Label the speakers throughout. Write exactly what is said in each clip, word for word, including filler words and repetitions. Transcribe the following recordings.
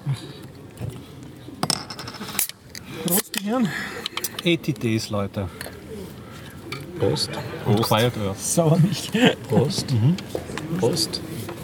Speaker 1: Prost, die Herren.
Speaker 2: achtzig Days, Leute.
Speaker 3: Prost.
Speaker 2: Und
Speaker 3: Prost.
Speaker 2: Quiet Earth.
Speaker 1: Sauermilch.
Speaker 3: Prost. Mhm. Prost.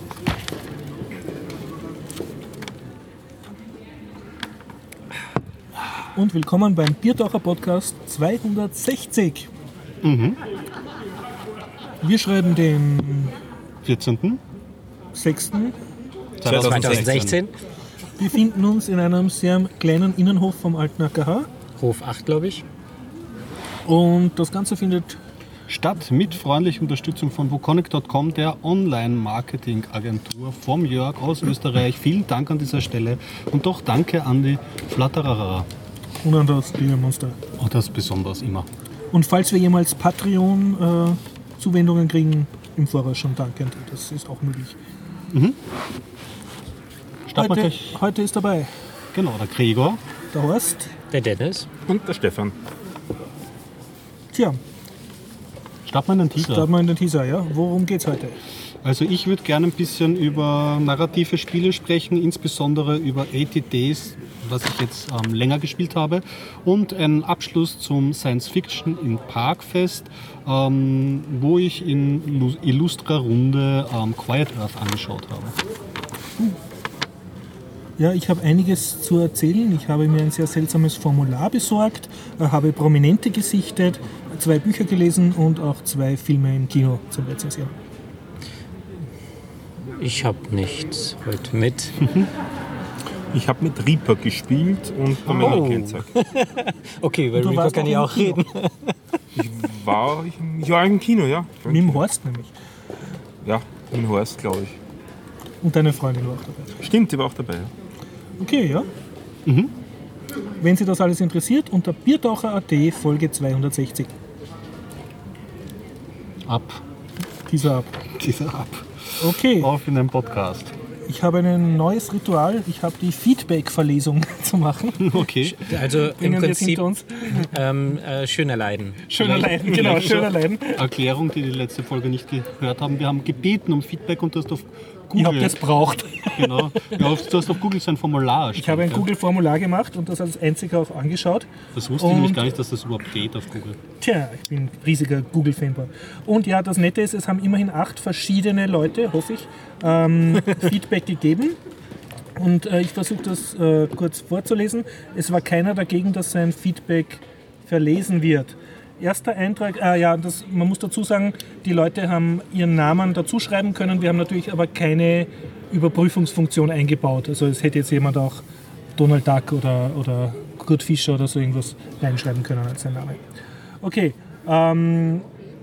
Speaker 1: Und willkommen beim Biertaucher Podcast zweihundertsechzig.
Speaker 2: Mhm.
Speaker 1: Wir schreiben den
Speaker 2: vierzehnten
Speaker 1: sechsten
Speaker 3: zweitausendsechzehn.
Speaker 1: Wir befinden uns in einem sehr kleinen Innenhof vom alten A K H.
Speaker 3: Hof acht, glaube ich.
Speaker 1: Und das Ganze findet
Speaker 2: statt mit freundlicher Unterstützung von woconic punkt com, der Online-Marketing-Agentur vom Jörg aus Österreich. Vielen Dank an dieser Stelle und doch danke an die Flatterer.
Speaker 1: und an das Biermonster.
Speaker 2: Und das besonders immer.
Speaker 1: Und falls wir jemals Patreon-Zuwendungen äh, kriegen, im Voraus schon danke. Das ist auch möglich.
Speaker 2: Mhm.
Speaker 1: Heute, heute ist dabei
Speaker 2: genau, der Gregor,
Speaker 1: der Horst,
Speaker 3: der Dennis
Speaker 4: und der Stefan.
Speaker 1: Tja,
Speaker 2: starten wir in den Teaser.
Speaker 1: starten wir in den Teaser, ja. Worum geht's heute?
Speaker 2: Also ich würde gerne ein bisschen über narrative Spiele sprechen, insbesondere über achtzig Days, was ich jetzt ähm, länger gespielt habe, und einen Abschluss zum Science Fiction in Parkfest, ähm, wo ich in illustrer Runde ähm, Quiet Earth angeschaut habe.
Speaker 1: Ja, ich habe einiges zu erzählen. Ich habe mir ein sehr seltsames Formular besorgt, habe Prominente gesichtet, zwei Bücher gelesen und auch zwei Filme im Kino zum Rezensieren.
Speaker 3: Ich habe nichts heute mit.
Speaker 4: Ich habe mit Reaper gespielt und der Männerkennzeug.
Speaker 3: Okay, über
Speaker 1: Du
Speaker 3: Reaper
Speaker 1: warst
Speaker 3: kann
Speaker 1: auch
Speaker 3: ich
Speaker 1: im
Speaker 3: auch
Speaker 1: Kino.
Speaker 3: reden.
Speaker 4: Ich war, ich, ich war im Kino, ja.
Speaker 1: Mit dem Horst nämlich.
Speaker 4: Ja, in Horst, glaube ich.
Speaker 1: Und deine Freundin war auch dabei.
Speaker 4: Stimmt, die war auch dabei. Ja.
Speaker 1: Okay, ja.
Speaker 2: Mhm.
Speaker 1: Wenn Sie das alles interessiert, unter Biertaucher punkt at Folge zweihundertsechzig.
Speaker 2: Ab.
Speaker 1: Dieser ab.
Speaker 2: Dieser ab.
Speaker 1: Okay,
Speaker 2: Auf in den Podcast.
Speaker 1: ich habe ein neues Ritual. Ich habe die Feedback-Verlesung zu machen.
Speaker 2: Okay.
Speaker 3: Also im
Speaker 1: Bringen wir es
Speaker 3: Prinzip
Speaker 1: hinter uns.
Speaker 3: ähm, äh, schöner Leiden.
Speaker 1: Schöner Leiden, genau, schöner Leiden.
Speaker 2: Erklärung, die die letzte Folge nicht gehört haben. Wir haben gebeten um Feedback und du hast auf Google...
Speaker 1: Ich habe das braucht.
Speaker 2: Genau. Ja, du hast auf Google so ein Formular erstellt.
Speaker 1: Ich habe ein
Speaker 2: ja.
Speaker 1: Google-Formular gemacht und das als einziger auch angeschaut.
Speaker 2: Das wusste ich nämlich
Speaker 1: Und-
Speaker 2: gar nicht, dass das überhaupt geht auf Google.
Speaker 1: Tja, ich bin ein riesiger Google-Fanboy. Und ja, das Nette ist, es haben immerhin acht verschiedene Leute, hoffe ich, ähm, Feedback gegeben. Und äh, ich versuche das äh, kurz vorzulesen. Es war keiner dagegen, dass sein Feedback verlesen wird. Erster Eintrag, ah ja, das, man muss dazu sagen, die Leute haben ihren Namen dazu schreiben können. Wir haben natürlich aber keine Überprüfungsfunktion eingebaut. Also es hätte jetzt jemand auch Donald Duck oder, oder Kurt Fischer oder so irgendwas reinschreiben können als sein Name. Okay, ähm,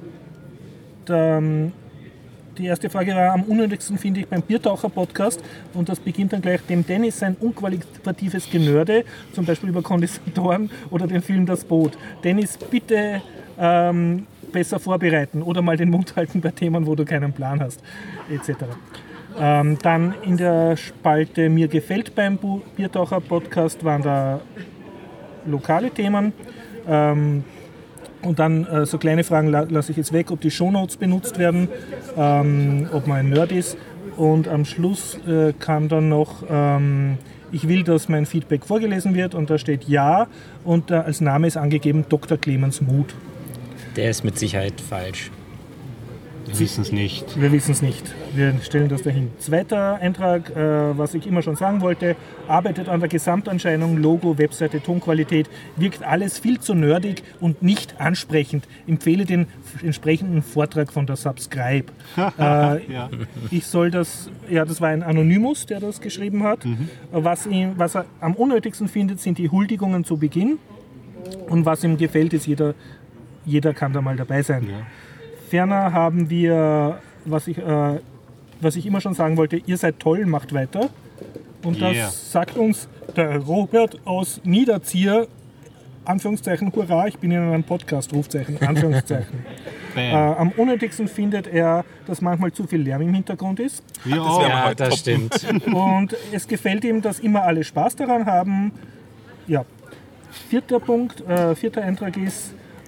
Speaker 1: der, die erste Frage war, am unnötigsten finde ich beim Biertaucher-Podcast, und das beginnt dann gleich, dem Dennis sein unqualitatives Genörde, zum Beispiel über Kondensatoren oder den Film Das Boot. Dennis, bitte ähm, besser vorbereiten oder mal den Mund halten bei Themen, wo du keinen Plan hast, et cetera. Ähm, dann in der Spalte Mir gefällt beim Biertaucher-Podcast waren da lokale Themen. Ähm, Und dann äh, so kleine Fragen la- lasse ich jetzt weg, ob die Shownotes benutzt werden, ähm, ob man ein Nerd ist. Und am Schluss äh, kam dann noch, ähm, ich will, dass mein Feedback vorgelesen wird, und da steht Ja, und äh, als Name ist angegeben Doktor Clemens Muth.
Speaker 3: Der ist mit Sicherheit falsch.
Speaker 2: Wir wissen es nicht.
Speaker 1: Wir wissen es nicht. Wir stellen das dahin. Zweiter Eintrag, äh, was ich immer schon sagen wollte, arbeitet an der Gesamtanscheinung, Logo, Webseite, Tonqualität, wirkt alles viel zu nerdig und nicht ansprechend. Empfehle den f- entsprechenden Vortrag von der Subscribe. äh,
Speaker 2: Ja.
Speaker 1: ich soll das, ja, das war ein Anonymous, der das geschrieben hat.
Speaker 2: Mhm.
Speaker 1: Was, ihm, was er am unnötigsten findet, sind die Huldigungen zu Beginn. Und was ihm gefällt, ist, jeder, jeder kann da mal dabei sein.
Speaker 2: Ja.
Speaker 1: Ferner haben wir, was ich, äh, was ich immer schon sagen wollte, ihr seid toll, macht weiter. Und
Speaker 2: Yeah.
Speaker 1: das sagt uns der Robert aus Niederzier, Anführungszeichen, hurra, ich bin in einem Podcast, Rufzeichen, Anführungszeichen. äh,
Speaker 2: Bam.
Speaker 1: am unnötigsten findet er, dass manchmal zu viel Lärm im Hintergrund ist.
Speaker 2: Wir
Speaker 4: Das
Speaker 2: auch.
Speaker 4: wär-
Speaker 3: Ja,
Speaker 4: halt
Speaker 3: das
Speaker 4: top.
Speaker 3: stimmt.
Speaker 1: Und es gefällt ihm, dass immer alle Spaß daran haben. Ja. Vierter Punkt, äh, vierter Eintrag ist,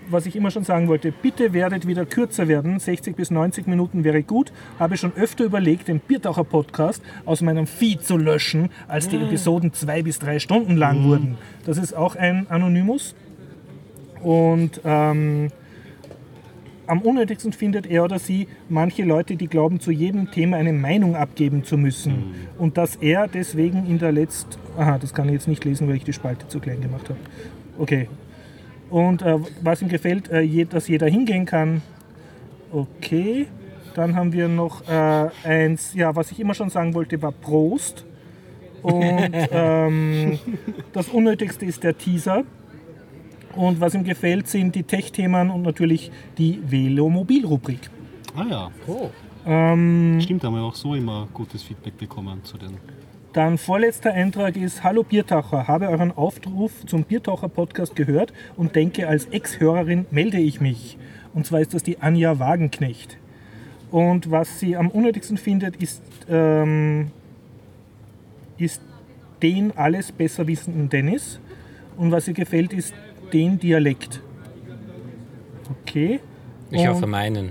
Speaker 1: was ich immer schon sagen wollte, bitte werdet wieder kürzer werden, sechzig bis neunzig Minuten wäre gut. Habe schon öfter überlegt, den Biertaucher-Podcast aus meinem Feed zu löschen, als die Episoden zwei bis drei Stunden lang mhm. wurden. Das ist auch ein Anonymous. Und ähm, am unnötigsten findet er oder sie manche Leute, die glauben, zu jedem Thema eine Meinung abgeben zu müssen. Mhm. Und dass er deswegen in der letzten... Aha, das kann ich jetzt nicht lesen, weil ich die Spalte zu klein gemacht habe. Okay. Und äh, was ihm gefällt, äh, je, dass jeder hingehen kann. Okay. Dann haben wir noch äh, eins, ja, was ich immer schon sagen wollte, war Prost. Und ähm, das Unnötigste ist der Teaser. Und was ihm gefällt, sind die Tech-Themen und natürlich die Velomobil-Rubrik.
Speaker 2: Ah ja.
Speaker 3: Oh.
Speaker 1: Ähm,
Speaker 2: Stimmt, da haben wir auch so immer gutes Feedback bekommen zu den...
Speaker 1: Dann vorletzter Eintrag ist: Hallo Biertaucher, habe euren Aufruf zum Biertaucher-Podcast gehört und denke, als Ex-Hörerin melde ich mich. Und zwar ist das die Anja Wagenknecht. Und was sie am unnötigsten findet, ist, ähm, ist den alles besser wissenden Dennis. Und was ihr gefällt, ist den Dialekt. Okay.
Speaker 3: Ich
Speaker 1: und
Speaker 3: hoffe meinen.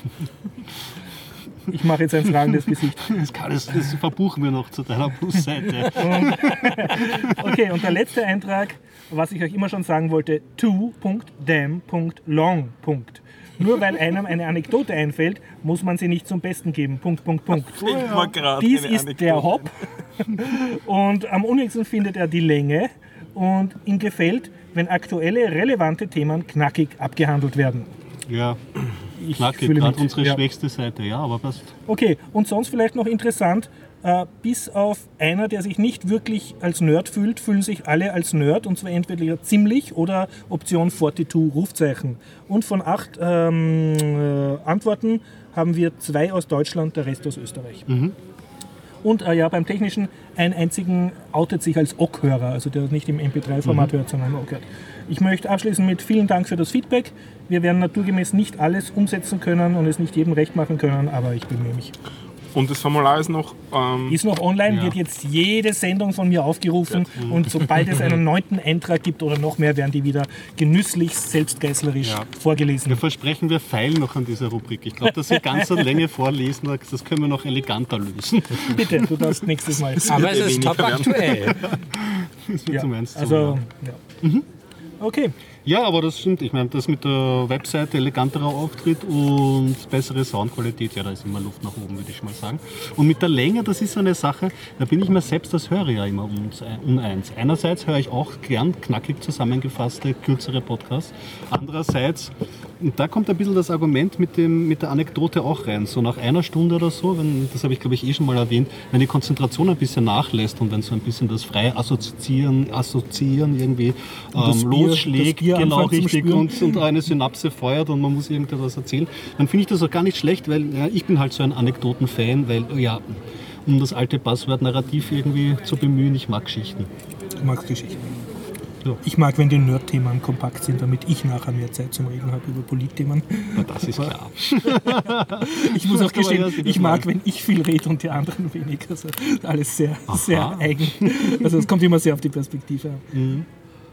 Speaker 1: Ich mache jetzt ein fragendes Gesicht.
Speaker 2: Das, kann, das, das verbuchen wir noch zu deiner Plusseite.
Speaker 1: Und, okay, und der letzte Eintrag, was ich euch immer schon sagen wollte: to punkt damn punkt long. Nur weil einem eine Anekdote einfällt, muss man sie nicht zum Besten geben. Punkt, Punkt, Punkt. Dies ist Anekdote. Der Hop. Und am unnötigsten findet er die Länge. Und ihm gefällt, wenn aktuelle, relevante Themen knackig abgehandelt werden.
Speaker 2: Ja,
Speaker 1: ich
Speaker 2: knackig,
Speaker 1: fühle
Speaker 2: gerade
Speaker 1: mit,
Speaker 2: unsere
Speaker 1: ja.
Speaker 2: schwächste Seite, ja, aber passt.
Speaker 1: Okay, und sonst vielleicht noch interessant, äh, bis auf einer, der sich nicht wirklich als Nerd fühlt, fühlen sich alle als Nerd, und zwar entweder ziemlich oder Option zweiundvierzig Rufzeichen. Und von acht ähm, äh, Antworten haben wir zwei aus Deutschland, der Rest aus Österreich.
Speaker 2: Mhm.
Speaker 1: Und äh, ja, beim Technischen, einen einzigen outet sich als O G K-Hörer, also der nicht im M P drei Format mhm. hört, sondern O G hört. Ich möchte abschließen mit vielen Dank für das Feedback. Wir werden naturgemäß nicht alles umsetzen können und es nicht jedem recht machen können, aber ich bemühe mich.
Speaker 4: Und das Formular ist noch... Ähm
Speaker 1: ist noch online,
Speaker 2: ja.
Speaker 1: wird jetzt jede Sendung von mir aufgerufen ja. und sobald es einen neunten Eintrag gibt oder noch mehr, werden die wieder genüsslich selbstgeißlerisch ja. vorgelesen.
Speaker 2: Wir versprechen, wir feilen noch an dieser Rubrik. Ich glaube, dass wir ganz eine Länge vorlesen, das können wir noch eleganter lösen.
Speaker 1: Bitte, du darfst nächstes Mal.
Speaker 3: Aber es ist top aktuell.
Speaker 2: Das wird
Speaker 1: ja.
Speaker 2: zum Ernst
Speaker 1: also,
Speaker 2: ja.
Speaker 1: ja. Mhm. Okay.
Speaker 2: Ja, aber das stimmt. Ich meine, das mit der Webseite, eleganterer Auftritt und bessere Soundqualität, ja, da ist immer Luft nach oben, würde ich mal sagen. Und mit der Länge, das ist so eine Sache, da bin ich mir selbst als Hörer ja immer uneins. Einerseits höre ich auch gern knackig zusammengefasste, kürzere Podcasts. Andererseits, und da kommt ein bisschen das Argument mit, dem, mit der Anekdote auch rein. So nach einer Stunde oder so, wenn, das habe ich glaube ich eh schon mal erwähnt, wenn die Konzentration ein bisschen nachlässt und wenn so ein bisschen das freie Assoziieren, Assoziieren irgendwie ähm, losschlägt, genau richtig, und, und eine Synapse feuert und man muss irgendetwas erzählen, dann finde ich das auch gar nicht schlecht, weil ja, ich bin halt so ein Anekdoten-Fan, weil ja, um das alte Passwort Narrativ irgendwie zu bemühen, ich mag Geschichten.
Speaker 1: Du magst Geschichten.
Speaker 2: Ja.
Speaker 1: Ich mag, wenn die Nerd-Themen kompakt sind, damit ich nachher mehr Zeit zum Reden habe über Polit-Themen.
Speaker 2: Na, das ist klar.
Speaker 1: Ich muss auch gestehen, ich mag, wenn ich viel rede und die anderen weniger. Also alles sehr, sehr eigen. Also es kommt immer sehr auf die Perspektive an.
Speaker 2: Mhm.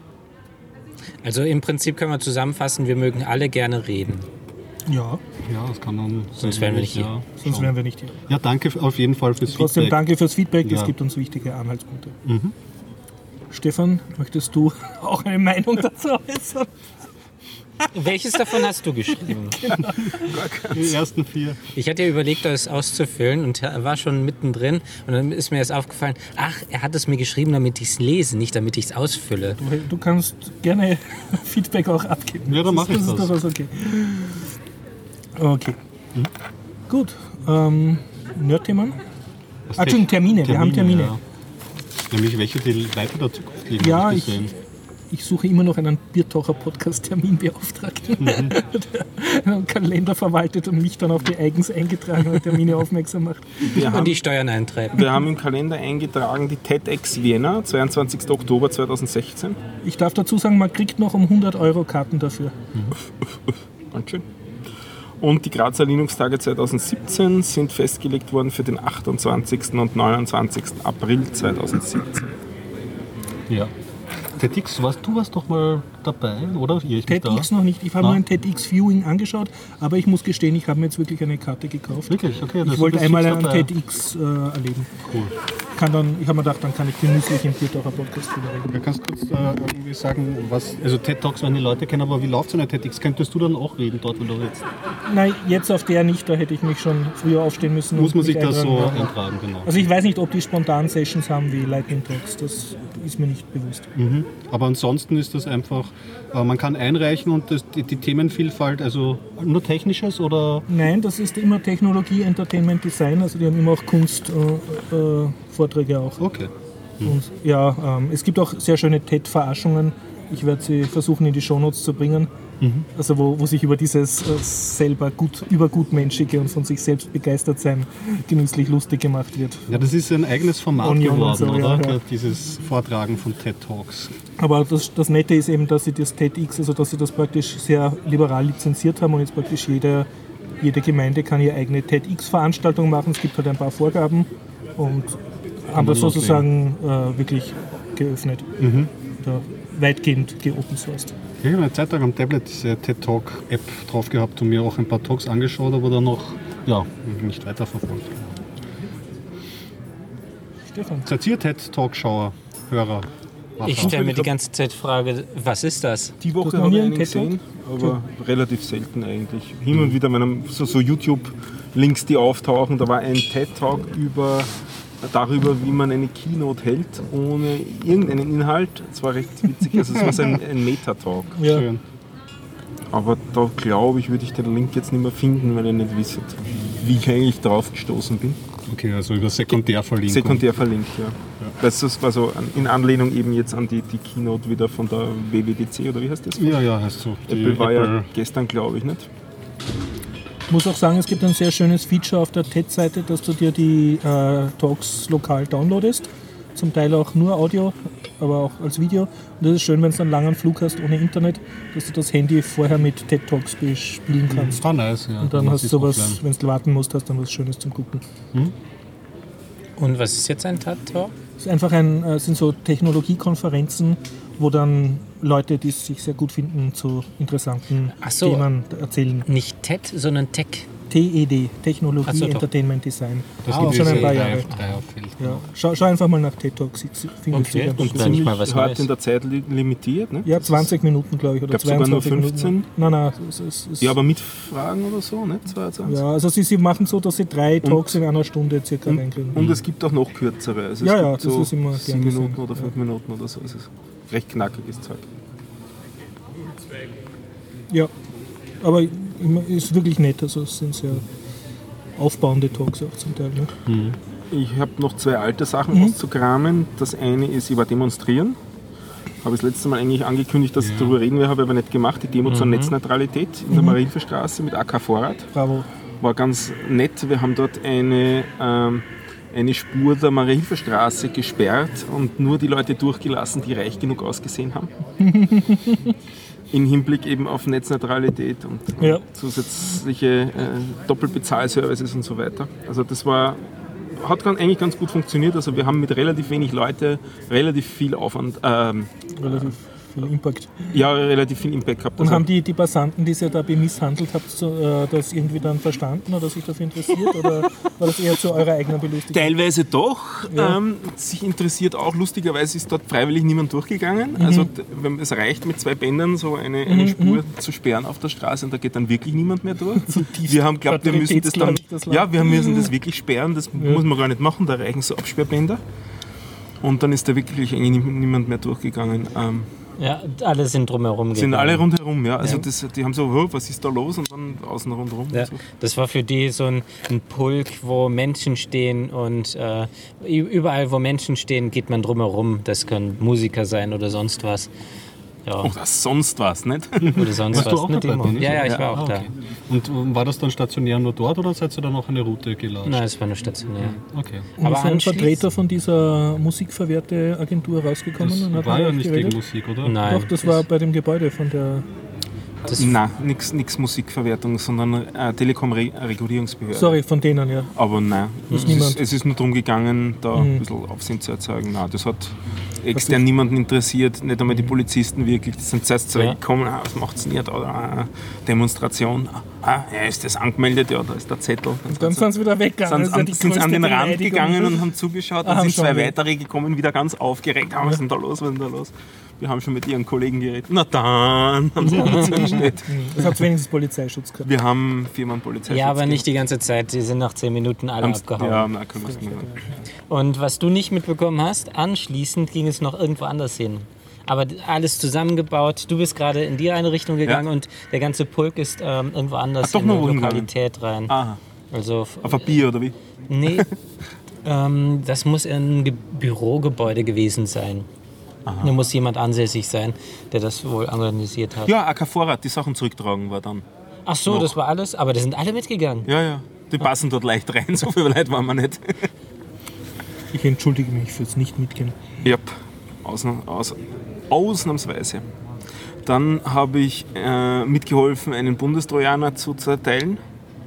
Speaker 3: Also im Prinzip können wir zusammenfassen, wir mögen alle gerne reden.
Speaker 1: Ja.
Speaker 2: Ja, das kann man...
Speaker 3: Sonst wären wir nicht hier.
Speaker 2: Ja,
Speaker 1: Sonst wären wir nicht hier.
Speaker 2: Ja, danke auf jeden Fall fürs
Speaker 1: Trotzdem
Speaker 2: Feedback.
Speaker 1: danke fürs Feedback, das
Speaker 2: Ja.
Speaker 1: gibt uns wichtige Anhaltspunkte.
Speaker 2: Mhm.
Speaker 1: Stefan, möchtest du auch eine Meinung dazu äußern?
Speaker 3: Welches davon hast du geschrieben?
Speaker 2: Die ersten vier.
Speaker 3: Ich hatte ja überlegt, das auszufüllen und er war schon mittendrin und dann ist mir erst aufgefallen, ach, er hat es mir geschrieben, damit ich es lese, nicht damit ich es ausfülle.
Speaker 1: Du, du kannst gerne Feedback auch abgeben.
Speaker 2: Ja, dann mache ich das.
Speaker 1: Das ist durchaus okay. Okay. Hm? Gut. Ähm, Nerd-Themen?
Speaker 2: Was
Speaker 1: Ah, Entschuldigung, Termine. Wir haben Termine.
Speaker 2: Ja. Nämlich welche, die weiter der Zukunft liegen.
Speaker 1: Ja,
Speaker 2: hab
Speaker 1: ich,
Speaker 2: gesehen.
Speaker 1: ich suche immer noch einen Biertaucher-Podcast-Terminbeauftragten,
Speaker 2: Mhm.
Speaker 1: der einen Kalender verwaltet und mich dann auf die eigens eingetragenen Termine aufmerksam macht.
Speaker 4: Wir
Speaker 3: Und
Speaker 4: haben,
Speaker 3: die Steuern eintreiben.
Speaker 4: wir haben im Kalender eingetragen die TEDx Vienna, zweiundzwanzigster Oktober zweitausendsechzehn.
Speaker 1: Ich darf dazu sagen, man kriegt noch um hundert Euro Karten dafür.
Speaker 4: Ganz schön. Und die Grazer Linux-Tage zweitausendsiebzehn sind festgelegt worden für den achtundzwanzigsten und neunundzwanzigsten April zweitausendsiebzehn.
Speaker 2: Ja. TEDx, warst, du warst doch mal dabei, oder? Irre ich mich da?
Speaker 1: TEDx noch nicht. Ich habe
Speaker 2: Ah.
Speaker 1: nur ein TEDx-Viewing angeschaut, aber ich muss gestehen, ich habe mir jetzt wirklich eine Karte gekauft.
Speaker 2: Wirklich? Okay, das
Speaker 1: Ich wollte
Speaker 2: ist
Speaker 1: einmal
Speaker 2: fix
Speaker 1: ein
Speaker 2: dabei.
Speaker 1: TEDx äh, erleben.
Speaker 2: Cool.
Speaker 1: Kann dann, ich habe mir gedacht, dann kann ich genüsslich im Biertaucher Podcast drüber reden.
Speaker 2: Du kannst kurz äh, irgendwie sagen, was, also TED Talks werden die Leute kennen, aber wie läuft so eine TEDx? Könntest du dann auch reden dort, wenn du jetzt?
Speaker 1: Nein, jetzt auf der nicht, da hätte ich mich schon früher aufstehen müssen.
Speaker 2: Muss
Speaker 1: und
Speaker 2: man sich
Speaker 1: mich
Speaker 2: das so
Speaker 1: eintragen.
Speaker 2: eintragen, genau.
Speaker 1: Also ich weiß nicht, ob die spontan Sessions haben wie Lightning Talks, das ist mir nicht bewusst.
Speaker 2: Mhm. Aber ansonsten ist das einfach, äh, man kann einreichen und das, die, die Themenvielfalt, also nur technisches oder?
Speaker 1: Nein, das ist immer Technologie, Entertainment, Design, also die haben immer auch Kunst, äh, äh, Vorträge auch.
Speaker 2: Okay.
Speaker 1: Und ja, ähm, es gibt auch sehr schöne TED-Verarschungen. Ich werde sie versuchen in die Shownotes zu bringen.
Speaker 2: Mhm.
Speaker 1: Also wo, wo sich über dieses äh, selber gut, übergutmenschige und von sich selbst begeistert sein genüsslich lustig gemacht wird.
Speaker 2: Ja, das ist ein eigenes Format
Speaker 1: Onion und
Speaker 2: geworden,
Speaker 1: so,
Speaker 2: oder?
Speaker 1: ja, ja.
Speaker 2: Dieses Vortragen von TED Talks.
Speaker 1: Aber das, das Nette ist eben, dass sie das TEDx, also dass sie das praktisch sehr liberal lizenziert haben und jetzt praktisch jede, jede Gemeinde kann ihre eigene TEDx-Veranstaltung machen. Es gibt halt ein paar Vorgaben und haben das sozusagen äh, wirklich geöffnet.
Speaker 2: Mhm.
Speaker 1: Da weitgehend geopen sourced.
Speaker 2: Ich habe eine Zeit lang am Tablet diese TED Talk App drauf gehabt und mir auch ein paar Talks angeschaut, aber dann noch ja, nicht weiterverfolgt.
Speaker 1: Stefan.
Speaker 2: Seid ihr TED Talk Schauer, Hörer?
Speaker 3: Ich stelle mir die ganze Zeit die Frage, was ist das?
Speaker 4: Die
Speaker 1: Du
Speaker 4: Woche
Speaker 1: hast noch
Speaker 4: habe
Speaker 1: nie
Speaker 4: ich
Speaker 1: einen
Speaker 4: einen
Speaker 1: TED Talk?
Speaker 4: gesehen, aber relativ selten eigentlich. Hin und wieder meinem, so, so YouTube-Links, die auftauchen, da war ein TED-Talk über, darüber, wie man eine Keynote hält, ohne irgendeinen Inhalt. Es war recht witzig, also es war so ein, ein Meta-Talk.
Speaker 1: Ja.
Speaker 2: Schön.
Speaker 4: Aber da glaube ich, würde ich den Link jetzt nicht mehr finden, weil ihr nicht wisst, wie ich eigentlich drauf gestoßen bin.
Speaker 2: Okay, also über Sekundärverlinkung.
Speaker 4: Sekundär verlinkt, ja. Das ist also in Anlehnung eben jetzt an die, die Keynote wieder von der W W D C, oder wie heißt das?
Speaker 2: Ja, ja, heißt so. Die
Speaker 4: Apple war ja
Speaker 2: Apple-
Speaker 4: gestern, glaube ich, nicht?
Speaker 1: Ich muss auch sagen, es gibt ein sehr schönes Feature auf der TED-Seite, dass du dir die äh, Talks lokal downloadest. Zum Teil auch nur Audio, aber auch als Video. Und das ist schön, wenn du einen langen Flug hast ohne Internet, dass du das Handy vorher mit TED Talks bespielen kannst.
Speaker 2: Ah, nice, ja.
Speaker 1: Und dann
Speaker 2: Das
Speaker 1: hast du
Speaker 2: ist
Speaker 1: sowas,
Speaker 2: offline.
Speaker 1: wenn du warten musst, hast du dann was Schönes zum Gucken.
Speaker 3: Und was ist jetzt ein TED-Talk?
Speaker 1: Es ist einfach ein, äh, sind so Technologiekonferenzen, wo dann Leute, die es sich sehr gut finden, zu interessanten
Speaker 3: Ach so.
Speaker 1: Themen erzählen.
Speaker 3: Nicht TED, sondern Tech.
Speaker 1: T E D, Technologie,
Speaker 3: Ach so, doch.
Speaker 1: Entertainment, Design. Das
Speaker 2: Ah,
Speaker 1: gibt
Speaker 2: okay,
Speaker 1: schon ein
Speaker 2: so
Speaker 1: paar
Speaker 2: drei-
Speaker 1: Jahre.
Speaker 2: drei auf Feld.
Speaker 1: Ja. Schau, schau einfach mal nach TED Talks, findest
Speaker 3: Okay.
Speaker 1: du ganz
Speaker 3: Und
Speaker 1: gut.
Speaker 3: dann- mal was
Speaker 4: heute
Speaker 3: Neues.
Speaker 4: in der Zeit li- limitiert, ne?
Speaker 1: Ja, zwanzig Minuten, glaube ich, oder
Speaker 4: Gab's sogar nur
Speaker 1: zweiundzwanzig
Speaker 4: fünfzehn?
Speaker 1: Minuten. Nein, nein, es ist, es
Speaker 4: Ja, aber mit Fragen oder so, ne? zweiundzwanzig.
Speaker 1: ja, also sie, sie machen so, dass sie drei Talks in einer Stunde circa
Speaker 4: Und,
Speaker 1: reinkriegen.
Speaker 4: und es gibt auch noch kürzere. Also es
Speaker 1: Ja, ja,
Speaker 4: gibt
Speaker 1: das
Speaker 4: so
Speaker 1: ist immer
Speaker 4: sieben
Speaker 1: gern
Speaker 4: Minuten
Speaker 1: gesehen.
Speaker 4: oder fünf Minuten oder so. Es ist recht knackiges Zeug.
Speaker 1: Ja, aber ist wirklich nett, also es sind sehr aufbauende Talks auch zum Teil. Ne?
Speaker 4: Ich habe noch zwei alte Sachen auszukramen. Das eine ist, ich war demonstrieren. Habe das letzte Mal eigentlich angekündigt, dass ich darüber reden werde, habe aber nicht gemacht. Die Demo zur Netzneutralität in der Marienhilferstraße mit A K Vorrat.
Speaker 1: Bravo.
Speaker 4: War ganz nett. Wir haben dort eine, ähm, eine Spur der Marienhilferstraße gesperrt und nur die Leute durchgelassen, die reich genug ausgesehen haben. Im Hinblick eben auf Netzneutralität und
Speaker 1: Ja.
Speaker 4: zusätzliche äh, Doppelbezahlservices und so weiter. Also das war, hat ganz, eigentlich ganz gut funktioniert. Also wir haben mit relativ wenig Leute relativ viel Aufwand, ähm,
Speaker 1: Relativ viel Impact.
Speaker 4: ja, relativ viel Impact gehabt.
Speaker 1: Und
Speaker 4: Also
Speaker 1: haben die, die Passanten, die ihr da bemisshandelt habt, so, äh, das irgendwie dann verstanden oder sich dafür interessiert? Oder war das eher zu eurer eigenen Belustigung?
Speaker 4: teilweise doch.
Speaker 1: Ja.
Speaker 4: Ähm, sich interessiert auch, lustigerweise ist dort freiwillig niemand durchgegangen.
Speaker 1: Mhm.
Speaker 4: Also d- wenn, es reicht mit zwei Bändern so eine, eine Spur zu sperren auf der Straße und da geht dann wirklich niemand mehr durch. Wir haben geglaubt, wir müssen das dann,
Speaker 1: autoritätsgläubig, das Land.
Speaker 4: ja, wir müssen das wirklich sperren, das muss man gar nicht machen, da reichen so Absperrbänder. Und dann ist da wirklich eigentlich nie- niemand mehr durchgegangen. Ähm,
Speaker 3: Ja, alle sind drumherum
Speaker 4: sind
Speaker 3: gegangen.
Speaker 4: alle rundherum, ja. Also
Speaker 3: Ja.
Speaker 4: das, die haben so, oh, was ist da los? Und dann außen rundherum.
Speaker 3: Ja,
Speaker 4: und so.
Speaker 3: das war für die so ein, ein Pulk, wo Menschen stehen und äh, überall, wo Menschen stehen, geht man drumherum. Das können Musiker sein oder sonst was. Ja,
Speaker 4: Oder sonst was, nicht?
Speaker 3: oder sonst
Speaker 2: Warst
Speaker 3: was.
Speaker 2: du auch
Speaker 3: Eine
Speaker 2: dabei,
Speaker 3: Demo.
Speaker 2: Dennis?
Speaker 3: Ja, ja, ich
Speaker 4: Ja,
Speaker 3: war auch
Speaker 2: Ah,
Speaker 3: da.
Speaker 2: okay. Und ähm, war das dann stationär nur dort oder seid ihr dann noch eine Route gelatscht?
Speaker 3: Nein, es war nur stationär.
Speaker 2: Okay.
Speaker 1: Und
Speaker 3: Aber
Speaker 1: ist ein
Speaker 3: anschließend-
Speaker 1: Vertreter von dieser Musikverwerteagentur rausgekommen
Speaker 2: Das
Speaker 1: und hat
Speaker 2: war
Speaker 1: mit
Speaker 2: ja
Speaker 1: euch
Speaker 2: nicht
Speaker 1: geredet?
Speaker 2: gegen Musik, oder?
Speaker 3: Nein.
Speaker 1: Doch, das war bei dem Gebäude von der.
Speaker 3: Das
Speaker 4: Nein, nichts Musikverwertung, sondern äh, Telekom-Regulierungsbehörde.
Speaker 1: Sorry, von denen, ja.
Speaker 4: Aber nein, es
Speaker 1: Ist niemand.
Speaker 4: ist, es ist nur darum gegangen, da
Speaker 1: Mhm.
Speaker 4: ein bisschen Aufsehen zu erzeugen. Nein, das hat extern niemanden interessiert, nicht einmal die Polizisten wirklich. Die sind zuerst zurückgekommen, ah, was macht es nicht, oder ah, Demonstration, ah, ja, ist das angemeldet, ja, da ist der Zettel.
Speaker 1: Und dann sind sie wieder weggegangen.
Speaker 4: Sind, an,
Speaker 1: das ist
Speaker 4: sind
Speaker 1: ja die
Speaker 4: sie an den
Speaker 1: größte
Speaker 4: Rand
Speaker 1: Beleidigung.
Speaker 4: gegangen und haben zugeschaut,
Speaker 1: Ah,
Speaker 4: dann sind
Speaker 1: schon
Speaker 4: zwei
Speaker 1: wieder.
Speaker 4: weitere gekommen, wieder ganz aufgeregt, ah, was ist denn da los, was ist denn da los? Wir haben schon mit ihren Kollegen geredet. Na dann, haben sie auch zugestellt.
Speaker 1: Das hat wenigstens Polizeischutz gehabt.
Speaker 4: Wir haben Firmen Polizeischutz.
Speaker 3: ja, aber nicht die ganze Zeit. Die sind nach zehn Minuten alle
Speaker 4: Haben's-
Speaker 3: abgehauen.
Speaker 4: Ja, na, können wir es nicht machen.
Speaker 3: Und was du nicht mitbekommen hast, anschließend ging es noch irgendwo anders hin. Aber alles zusammengebaut. Du bist gerade in die eine Richtung gegangen
Speaker 4: Ja.
Speaker 3: und der ganze Pulk ist ähm, irgendwo anders
Speaker 4: Ach, doch
Speaker 3: in
Speaker 4: noch
Speaker 3: eine
Speaker 4: wohin
Speaker 3: Lokalität rein.
Speaker 4: Aha,
Speaker 3: Also,
Speaker 4: auf ein Bier oder wie?
Speaker 3: nee, ähm, das muss ein Ge Bürogebäude gewesen sein. Da muss jemand ansässig sein, der das wohl organisiert hat.
Speaker 4: Ja, A K Vorrat, die Sachen zurücktragen war dann.
Speaker 3: Ach so,
Speaker 4: noch.
Speaker 3: das war alles? Aber da sind alle mitgegangen.
Speaker 4: Ja, ja, die passen dort leicht rein, so viele Leute waren wir nicht.
Speaker 1: Ich entschuldige mich fürs Nicht-Mitgehen.
Speaker 4: Ja, Ausna aus ausnahmsweise. Dann habe ich äh, mitgeholfen, einen Bundestrojaner zu zerteilen.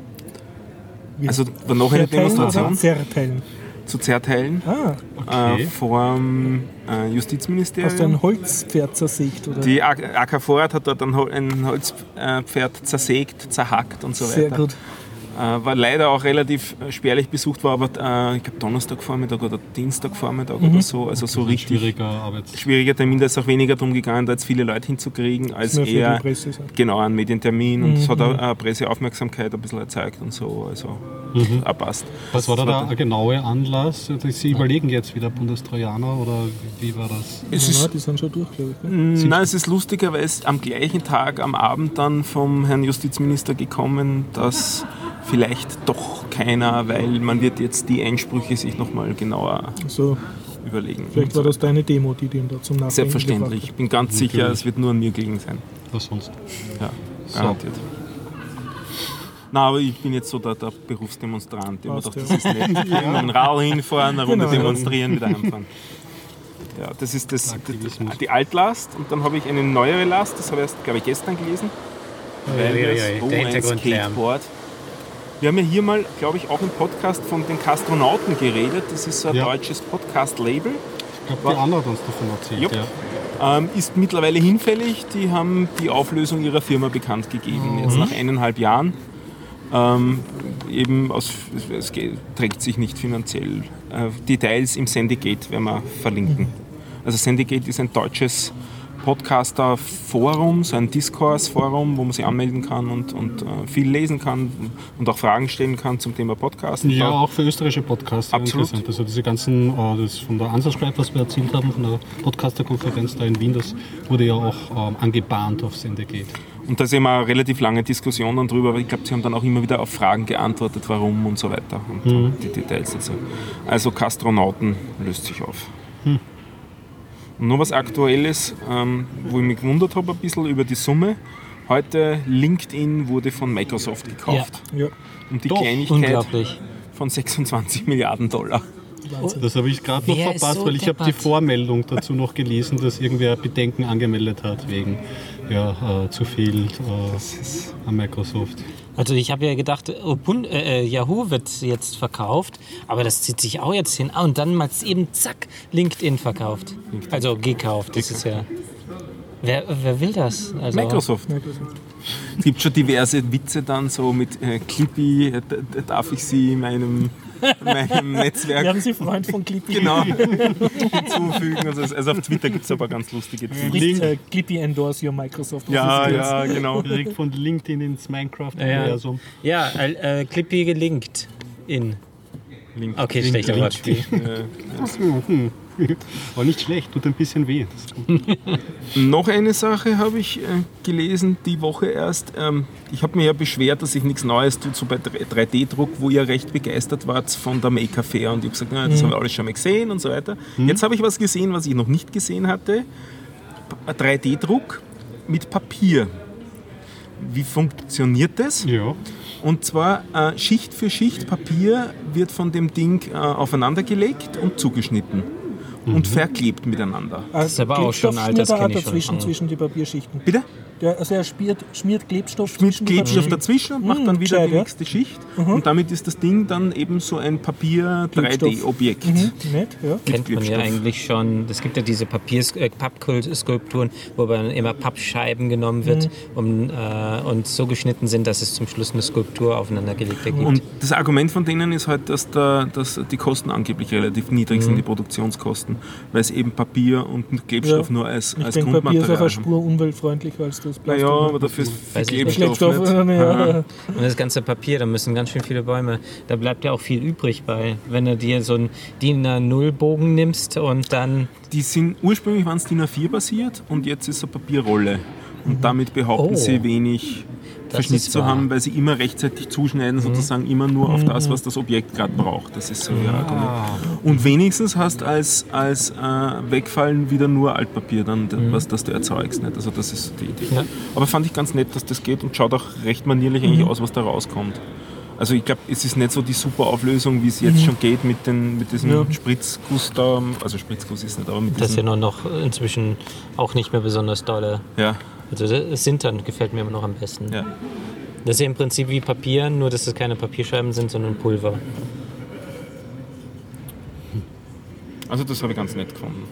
Speaker 1: Wie
Speaker 4: Also war noch eine
Speaker 1: Verteilen oder
Speaker 4: Demonstration
Speaker 1: Zerteilen?
Speaker 4: zu zerteilen
Speaker 1: Ah,
Speaker 2: Okay.
Speaker 4: äh, vor dem äh,
Speaker 1: hast du
Speaker 4: Justizministerium.
Speaker 1: ein Holzpferd zersägt? Oder?
Speaker 4: Die A K Vorrat hat dort ein, Hol ein Holzpferd zersägt, zerhackt und so weiter.
Speaker 1: Sehr gut.
Speaker 4: Äh, war leider auch relativ äh, spärlich besucht, war aber äh, ich glaube Donnerstagvormittag oder Dienstagvormittag
Speaker 1: Mhm.
Speaker 4: oder so, also so richtig
Speaker 2: Schwieriger Arbeits...
Speaker 4: schwieriger Termin. Da ist auch weniger darum gegangen, da jetzt viele Leute hinzukriegen, als
Speaker 1: Nur für die
Speaker 4: eher
Speaker 1: Presse sein.
Speaker 4: genau einen Medientermin und es
Speaker 1: Mhm.
Speaker 4: hat auch äh, Presseaufmerksamkeit ein bisschen erzeugt und so, also
Speaker 2: Mhm.
Speaker 4: auch passt.
Speaker 2: Was war da
Speaker 4: Das
Speaker 2: der genaue Anlass? Sie überlegen jetzt wieder Bundestrojaner oder wie war das?
Speaker 4: Es
Speaker 1: Nein,
Speaker 4: ist,
Speaker 1: nein, die sind schon durch, glaube ich. Ne?
Speaker 4: Mm, Nein, es ist lustiger, weil es am gleichen Tag, am Abend dann vom Herrn Justizminister gekommen, dass vielleicht doch keiner, weil man wird jetzt die Einsprüche sich nochmal genauer
Speaker 1: So,
Speaker 4: überlegen.
Speaker 1: vielleicht war das deine Demo, die den da zum Nachdenken
Speaker 4: Selbstverständlich. Ich bin ganz sicher,
Speaker 2: Natürlich.
Speaker 4: es wird nur an mir gelegen sein.
Speaker 2: Was sonst?
Speaker 4: Ja,
Speaker 2: So.
Speaker 4: garantiert. Nein, aber ich bin jetzt so der, der Berufsdemonstrant. Ich habe mir
Speaker 1: Passt,
Speaker 4: gedacht, das ist nett. Mit dem Rad hinfahren, eine Runde
Speaker 1: Genau.
Speaker 4: demonstrieren, wieder heimfahren. Ja, das ist das, das,
Speaker 2: Aktivismus.
Speaker 4: die Altlast. Und dann habe ich eine neuere Last, das habe ich erst, glaube ich, gestern gelesen. Weil
Speaker 3: Ui, ui,
Speaker 4: das-
Speaker 3: ui,
Speaker 4: oh,
Speaker 3: der
Speaker 4: ein
Speaker 3: Hintergrundlärm.
Speaker 4: Skateboard. Wir haben ja hier mal, glaube ich, auch im Podcast von den Kastronauten geredet. Das ist so ein
Speaker 2: Ja.
Speaker 4: deutsches Podcast-Label.
Speaker 2: Ich glaube, die Anna hat uns davon erzählt.
Speaker 4: Jupp.
Speaker 2: Ja.
Speaker 4: Ähm, ist mittlerweile hinfällig. Die haben die Auflösung ihrer Firma bekannt gegeben, jetzt nach eineinhalb Jahren. Ähm, eben aus, es, es geht, trägt sich nicht finanziell. Äh, Details im Sendegate werden wir verlinken. Also Sendegate ist ein deutsches Podcaster-Forum, so ein Diskurs-Forum, wo man sich anmelden kann und, und äh, viel lesen kann und auch Fragen stellen kann zum Thema Podcast.
Speaker 2: Ja,
Speaker 4: Da-
Speaker 2: auch für österreichische Podcaster
Speaker 4: Absolut.
Speaker 2: interessant. Also diese ganzen, äh, das von der Ansatzschreib, was wir erzählt haben, von der Podcaster-Konferenz da in Wien, das wurde ja auch ähm, angebahnt auf Sendegate.
Speaker 4: Und da ist immer eine relativ lange Diskussion dann drüber, aber ich glaube, sie haben dann auch immer wieder auf Fragen geantwortet, warum und so weiter. Und
Speaker 2: Mhm.
Speaker 4: die Details dazu. Also Kastronauten löst sich auf.
Speaker 2: Hm.
Speaker 4: Und noch was Aktuelles, ähm, wo ich mich gewundert habe ein bisschen über die Summe. Heute LinkedIn wurde von Microsoft gekauft.
Speaker 1: Ja,
Speaker 4: Und die
Speaker 2: Doch,
Speaker 4: Kleinigkeit
Speaker 3: Unglaublich.
Speaker 4: von sechsundzwanzig Milliarden Dollar.
Speaker 1: Wahnsinn.
Speaker 2: Das habe ich gerade noch
Speaker 3: Wer ist
Speaker 2: verpasst,
Speaker 3: so
Speaker 2: weil ich habe die
Speaker 3: deppert?
Speaker 2: Vormeldung dazu noch gelesen, dass irgendwer Bedenken angemeldet hat wegen ja, äh, zu viel äh, an Microsoft.
Speaker 3: Also ich habe ja gedacht, oh, Bund, äh, Yahoo wird jetzt verkauft, aber das zieht sich auch jetzt hin. Ah, und dann mal eben zack, LinkedIn verkauft. Also gekauft, das ist ja... Wer, wer will das? Also,
Speaker 4: Microsoft.
Speaker 1: Microsoft.
Speaker 4: Es gibt schon diverse Witze dann so mit äh, Clippy, äh, d- d- darf ich sie in meinem, meinem Netzwerk
Speaker 1: Werden Sie Freund von Clippy?
Speaker 4: genau, hinzufügen. Also, also auf Twitter gibt es aber ganz lustige Tweets.
Speaker 1: Link. Äh, Clippy endorse your Microsoft.
Speaker 4: Ja,
Speaker 1: Das ist
Speaker 4: ja, genau.
Speaker 2: Direkt von LinkedIn ins Minecraft-Universum.
Speaker 3: Ja, äh, äh, Clippy gelinkt in.
Speaker 4: Link.
Speaker 3: Okay, schlechter Wortspiel.
Speaker 4: Äh,
Speaker 2: War nicht schlecht, tut ein bisschen weh. Das ist gut.
Speaker 4: Noch eine Sache habe ich äh, gelesen, die Woche erst. Ähm, ich habe mir ja beschwert, dass ich nichts Neues tue, so bei drei D-Druck, wo ihr recht begeistert wart von der Maker Fair. Und ich habe gesagt, na, das haben wir alles schon mal gesehen und so weiter. Jetzt habe ich was gesehen, was ich noch nicht gesehen hatte. Ein drei D-Druck mit Papier. Wie funktioniert das?
Speaker 2: Ja.
Speaker 4: Und zwar äh, Schicht für Schicht Papier wird von dem Ding äh, aufeinandergelegt und zugeschnitten und verklebt miteinander.
Speaker 1: Das
Speaker 3: ist aber auch schon alt, das kenn ich schon.
Speaker 1: dazwischen
Speaker 3: Ah.
Speaker 1: zwischen die Papierschichten.
Speaker 4: Bitte?
Speaker 1: Der, also er schmiert, schmiert Klebstoff
Speaker 4: Schmiert
Speaker 1: zwischen die
Speaker 4: Klebstoff
Speaker 1: Papiere.
Speaker 4: dazwischen und macht
Speaker 1: Mhm,
Speaker 4: dann wieder
Speaker 1: gescheit,
Speaker 4: die
Speaker 1: ja.
Speaker 4: nächste Schicht. Und damit ist das Ding dann eben so ein Papier-drei D-Objekt.
Speaker 1: Mhm, nett, ja.
Speaker 3: Kennt man ja
Speaker 4: Klebstoff.
Speaker 3: eigentlich schon. Es gibt ja diese Papier äh, Pappskulpturen, wo dann immer Pappscheiben genommen wird um, äh, und so geschnitten sind, dass es zum Schluss eine Skulptur aufeinander gelegt ergibt.
Speaker 4: Und das Argument von denen ist halt, dass, der, dass die Kosten angeblich relativ niedrig sind, die Produktionskosten, weil es eben Papier und Klebstoff
Speaker 1: Ja.
Speaker 4: nur als,
Speaker 1: Ich
Speaker 4: als
Speaker 1: denke, Papier ist auf
Speaker 4: Grundmaterial
Speaker 1: eine Spur umweltfreundlicher als das Plastik.
Speaker 4: Naja, aber dafür ist viel
Speaker 3: Weiß ich nicht.
Speaker 4: Klebstoff,
Speaker 1: Klebstoff,
Speaker 4: nicht.
Speaker 1: ja.
Speaker 4: Ja.
Speaker 3: Und das ganze Papier, da müssen ganz schön viele Bäume, da bleibt ja auch viel übrig bei. Wenn du dir so einen D I N A null Bogen nimmst und dann...
Speaker 4: Die sind, ursprünglich waren es D I N A vier basiert und jetzt ist es eine Papierrolle. Und damit behaupten
Speaker 3: Oh.
Speaker 4: sie wenig
Speaker 3: Das
Speaker 4: Verschnitt
Speaker 3: ist
Speaker 4: zu
Speaker 3: wahr.
Speaker 4: haben, weil sie immer rechtzeitig zuschneiden, sozusagen immer nur auf das, was das Objekt gerade braucht. Das ist so ihr Argument. Und wenigstens hast als, als äh, Wegfallen wieder nur Altpapier, dann, was das du erzeugst. Nicht? Also das ist die Idee.
Speaker 3: Ja.
Speaker 4: Aber fand ich ganz nett, dass das geht und schaut auch recht manierlich eigentlich aus, was da rauskommt. Also ich glaube, es ist nicht so die super Auflösung, wie es jetzt schon geht mit, den, mit diesem
Speaker 1: Ja.
Speaker 4: Spritzguss da. Also Spritzguss ist nicht, aber mit
Speaker 3: Das ist ja
Speaker 4: diesem...
Speaker 3: noch, noch inzwischen auch nicht mehr besonders dolle.
Speaker 4: Ja,
Speaker 3: Also das Sintern gefällt mir immer noch am besten.
Speaker 4: ja.
Speaker 3: Das ist ja im Prinzip wie Papier, nur dass es keine Papierscheiben sind, sondern Pulver.
Speaker 4: Also das habe ich ganz nett gefunden.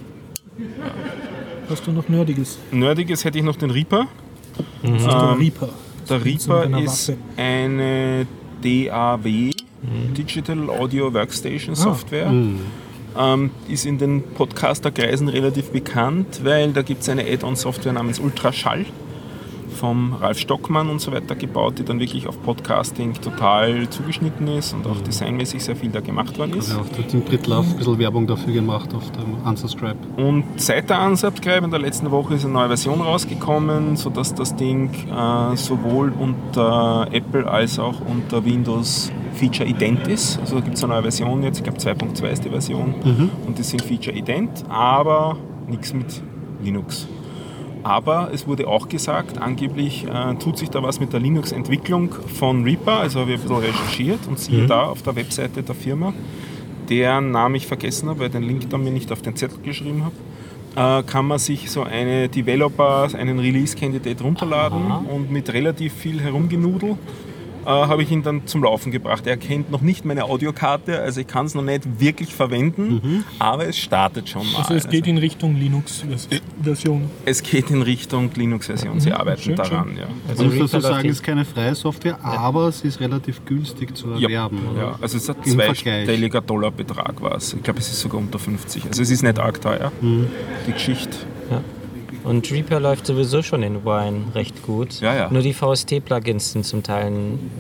Speaker 1: Hast du noch Nerdiges?
Speaker 4: Nerdiges hätte ich noch den Reaper.
Speaker 1: Das ist der Reaper.
Speaker 4: Der
Speaker 1: klingt so nach
Speaker 4: Reaper
Speaker 1: einer
Speaker 4: ist
Speaker 1: Waffe.
Speaker 4: eine D A W, Digital Audio Workstation Software. Ähm, ist in den Podcaster-Kreisen relativ bekannt, weil da gibt es eine Add-on-Software namens Ultraschall vom Ralf Stockmann und so weiter gebaut, die dann wirklich auf Podcasting total zugeschnitten ist und auch designmäßig sehr viel da gemacht worden ist.
Speaker 2: Ja, auch der Tim Prittlaff ein bisschen Werbung dafür gemacht auf dem Unsubscribe.
Speaker 4: Und seit der Unsubscribe in der letzten Woche ist eine neue Version rausgekommen, sodass das Ding äh, sowohl unter Apple als auch unter Windows Feature ident ist. Also da gibt es eine neue Version jetzt, ich glaube zwei Punkt zwei ist die Version und die sind Feature ident, aber nichts mit Linux. Aber es wurde auch gesagt, angeblich äh, tut sich da was mit der Linux-Entwicklung von Reaper, also habe ich ein bisschen recherchiert und siehe da auf der Webseite der Firma, deren Namen ich vergessen habe, weil den Link da mir nicht auf den Zettel geschrieben habe, äh, kann man sich so eine Developer, einen Release-Candidate runterladen
Speaker 3: Aha.
Speaker 4: und mit relativ viel Herumgenudel äh, habe ich ihn dann zum Laufen gebracht. Er kennt noch nicht meine Audiokarte, also ich kann es noch nicht wirklich verwenden, aber es startet schon mal.
Speaker 1: Also es geht in Richtung Linux-Version.
Speaker 4: Es geht in Richtung Linux-Version, sie arbeiten
Speaker 1: schön,
Speaker 4: daran. Ja.
Speaker 3: Also
Speaker 2: Man muss
Speaker 3: Reaper
Speaker 2: dazu sagen,
Speaker 3: läuft
Speaker 2: es ist keine freie Software, aber sie ist relativ günstig zu erwerben.
Speaker 4: Ja,
Speaker 2: oder?
Speaker 4: also es ist ein
Speaker 2: Im Vergleich.
Speaker 4: zweistelliger Dollarbetrag war es. Ich glaube, es ist sogar unter fünfzig. Also es ist nicht arg teuer, die Geschichte.
Speaker 3: Ja. Und Reaper läuft sowieso schon in Wine recht gut.
Speaker 4: Ja, ja.
Speaker 3: Nur die V S T-Plugins sind zum Teil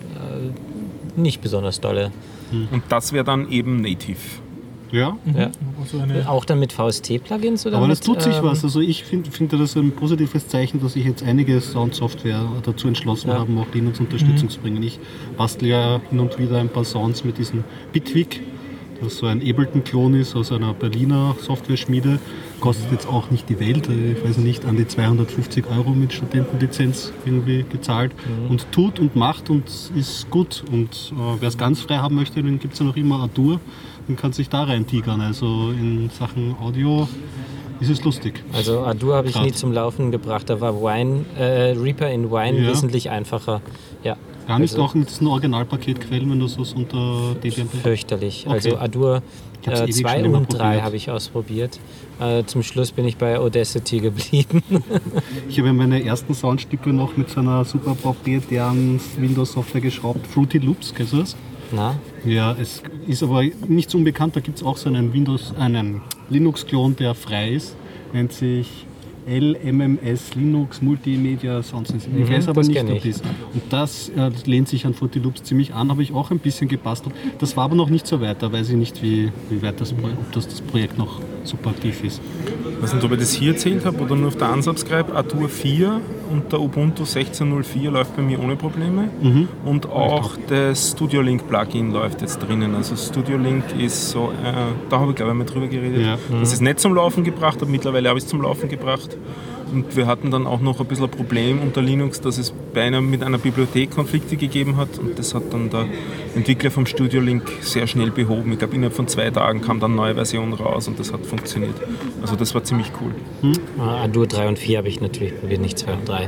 Speaker 3: äh, nicht besonders dolle.
Speaker 4: Und das wäre dann eben native.
Speaker 2: Ja,
Speaker 3: Ja.
Speaker 1: Also eine,
Speaker 3: Auch dann mit V S T-Plugins? oder
Speaker 2: aber
Speaker 3: mit,
Speaker 2: das tut sich
Speaker 3: ähm,
Speaker 2: was. Also ich finde find das ein positives Zeichen, dass sich jetzt einige Soundsoftware dazu entschlossen
Speaker 3: Ja.
Speaker 2: haben, auch Linux-Unterstützung zu bringen. Ich bastle ja hin und wieder ein paar Sounds mit diesem Bitwig, das so ein Ableton-Klon ist aus einer Berliner Software-Schmiede. Kostet jetzt auch nicht die Welt, ich weiß nicht, an die zweihundertfünfzig Euro mit Studentenlizenz irgendwie gezahlt und tut und macht und ist gut. Und äh, wer es ganz frei haben möchte, dann gibt es ja noch immer Adur, dann kann sich da rein tigern. Also in Sachen Audio ist es lustig.
Speaker 3: Also Adur habe ich
Speaker 2: Grad.
Speaker 3: nie zum Laufen gebracht. Da war Wine, äh, Reaper in Wine
Speaker 2: Ja.
Speaker 3: wesentlich einfacher. Ja.
Speaker 2: Gar nicht
Speaker 3: also,
Speaker 2: auch mit diesen Originalpaketquellen, wenn du so unter Debian bist.
Speaker 3: Fürchterlich.
Speaker 2: Okay.
Speaker 3: Also Adur
Speaker 2: Ich hab's
Speaker 3: äh,
Speaker 2: ewig
Speaker 3: zwei
Speaker 2: schon immer
Speaker 3: und drei
Speaker 2: probiert.
Speaker 3: habe ich ausprobiert. Äh, zum Schluss bin ich bei Audacity geblieben.
Speaker 2: Ich habe meine ersten Soundstücke noch mit so einer super proprietären Windows-Software geschraubt. Fruity Loops, kennst du das?
Speaker 3: Na?
Speaker 2: Ja, es ist aber nicht so unbekannt. Da gibt es auch so einen Windows, einen Linux-Klon, der frei ist. Nennt sich L M M S Linux Multimedia Sound System. Ich
Speaker 3: Mhm,
Speaker 2: weiß aber
Speaker 3: das
Speaker 2: nicht,
Speaker 3: kenn
Speaker 2: ob
Speaker 3: ich.
Speaker 2: das ist. Und das äh, lehnt sich an Fruity Loops ziemlich an, habe ich auch ein bisschen gebastelt. Das war aber noch nicht so weit. Da weiß ich nicht, wie, wie weit das, Pro- ob das, das Projekt noch super aktiv ist.
Speaker 4: Ich weiß nicht, ob ich das hier erzählt habe oder nur auf der Unsubscribe. Adur vier und der Ubuntu sechzehn Punkt null vier läuft bei mir ohne Probleme. Und auch das Studio Link Plugin läuft jetzt drinnen. Also Studio Link ist so, äh, da habe ich glaube ich mal drüber geredet,
Speaker 2: Ja.
Speaker 4: dass ich es nicht zum Laufen gebracht habe. Mittlerweile habe ich es zum Laufen gebracht. Und wir hatten dann auch noch ein bisschen ein Problem unter Linux, dass es bei einer, mit einer Bibliothek Konflikte gegeben hat. Und das hat dann der Entwickler vom Studio Link sehr schnell behoben. Ich glaube, innerhalb von zwei Tagen kam dann eine neue Version raus und das hat funktioniert. Also das war ziemlich cool.
Speaker 3: Äh, Adur drei und vier habe ich natürlich probiert, nicht zwei und drei.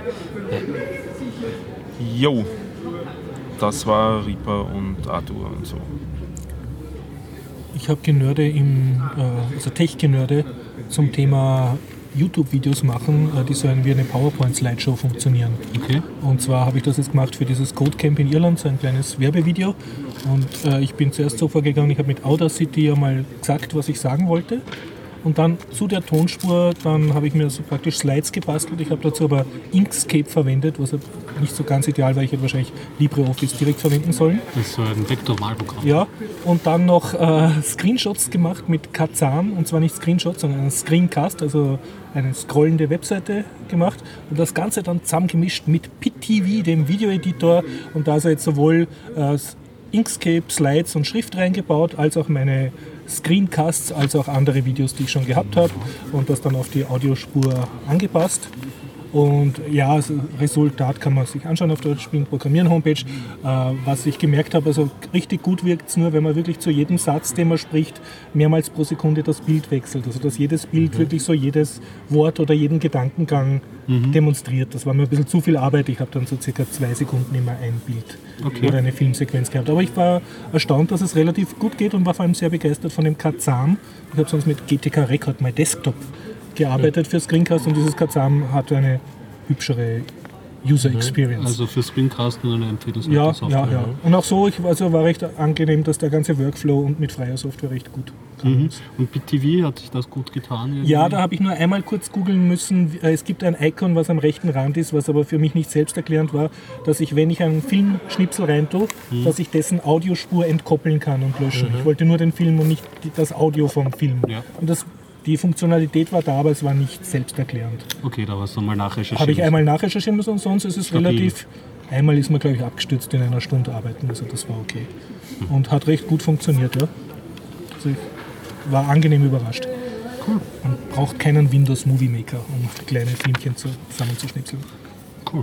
Speaker 4: Jo, das war Reaper und Arthur und so.
Speaker 1: Ich habe Genörde im, äh, also Tech-Genörde zum Thema YouTube-Videos machen, äh, die so wie eine PowerPoint-Slideshow funktionieren.
Speaker 2: Okay.
Speaker 1: Und zwar habe ich das jetzt gemacht für dieses Codecamp in Irland, so ein kleines Werbevideo. Und äh, ich bin zuerst so vorgegangen, ich habe mit Audacity ja mal gesagt, was ich sagen wollte. Und dann zu der Tonspur, dann habe ich mir so praktisch Slides gebastelt. Ich habe dazu aber Inkscape verwendet, was nicht so ganz ideal war. Ich hätte wahrscheinlich LibreOffice direkt verwenden sollen.
Speaker 2: Das ist so ein Vektormalprogramm.
Speaker 1: Ja, und dann noch äh, Screenshots gemacht mit Kazam. Und zwar nicht Screenshots, sondern einen Screencast, also eine scrollende Webseite gemacht. Und das Ganze dann zusammengemischt mit P T V, dem Videoeditor. Und da ist jetzt sowohl äh, Inkscape, Slides und Schrift reingebaut, als auch meine Screencasts, als auch andere Videos, die ich schon gehabt habe, und das dann auf die Audiospur angepasst. Und ja, das Resultat kann man sich anschauen auf der Spielen Programmieren Homepage. Äh, was ich gemerkt habe, also richtig gut wirkt es nur, wenn man wirklich zu jedem Satz, den man spricht, mehrmals pro Sekunde das Bild wechselt. Also dass jedes Bild mhm. wirklich so jedes Wort oder jeden Gedankengang mhm. demonstriert. Das war mir ein bisschen zu viel Arbeit. Ich habe dann so circa zwei Sekunden immer ein Bild okay. oder eine Filmsequenz gehabt. Aber ich war erstaunt, dass es relativ gut geht und war vor allem sehr begeistert von dem Kazam. Ich habe sonst mit G T K Record, mein Desktop, gearbeitet für Screencast, und dieses Kazam hat eine hübschere User Experience.
Speaker 2: Also für Screencast nur eine empfehlenswerte
Speaker 1: ja,
Speaker 2: Software.
Speaker 1: Ja, ja. Und auch so, ich, also war recht angenehm, dass der ganze Workflow und mit freier Software recht gut kam.
Speaker 2: Mhm. Und mit T V hat sich das gut getan? Irgendwie?
Speaker 1: Ja, da habe ich nur einmal kurz googeln müssen. Es gibt ein Icon, was am rechten Rand ist, was aber für mich nicht selbsterklärend war, dass ich, wenn ich einen Filmschnipsel rein tue, mhm. dass ich dessen Audiospur entkoppeln kann und löschen. Mhm. Ich wollte nur den Film und nicht das Audio vom Film. Ja. Und das Die Funktionalität war da, aber es war nicht selbsterklärend.
Speaker 2: Okay, da hast du mal nachrecherchiert.
Speaker 1: Habe ich einmal nachrecherchieren müssen, und sonst ist es Stabil. relativ... Einmal ist man, glaube ich, abgestürzt in einer Stunde arbeiten, also das war okay. Hm. Und hat recht gut funktioniert, ja. Also ich war angenehm überrascht. Cool. Man braucht keinen Windows Movie Maker, um kleine Filmchen zusammenzuschnipseln.
Speaker 2: Cool.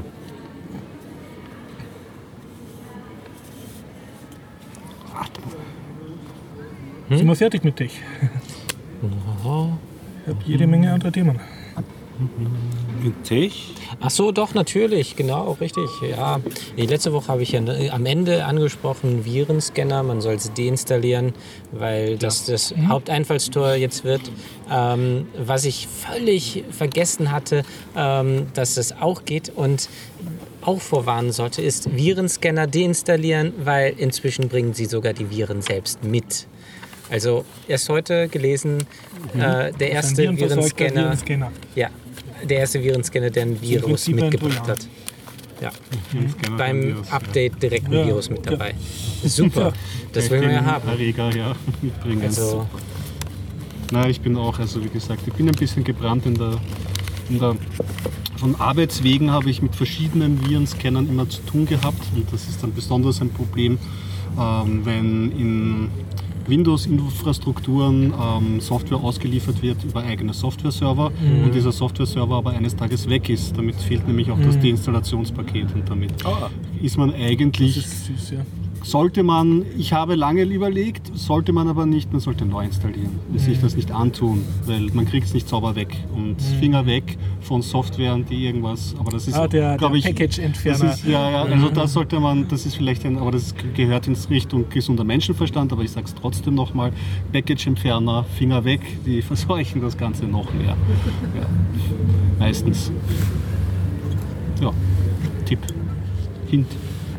Speaker 1: Hm? Sind wir fertig mit Tech? Ich habe jede Menge andere Themen.
Speaker 4: Mit Tech?
Speaker 3: Ach so, doch, natürlich, genau, richtig. Ja, letzte Woche habe ich ja am Ende angesprochen, Virenscanner, man soll sie deinstallieren, weil das das mhm. Haupteinfallstor jetzt wird. Ähm, was ich völlig vergessen hatte, ähm, dass das auch geht und auch vorwarnen sollte, ist Virenscanner deinstallieren, weil inzwischen bringen sie sogar die Viren selbst mit. Also erst heute gelesen, mhm. äh, der erste Virenscanner, Virenscanner. Ja, der erste Virenscanner, der ein Virus mitgebracht hat. Ja. Mhm. Beim Update direkt ein ja. Virus mit dabei. Ja. Super, das will man ja haben.
Speaker 2: Erreger, ja, mitbringen.
Speaker 3: Also,
Speaker 2: Na, ich bin auch, also wie gesagt, ich bin ein bisschen gebrannt in der, in der von Arbeitswegen habe ich mit verschiedenen Virenscannern immer zu tun gehabt, und das ist dann besonders ein Problem, ähm, wenn in Windows-Infrastrukturen ähm, Software ausgeliefert wird über eigene Software-Server mhm. und dieser Software-Server aber eines Tages weg ist. Damit fehlt nämlich auch mhm. das Deinstallationspaket, und damit oh. ist man eigentlich... Das ist süß, ja. Sollte man, ich habe lange überlegt, sollte man aber nicht, man sollte neu installieren, mhm. sich das nicht antun, weil man kriegt es nicht sauber weg, und mhm. Finger weg von Software, die irgendwas, aber das ist,
Speaker 1: ah, der,
Speaker 2: glaube ich,
Speaker 1: Package-Entferner.
Speaker 2: Ja, ja, also das sollte man, das ist vielleicht ein, aber das gehört in Richtung gesunder Menschenverstand, aber ich sage es trotzdem nochmal, Package-Entferner, Finger weg, die verseuchen das Ganze noch mehr. Ja. Meistens. Ja, Tipp, Hint.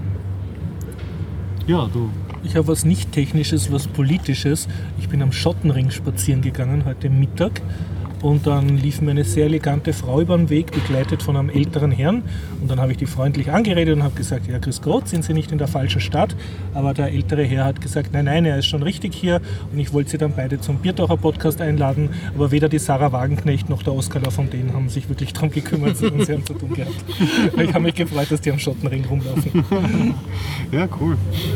Speaker 2: Ja, du.
Speaker 1: Ich habe was nicht Technisches, was Politisches. Ich bin am Schottenring spazieren gegangen heute Mittag, und dann lief mir eine sehr elegante Frau über den Weg, begleitet von einem älteren Herrn. Und dann habe ich die freundlich angeredet und habe gesagt, ja, grüß Gott, sind Sie nicht in der falschen Stadt? Aber der ältere Herr hat gesagt, nein, nein, er ist schon richtig hier. Und ich wollte Sie dann beide zum Biertaucher Podcast einladen, aber weder die Sarah Wagenknecht noch der Oskar Lafontaine haben sich wirklich darum gekümmert, und sie haben zu tun gehabt. Ich habe mich gefreut, dass die am Schottenring rumlaufen.
Speaker 2: Ja, cool.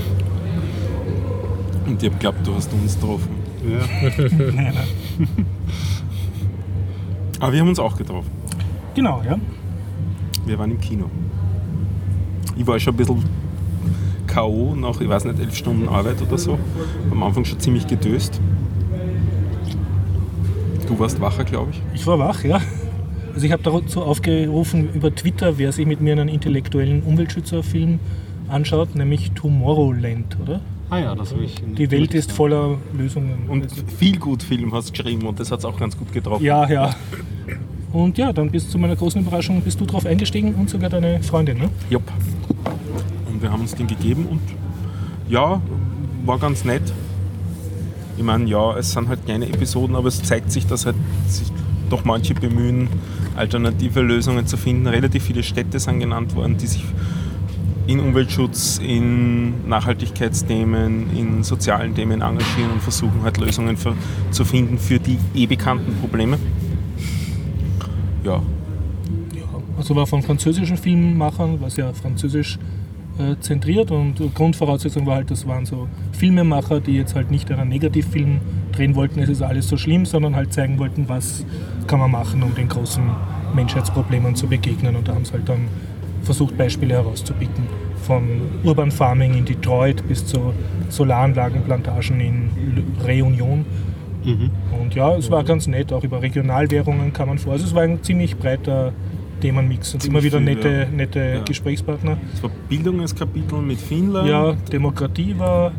Speaker 4: Und ich habe geglaubt, du hast uns getroffen.
Speaker 2: Ja.
Speaker 1: Nein, nein.
Speaker 4: Aber wir haben uns auch getroffen.
Speaker 1: Genau, ja.
Speaker 4: Wir waren im Kino. Ich war schon ein bisschen K O nach, ich weiß nicht, elf Stunden Arbeit oder so. Am Anfang schon ziemlich gedöst. Du warst wacher, glaube ich.
Speaker 1: Ich war wach, ja. Also ich habe dazu aufgerufen über Twitter, wer sich mit mir einen intellektuellen Umweltschützerfilm anschaut, nämlich Tomorrowland, oder?
Speaker 2: Ah ja, das habe ich.
Speaker 1: Die Welt ist voller Lösungen.
Speaker 4: Und viel gut Film hast du geschrieben und das hat es auch ganz gut getroffen.
Speaker 1: Ja, ja. Und ja, dann bist du zu meiner großen Überraschung, bist du drauf eingestiegen und sogar deine Freundin, ne?
Speaker 4: Jupp. Und wir haben uns den gegeben und ja, war ganz nett. Ich meine, ja, es sind halt kleine Episoden, aber es zeigt sich, dass halt sich doch manche bemühen, alternative Lösungen zu finden. Relativ viele Städte sind genannt worden, die sich in Umweltschutz, in Nachhaltigkeitsthemen, in sozialen Themen engagieren und versuchen halt Lösungen für, zu finden für die eh bekannten Probleme. Ja.
Speaker 1: Also war von französischen Filmemachern, was ja französisch äh, zentriert und Grundvoraussetzung war halt, das waren so Filmemacher, die jetzt halt nicht einen Negativfilm drehen wollten, es ist alles so schlimm, sondern halt zeigen wollten, was kann man machen, um den großen Menschheitsproblemen zu begegnen, und da haben sie halt dann versucht, Beispiele herauszupicken, von Urban Farming in Detroit bis zu Solaranlagenplantagen in Réunion. Mhm. Und ja, es war ganz nett, auch über Regionalwährungen kam man vor. Also es war ein ziemlich breiter Themenmix und
Speaker 4: Ziemlich
Speaker 1: immer wieder
Speaker 4: viel,
Speaker 1: nette,
Speaker 4: ja.
Speaker 1: nette
Speaker 4: Ja.
Speaker 1: Gesprächspartner.
Speaker 4: Es war Bildungskapitel mit Finnland,
Speaker 1: Ja, Demokratie war,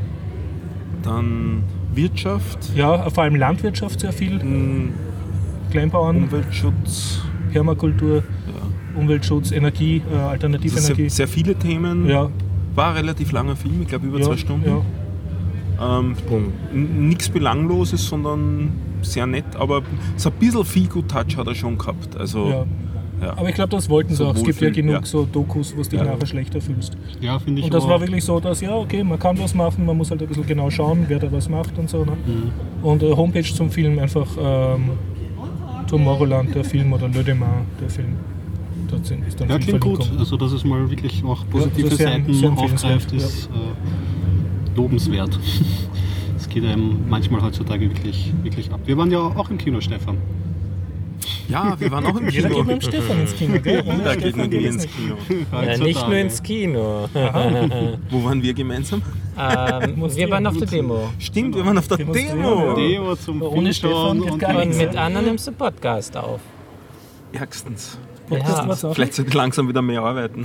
Speaker 4: dann Wirtschaft,
Speaker 1: ja, vor allem Landwirtschaft sehr viel,
Speaker 4: m,
Speaker 1: Kleinbauern,
Speaker 4: Umweltschutz,
Speaker 1: Permakultur,
Speaker 4: ja.
Speaker 1: Umweltschutz, Energie, äh,
Speaker 4: Also
Speaker 1: Alternativenergie.
Speaker 4: sehr, sehr viele Themen.
Speaker 1: Ja,
Speaker 4: War ein relativ langer Film, ich glaube über
Speaker 1: ja,
Speaker 4: zwei Stunden.
Speaker 1: Ja.
Speaker 4: Ähm, nichts Belangloses, sondern sehr nett, aber so ein bisschen Feel-Good-Touch hat er schon gehabt. Also,
Speaker 1: Ja.
Speaker 4: ja.
Speaker 1: Aber ich glaube, das wollten sie
Speaker 4: So
Speaker 1: auch. Es gibt ja
Speaker 4: Wohlfühl,
Speaker 1: genug
Speaker 4: ja.
Speaker 1: so Dokus, wo du dich
Speaker 4: Ja.
Speaker 1: nachher schlechter fühlst.
Speaker 2: Ja, finde ich.
Speaker 1: Und das
Speaker 2: aber-
Speaker 1: war wirklich so, dass ja, okay, man kann was machen, man muss halt ein bisschen genau schauen, wer da was macht und so. Ne?
Speaker 2: Mhm.
Speaker 1: Und äh, Homepage zum Film einfach ähm, Tomorrowland, der Film, oder Le Demain, der Film. Dort sind, ist dann
Speaker 2: Ja,
Speaker 1: viel
Speaker 2: klingt gut.
Speaker 1: Verlinkung.
Speaker 2: Also, dass es mal wirklich auch positive
Speaker 1: also sehr-
Speaker 2: Seiten
Speaker 1: sehr empfehlenswert,
Speaker 2: aufgreift, ist äh, lobenswert. Es geht einem manchmal heutzutage wirklich, wirklich ab. Wir waren ja auch im Kino, Stefan.
Speaker 4: ja, wir waren auch im
Speaker 1: Jeder
Speaker 4: Kino.
Speaker 1: geht mit dem Stefan ins Kino, gell? Ohne
Speaker 4: Da geht
Speaker 1: Stefan
Speaker 4: man nie
Speaker 1: geht es
Speaker 4: ins
Speaker 1: nicht.
Speaker 4: Kino.
Speaker 3: Ja, nicht nur ins Kino.
Speaker 4: Wo waren wir gemeinsam?
Speaker 3: ähm, wir waren auf der Demo.
Speaker 4: Stimmt, wir waren auf der
Speaker 1: Demonstrieren,
Speaker 4: Demo.
Speaker 1: ja.
Speaker 2: Demo zum
Speaker 1: Ohne Stefan geht
Speaker 2: und
Speaker 1: gar
Speaker 3: Und
Speaker 1: nichts.
Speaker 3: mit anderen nimmst du Podcast auf.
Speaker 4: Ärgstens.
Speaker 1: Podcast
Speaker 3: Ja.
Speaker 1: war's auch.
Speaker 4: Vielleicht sollte ich langsam wieder mehr arbeiten.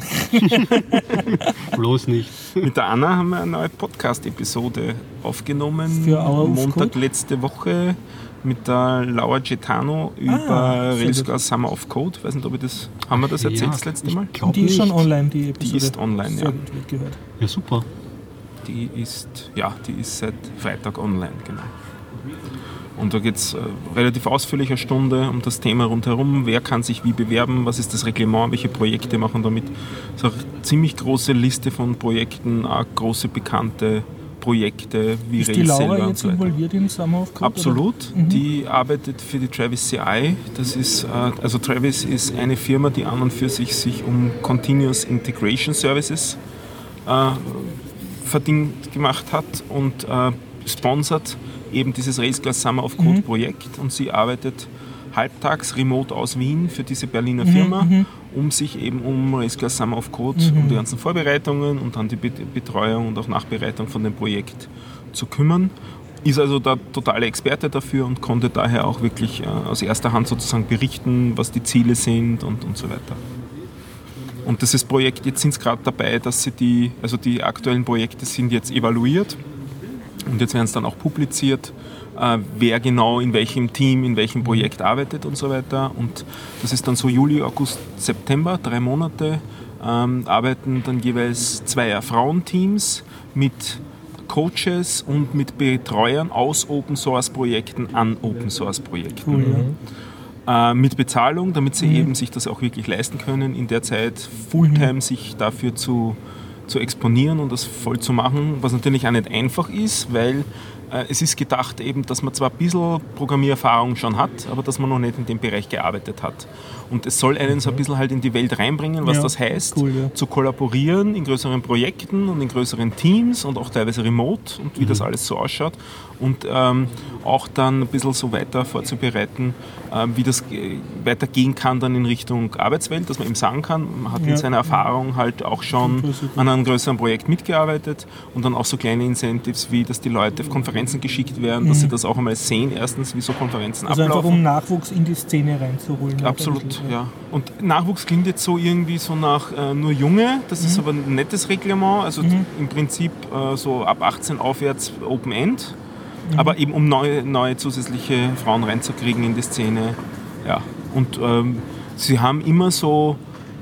Speaker 2: bloß nicht.
Speaker 4: Mit der Anna haben wir eine neue Podcast-Episode aufgenommen.
Speaker 1: Für Hour of
Speaker 4: Montag
Speaker 1: Code?
Speaker 4: letzte Woche mit der Laura Getano über
Speaker 1: Ah, sehr
Speaker 4: Railscar Summer of Code. Ich weiß nicht, ob ich das. Haben wir das erzählt das letzte Mal?
Speaker 2: Ich glaub
Speaker 1: Die ist
Speaker 2: nicht.
Speaker 1: schon online, die Episode.
Speaker 4: ist online,
Speaker 1: Sehr
Speaker 4: ja.
Speaker 1: gut, wird gehört.
Speaker 2: Ja, super.
Speaker 4: Die ist, ja, die ist seit Freitag online, genau. Und da geht es äh, relativ ausführlich eine Stunde um das Thema rundherum. Wer kann sich wie bewerben? Was ist das Reglement? Welche Projekte machen damit? So eine ziemlich große Liste von Projekten, auch große bekannte Projekte wie
Speaker 1: Ist die
Speaker 4: Rails
Speaker 1: Laura
Speaker 4: selber und
Speaker 1: jetzt
Speaker 4: so weiter.
Speaker 1: involviert in Summer of Code?
Speaker 4: Absolut. Die arbeitet für die Travis C I. Das ist, äh, also Travis ist eine Firma, die an und für sich sich um Continuous Integration Services äh, verdient gemacht hat und äh, sponsert eben dieses Railscar Summer of Code Projekt, und sie arbeitet halbtags remote aus Wien für diese Berliner Firma, um sich eben um Railscar Summer of Code, um die ganzen Vorbereitungen und dann die Betreuung und auch Nachbereitung von dem Projekt zu kümmern. Ist also der totale Experte dafür und konnte daher auch wirklich äh, aus erster Hand sozusagen berichten, was die Ziele sind und, und so weiter. Und dieses Projekt, jetzt sind es gerade dabei, dass sie die, also die aktuellen Projekte sind jetzt evaluiert. Und jetzt werden es dann auch publiziert, äh, wer genau in welchem Team, in welchem Projekt arbeitet und so weiter. Und das ist dann so Juli, August, September, drei Monate, ähm, arbeiten dann jeweils zwei Frauenteams mit Coaches und mit Betreuern aus Open-Source-Projekten an Open-Source-Projekten.
Speaker 1: Cool, ja.
Speaker 4: Äh, mit Bezahlung, damit sie eben sich das auch wirklich leisten können, in der Zeit Fulltime sich dafür zu zu exponieren und das voll zu machen, was natürlich auch nicht einfach ist, weil äh, es ist gedacht eben, dass man zwar ein bisschen Programmiererfahrung schon hat, aber dass man noch nicht in dem Bereich gearbeitet hat. Und es soll einen so ein bisschen halt in die Welt reinbringen, was
Speaker 1: Ja,
Speaker 4: das heißt,
Speaker 1: cool, ja.
Speaker 4: zu kollaborieren in größeren Projekten und in größeren Teams und auch teilweise remote und wie das alles so ausschaut. Und ähm, auch dann ein bisschen so weiter vorzubereiten, äh, wie das äh, weitergehen kann dann in Richtung Arbeitswelt, dass man eben sagen kann, man hat
Speaker 1: Ja.
Speaker 4: in seiner Erfahrung halt auch schon an einem größeren Projekt mitgearbeitet und dann auch so kleine Incentives, wie dass die Leute auf Konferenzen Konferenzen geschickt werden, dass mhm. sie das auch einmal sehen, erstens, wie so Konferenzen
Speaker 1: also
Speaker 4: ablaufen.
Speaker 1: Also einfach um Nachwuchs in die Szene reinzuholen.
Speaker 4: Absolut, ja. Und Nachwuchs klingt jetzt so irgendwie so nach äh, nur Junge, das mhm. ist aber ein nettes Reglement, also mhm. im Prinzip äh, so ab achtzehn aufwärts Open End, mhm. aber eben um neue, neue zusätzliche Frauen reinzukriegen in die Szene. Ja. Und ähm, sie haben immer so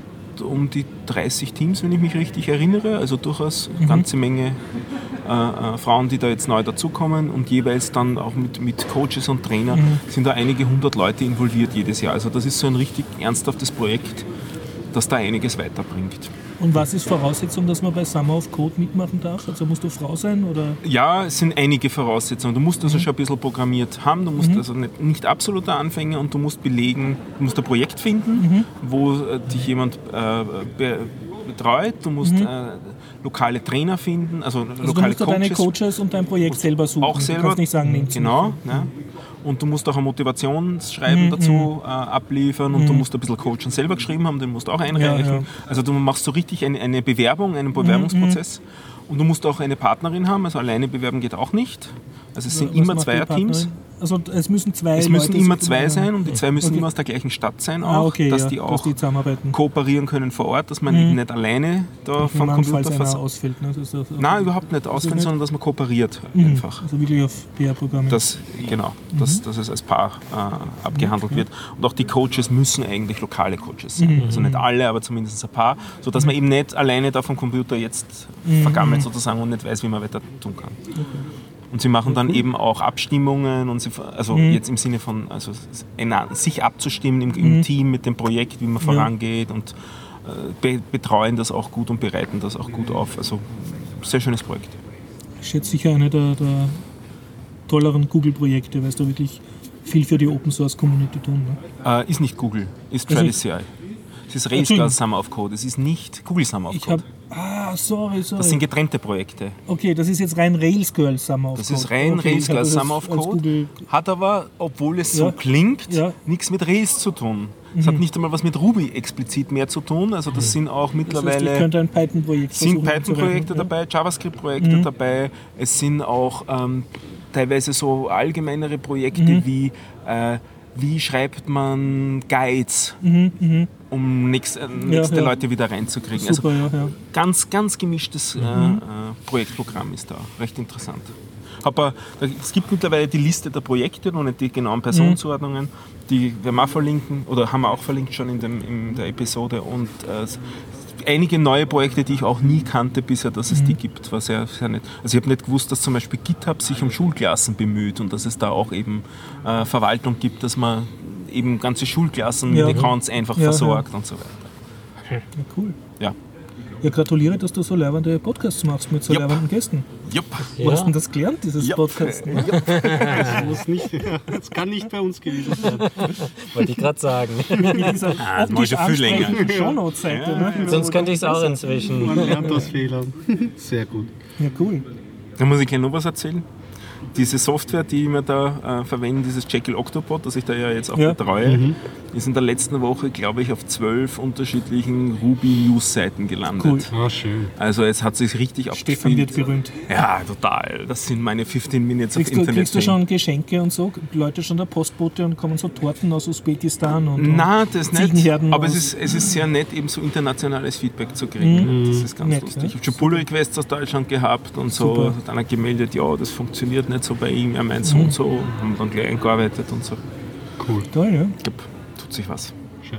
Speaker 4: um die dreißig Teams, wenn ich mich richtig erinnere, also durchaus eine mhm. ganze Menge äh, äh, Frauen, die da jetzt neu dazukommen und jeweils dann auch mit, mit Coaches und Trainern mhm. sind da einige hundert Leute involviert jedes Jahr. Also das ist so ein richtig ernsthaftes Projekt, das da einiges weiterbringt.
Speaker 1: Und was ist Voraussetzung, dass man bei Summer of Code mitmachen darf? Also musst du Frau sein? Oder?
Speaker 4: Ja, es sind einige Voraussetzungen. Du musst also mhm. schon ein bisschen programmiert haben, du musst mhm. also nicht, nicht absoluter Anfänger und du musst belegen, du musst ein Projekt finden, mhm. wo äh, dich jemand äh, be- betreut, du musst mhm. äh, lokale Trainer finden, also,
Speaker 1: also
Speaker 4: lokale
Speaker 1: Coaches. Du musst deine Coaches und dein Projekt selber suchen.
Speaker 4: Auch selber.
Speaker 1: Du kannst nicht sagen, nehmt
Speaker 4: Genau, ja. Und du musst auch ein Motivationsschreiben mhm. dazu äh, abliefern und mhm. du musst ein bisschen Coachen selber geschrieben haben, den musst du auch einreichen. Ja, ja. Also du machst so richtig eine, eine Bewerbung, einen Bewerbungsprozess mhm. und du musst auch eine Partnerin haben, also alleine bewerben geht auch nicht. Also es sind Was immer Zweierteams.
Speaker 1: Also es müssen zwei
Speaker 4: Es müssen
Speaker 1: Leute
Speaker 4: immer zwei sein und die zwei müssen okay. immer aus der gleichen Stadt sein, auch,
Speaker 1: ah, okay,
Speaker 4: dass
Speaker 1: ja,
Speaker 4: die auch
Speaker 1: dass die zusammenarbeiten.
Speaker 4: kooperieren können vor Ort, dass man mhm. eben nicht alleine da vom Computer
Speaker 1: falls ausfällt. Ne? Das das
Speaker 4: Nein, überhaupt nicht ausfällt,
Speaker 1: nicht?
Speaker 4: sondern dass man kooperiert
Speaker 1: mhm.
Speaker 4: einfach.
Speaker 1: Also wirklich auf P R-Programme.
Speaker 4: Das, genau, mhm. dass, dass es als Paar äh, abgehandelt mhm. wird. Und auch die Coaches müssen eigentlich lokale Coaches sein. Mhm. Also nicht alle, aber zumindest ein paar, sodass mhm. man eben nicht alleine da vom Computer jetzt mhm. vergammelt sozusagen und nicht weiß, wie man weiter tun kann. Okay. Und sie machen dann eben auch Abstimmungen, und sie, also mhm. jetzt im Sinne von also sich abzustimmen im, im mhm. Team mit dem Projekt, wie man vorangeht und äh, be- betreuen das auch gut und bereiten das auch gut auf. Also sehr schönes Projekt.
Speaker 1: Ich schätze sicher eine der, der tolleren Google-Projekte, weil es da wirklich viel für die Open-Source-Community tun. Ne?
Speaker 4: Äh, ist nicht Google, ist Travis C I. Es ist Railscale Summer of Code, es ist nicht Google Summer of Code.
Speaker 1: Ah, sorry, sorry.
Speaker 4: Das sind getrennte Projekte.
Speaker 1: Okay, das ist jetzt rein Railscale Summer of
Speaker 4: das
Speaker 1: Code.
Speaker 4: Das ist rein
Speaker 1: okay,
Speaker 4: Railscale Summer of Code, hat aber, obwohl es so ja. klingt, ja. nichts mit Rails zu tun. Es mhm. hat nicht einmal was mit Ruby explizit mehr zu tun. Also das mhm. sind auch mittlerweile...
Speaker 1: Das heißt, könnte ein Python-Projekt
Speaker 4: sind Python-Projekte dabei, ja. JavaScript-Projekte mhm. dabei. Es sind auch ähm, teilweise so allgemeinere Projekte mhm. wie... Äh, wie schreibt man Guides, mhm, mh. um nächste, äh, nächste ja, ja. Leute wieder reinzukriegen.
Speaker 1: Super, also
Speaker 4: ja,
Speaker 1: ja.
Speaker 4: ganz, ganz gemischtes mhm. äh, Projektprogramm ist da, recht interessant. Aber es gibt mittlerweile die Liste der Projekte, noch nicht die genauen Personenzuordnungen, die werden wir auch verlinken, oder haben wir auch verlinkt schon in, dem, in der Episode. Und äh, einige neue Projekte, die ich auch nie kannte bisher, dass es mhm. die gibt, war sehr, sehr nett. Also ich habe nicht gewusst, dass zum Beispiel GitHub sich um Schulklassen bemüht und dass es da auch eben äh, Verwaltung gibt, dass man eben ganze Schulklassen ja. mit Accounts einfach ja, versorgt ja. und so weiter.
Speaker 1: Ja, cool.
Speaker 4: Ja.
Speaker 1: Ja, gratuliere, dass du so leibende Podcasts machst mit so yep. leibenden Gästen.
Speaker 4: Yep.
Speaker 1: Wo ja. hast du denn das gelernt, dieses yep. Podcast?
Speaker 2: Yep. Das, muss nicht, das kann nicht bei uns gewesen sein.
Speaker 3: Wollte ich gerade sagen.
Speaker 1: Mit dieser
Speaker 4: ah, optisch ansprechenden
Speaker 1: Shownote-Seite.
Speaker 3: Ja, ne? Sonst könnte ich es auch inzwischen.
Speaker 2: Man lernt aus Fehlern. Sehr gut.
Speaker 1: Ja, cool.
Speaker 4: Da muss ich gleich noch was erzählen. Diese Software, die wir da äh, verwenden, dieses Jekyll Octopod, das ich da ja jetzt auch ja. betreue, mhm. ist in der letzten Woche, glaube ich, auf zwölf unterschiedlichen Ruby-News-Seiten gelandet.
Speaker 1: Cool.
Speaker 2: Oh, schön.
Speaker 4: Also es hat sich richtig
Speaker 1: abgespielt. Stefan wird berühmt.
Speaker 4: Ja, total. Das sind meine fünfzehn Minutes
Speaker 1: kriegst
Speaker 4: auf Internet.
Speaker 1: Du, kriegst du schon Geschenke und so? Leute schon der Postbote und kommen so Torten aus Usbekistan und
Speaker 4: Nein, das nicht. Aber
Speaker 1: aus.
Speaker 4: es ist, es ist sehr nett, eben so internationales Feedback zu kriegen. Mhm. Das ist ganz nett, lustig. Ja? Ich habe schon Pull-Requests aus Deutschland gehabt und so. Super. Hat einer gemeldet, ja, das funktioniert nicht so bei ihm, er meint so mhm. und so, haben dann gleich eingearbeitet und so.
Speaker 1: Cool. Toll, ja.
Speaker 4: Ich glaub, tut sich was.
Speaker 2: Schön.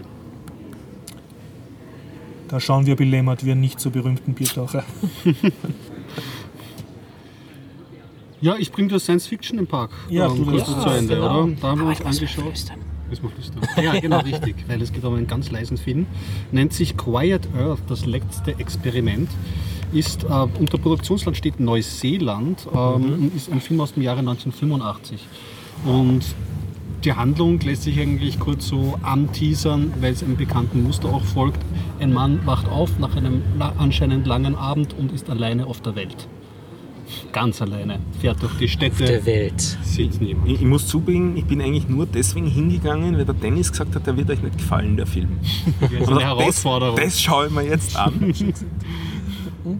Speaker 1: Da schauen wir belämmert, wir nicht so berühmten Biertaucher.
Speaker 2: Ja, ich bringe das Science Fiction im Park.
Speaker 1: Ja,
Speaker 2: ähm,
Speaker 1: du
Speaker 2: kurz
Speaker 1: ja,
Speaker 2: zu Ende,
Speaker 3: genau.
Speaker 2: oder? Da haben wir
Speaker 3: Aber
Speaker 2: uns angeschaut. Das macht das ja, genau, richtig. Weil es geht um einen ganz leisen Film. Nennt sich Quiet Earth, das letzte Experiment. Ist, äh, unter Produktionsland steht Neuseeland, ähm, mhm. ist ein Film aus dem Jahre neunzehnhundertfünfundachtzig. Und die Handlung lässt sich eigentlich kurz so anteasern, weil es einem bekannten Muster auch folgt. Ein Mann wacht auf nach einem anscheinend langen Abend und ist alleine auf der Welt. Ganz alleine. Fährt durch die Städte.
Speaker 3: Auf der Welt.
Speaker 2: Sieht niemand.
Speaker 4: Ich, ich muss zugeben, ich bin eigentlich nur deswegen hingegangen, weil der Dennis gesagt hat, der wird euch nicht gefallen, der Film.
Speaker 2: Das ist eine Herausforderung.
Speaker 4: Das, das schaue ich mir jetzt an.
Speaker 1: Und?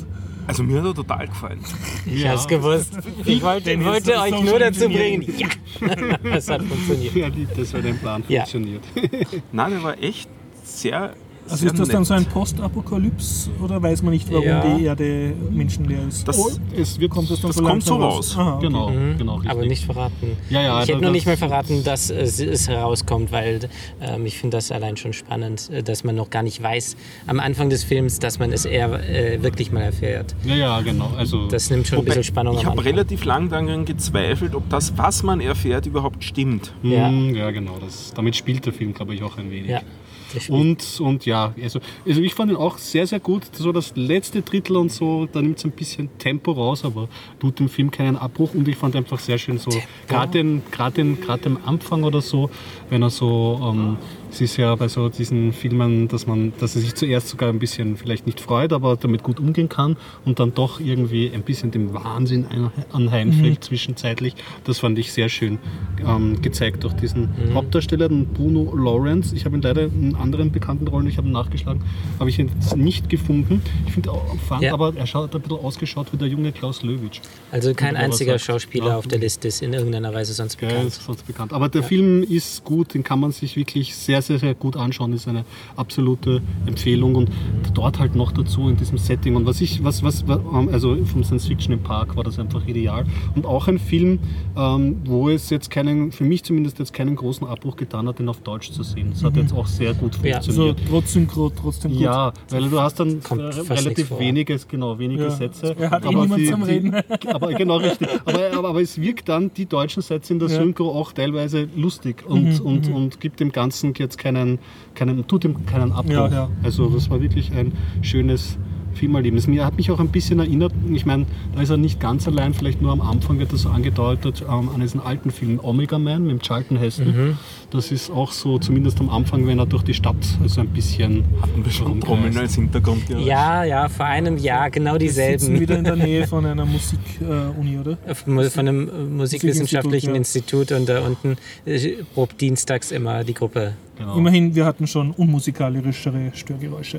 Speaker 4: Also mir hat er total gefallen.
Speaker 3: Ich hab's gewusst. Ich wollte,
Speaker 1: Dennis,
Speaker 3: wollte
Speaker 1: das ist
Speaker 3: euch
Speaker 1: so
Speaker 3: nur
Speaker 1: schön
Speaker 3: dazu
Speaker 1: engineering.
Speaker 3: bringen. Ja, es hat funktioniert.
Speaker 2: Ja, die- das hat dein Plan
Speaker 3: Ja.
Speaker 2: funktioniert.
Speaker 4: Nein, der war echt sehr,
Speaker 1: Also
Speaker 4: sehr
Speaker 1: ist das dann
Speaker 4: nett.
Speaker 1: so ein Postapokalypse oder weiß man nicht, warum
Speaker 3: Ja.
Speaker 1: die Erde menschenleer ist?
Speaker 4: Das,
Speaker 1: Oh,
Speaker 2: Es wird
Speaker 1: kommt das dann
Speaker 4: das
Speaker 1: so
Speaker 4: kommt
Speaker 1: langsam
Speaker 4: so raus.
Speaker 1: Aha, okay.
Speaker 2: Genau,
Speaker 3: Mhm,
Speaker 2: genau. Richtig.
Speaker 3: aber nicht verraten.
Speaker 2: Ja, ja,
Speaker 3: ich hätte
Speaker 2: das-
Speaker 3: nur nicht mal
Speaker 2: das-
Speaker 3: verraten, dass es, es herauskommt, weil ähm, ich finde das allein schon spannend, äh, dass man noch gar nicht weiß am Anfang des Films, dass man es eher äh, wirklich mal erfährt.
Speaker 2: Ja, ja, genau. Also,
Speaker 3: Das nimmt schon ein
Speaker 4: Wobei,
Speaker 3: bisschen Spannung
Speaker 4: ich
Speaker 3: am
Speaker 4: habe
Speaker 3: Anfang.
Speaker 4: relativ lang daran gezweifelt, ob das, was man erfährt, überhaupt stimmt.
Speaker 3: Ja.
Speaker 2: Mm, ja, genau. Das, damit spielt der Film, glaube ich, auch ein wenig.
Speaker 3: Ja, das spielt-
Speaker 2: Und, und ja, also, also ich fand ihn auch sehr, sehr gut. So das letzte Drittel und so, da nimmt es ein bisschen Tempo raus, aber tut dem Film keinen Abbruch. Und ich fand einfach sehr schön so, gerade den, gerade den, gerade am Anfang oder so, wenn er so, ähm, es ist ja bei so diesen Filmen, dass man, dass er sich zuerst sogar ein bisschen vielleicht nicht freut, aber damit gut umgehen kann und dann doch irgendwie ein bisschen dem Wahnsinn ein- anheimfällt zwischenzeitlich. Das fand ich sehr schön ähm, gezeigt durch diesen Hauptdarsteller, den Bruno Lawrence. Ich habe ihn leider in anderen bekannten Rollen, ich habe ihn nachgeschlagen, habe ich ihn jetzt nicht gefunden. Ich finde, auch- fand
Speaker 3: Ja.
Speaker 2: aber, er schaut ein bisschen ausgeschaut wie der junge Klaus Löwitsch.
Speaker 3: Also kein
Speaker 2: Wenn du was
Speaker 3: einziger
Speaker 2: sagst.
Speaker 3: Schauspieler
Speaker 2: Ja.
Speaker 3: auf der Liste ist in irgendeiner Weise sonst
Speaker 2: Ja,
Speaker 3: bekannt.
Speaker 2: ist sonst bekannt. Aber der Film ist gut, den kann man sich wirklich sehr, sehr, sehr gut anschauen. Ist eine absolute Empfehlung und dort halt noch dazu in diesem Setting. Und was ich, was, was, also vom Science Fiction im Park war das einfach ideal. Und auch ein Film, ähm, wo es jetzt keinen, für mich zumindest jetzt keinen großen Abbruch getan hat, den auf Deutsch zu sehen. Das hat jetzt auch sehr gut
Speaker 3: Ja.
Speaker 1: Also
Speaker 2: funktioniert.
Speaker 1: trotz Synchro, trotzdem gut.
Speaker 2: Ja, weil du hast dann
Speaker 3: Kommt
Speaker 2: äh,
Speaker 3: fast nichts
Speaker 2: relativ
Speaker 3: vor.
Speaker 2: weniges, genau, wenige
Speaker 1: Ja,
Speaker 2: Sätze.
Speaker 1: er hat eh niemand zum Reden.
Speaker 2: aber genau richtig. Aber, aber, aber es wirkt dann, die deutschen Sätze in der
Speaker 1: Ja.
Speaker 2: Synchro auch teilweise lustig und,
Speaker 1: Mhm,
Speaker 2: und, und gibt dem Ganzen jetzt keinen, keinen tut ihm keinen Abbruch.
Speaker 1: Ja, ja.
Speaker 2: Also das war wirklich ein schönes Filmerlebnis. Mir hat mich auch ein bisschen erinnert, ich meine, da ist er nicht ganz allein, vielleicht nur am Anfang wird das so angedeutet, ähm, an diesen alten Film Omega Man mit Charlton Heston.
Speaker 1: Mhm.
Speaker 2: Das ist auch so, zumindest am Anfang, wenn er durch die Stadt so ein bisschen
Speaker 4: Ein bisschen Trommeln als Hintergrund.
Speaker 3: Ja, ja, vor einem Jahr genau
Speaker 1: Wir sitzen
Speaker 3: dieselben.
Speaker 1: wieder in der Nähe von einer Musikuni, oder?
Speaker 3: Von einem äh, musikwissenschaftlichen
Speaker 1: Musikinstitut,
Speaker 3: Institut und da unten äh, probt dienstags immer die Gruppe.
Speaker 2: Genau.
Speaker 1: Immerhin, wir hatten schon unmusikalischere Störgeräusche.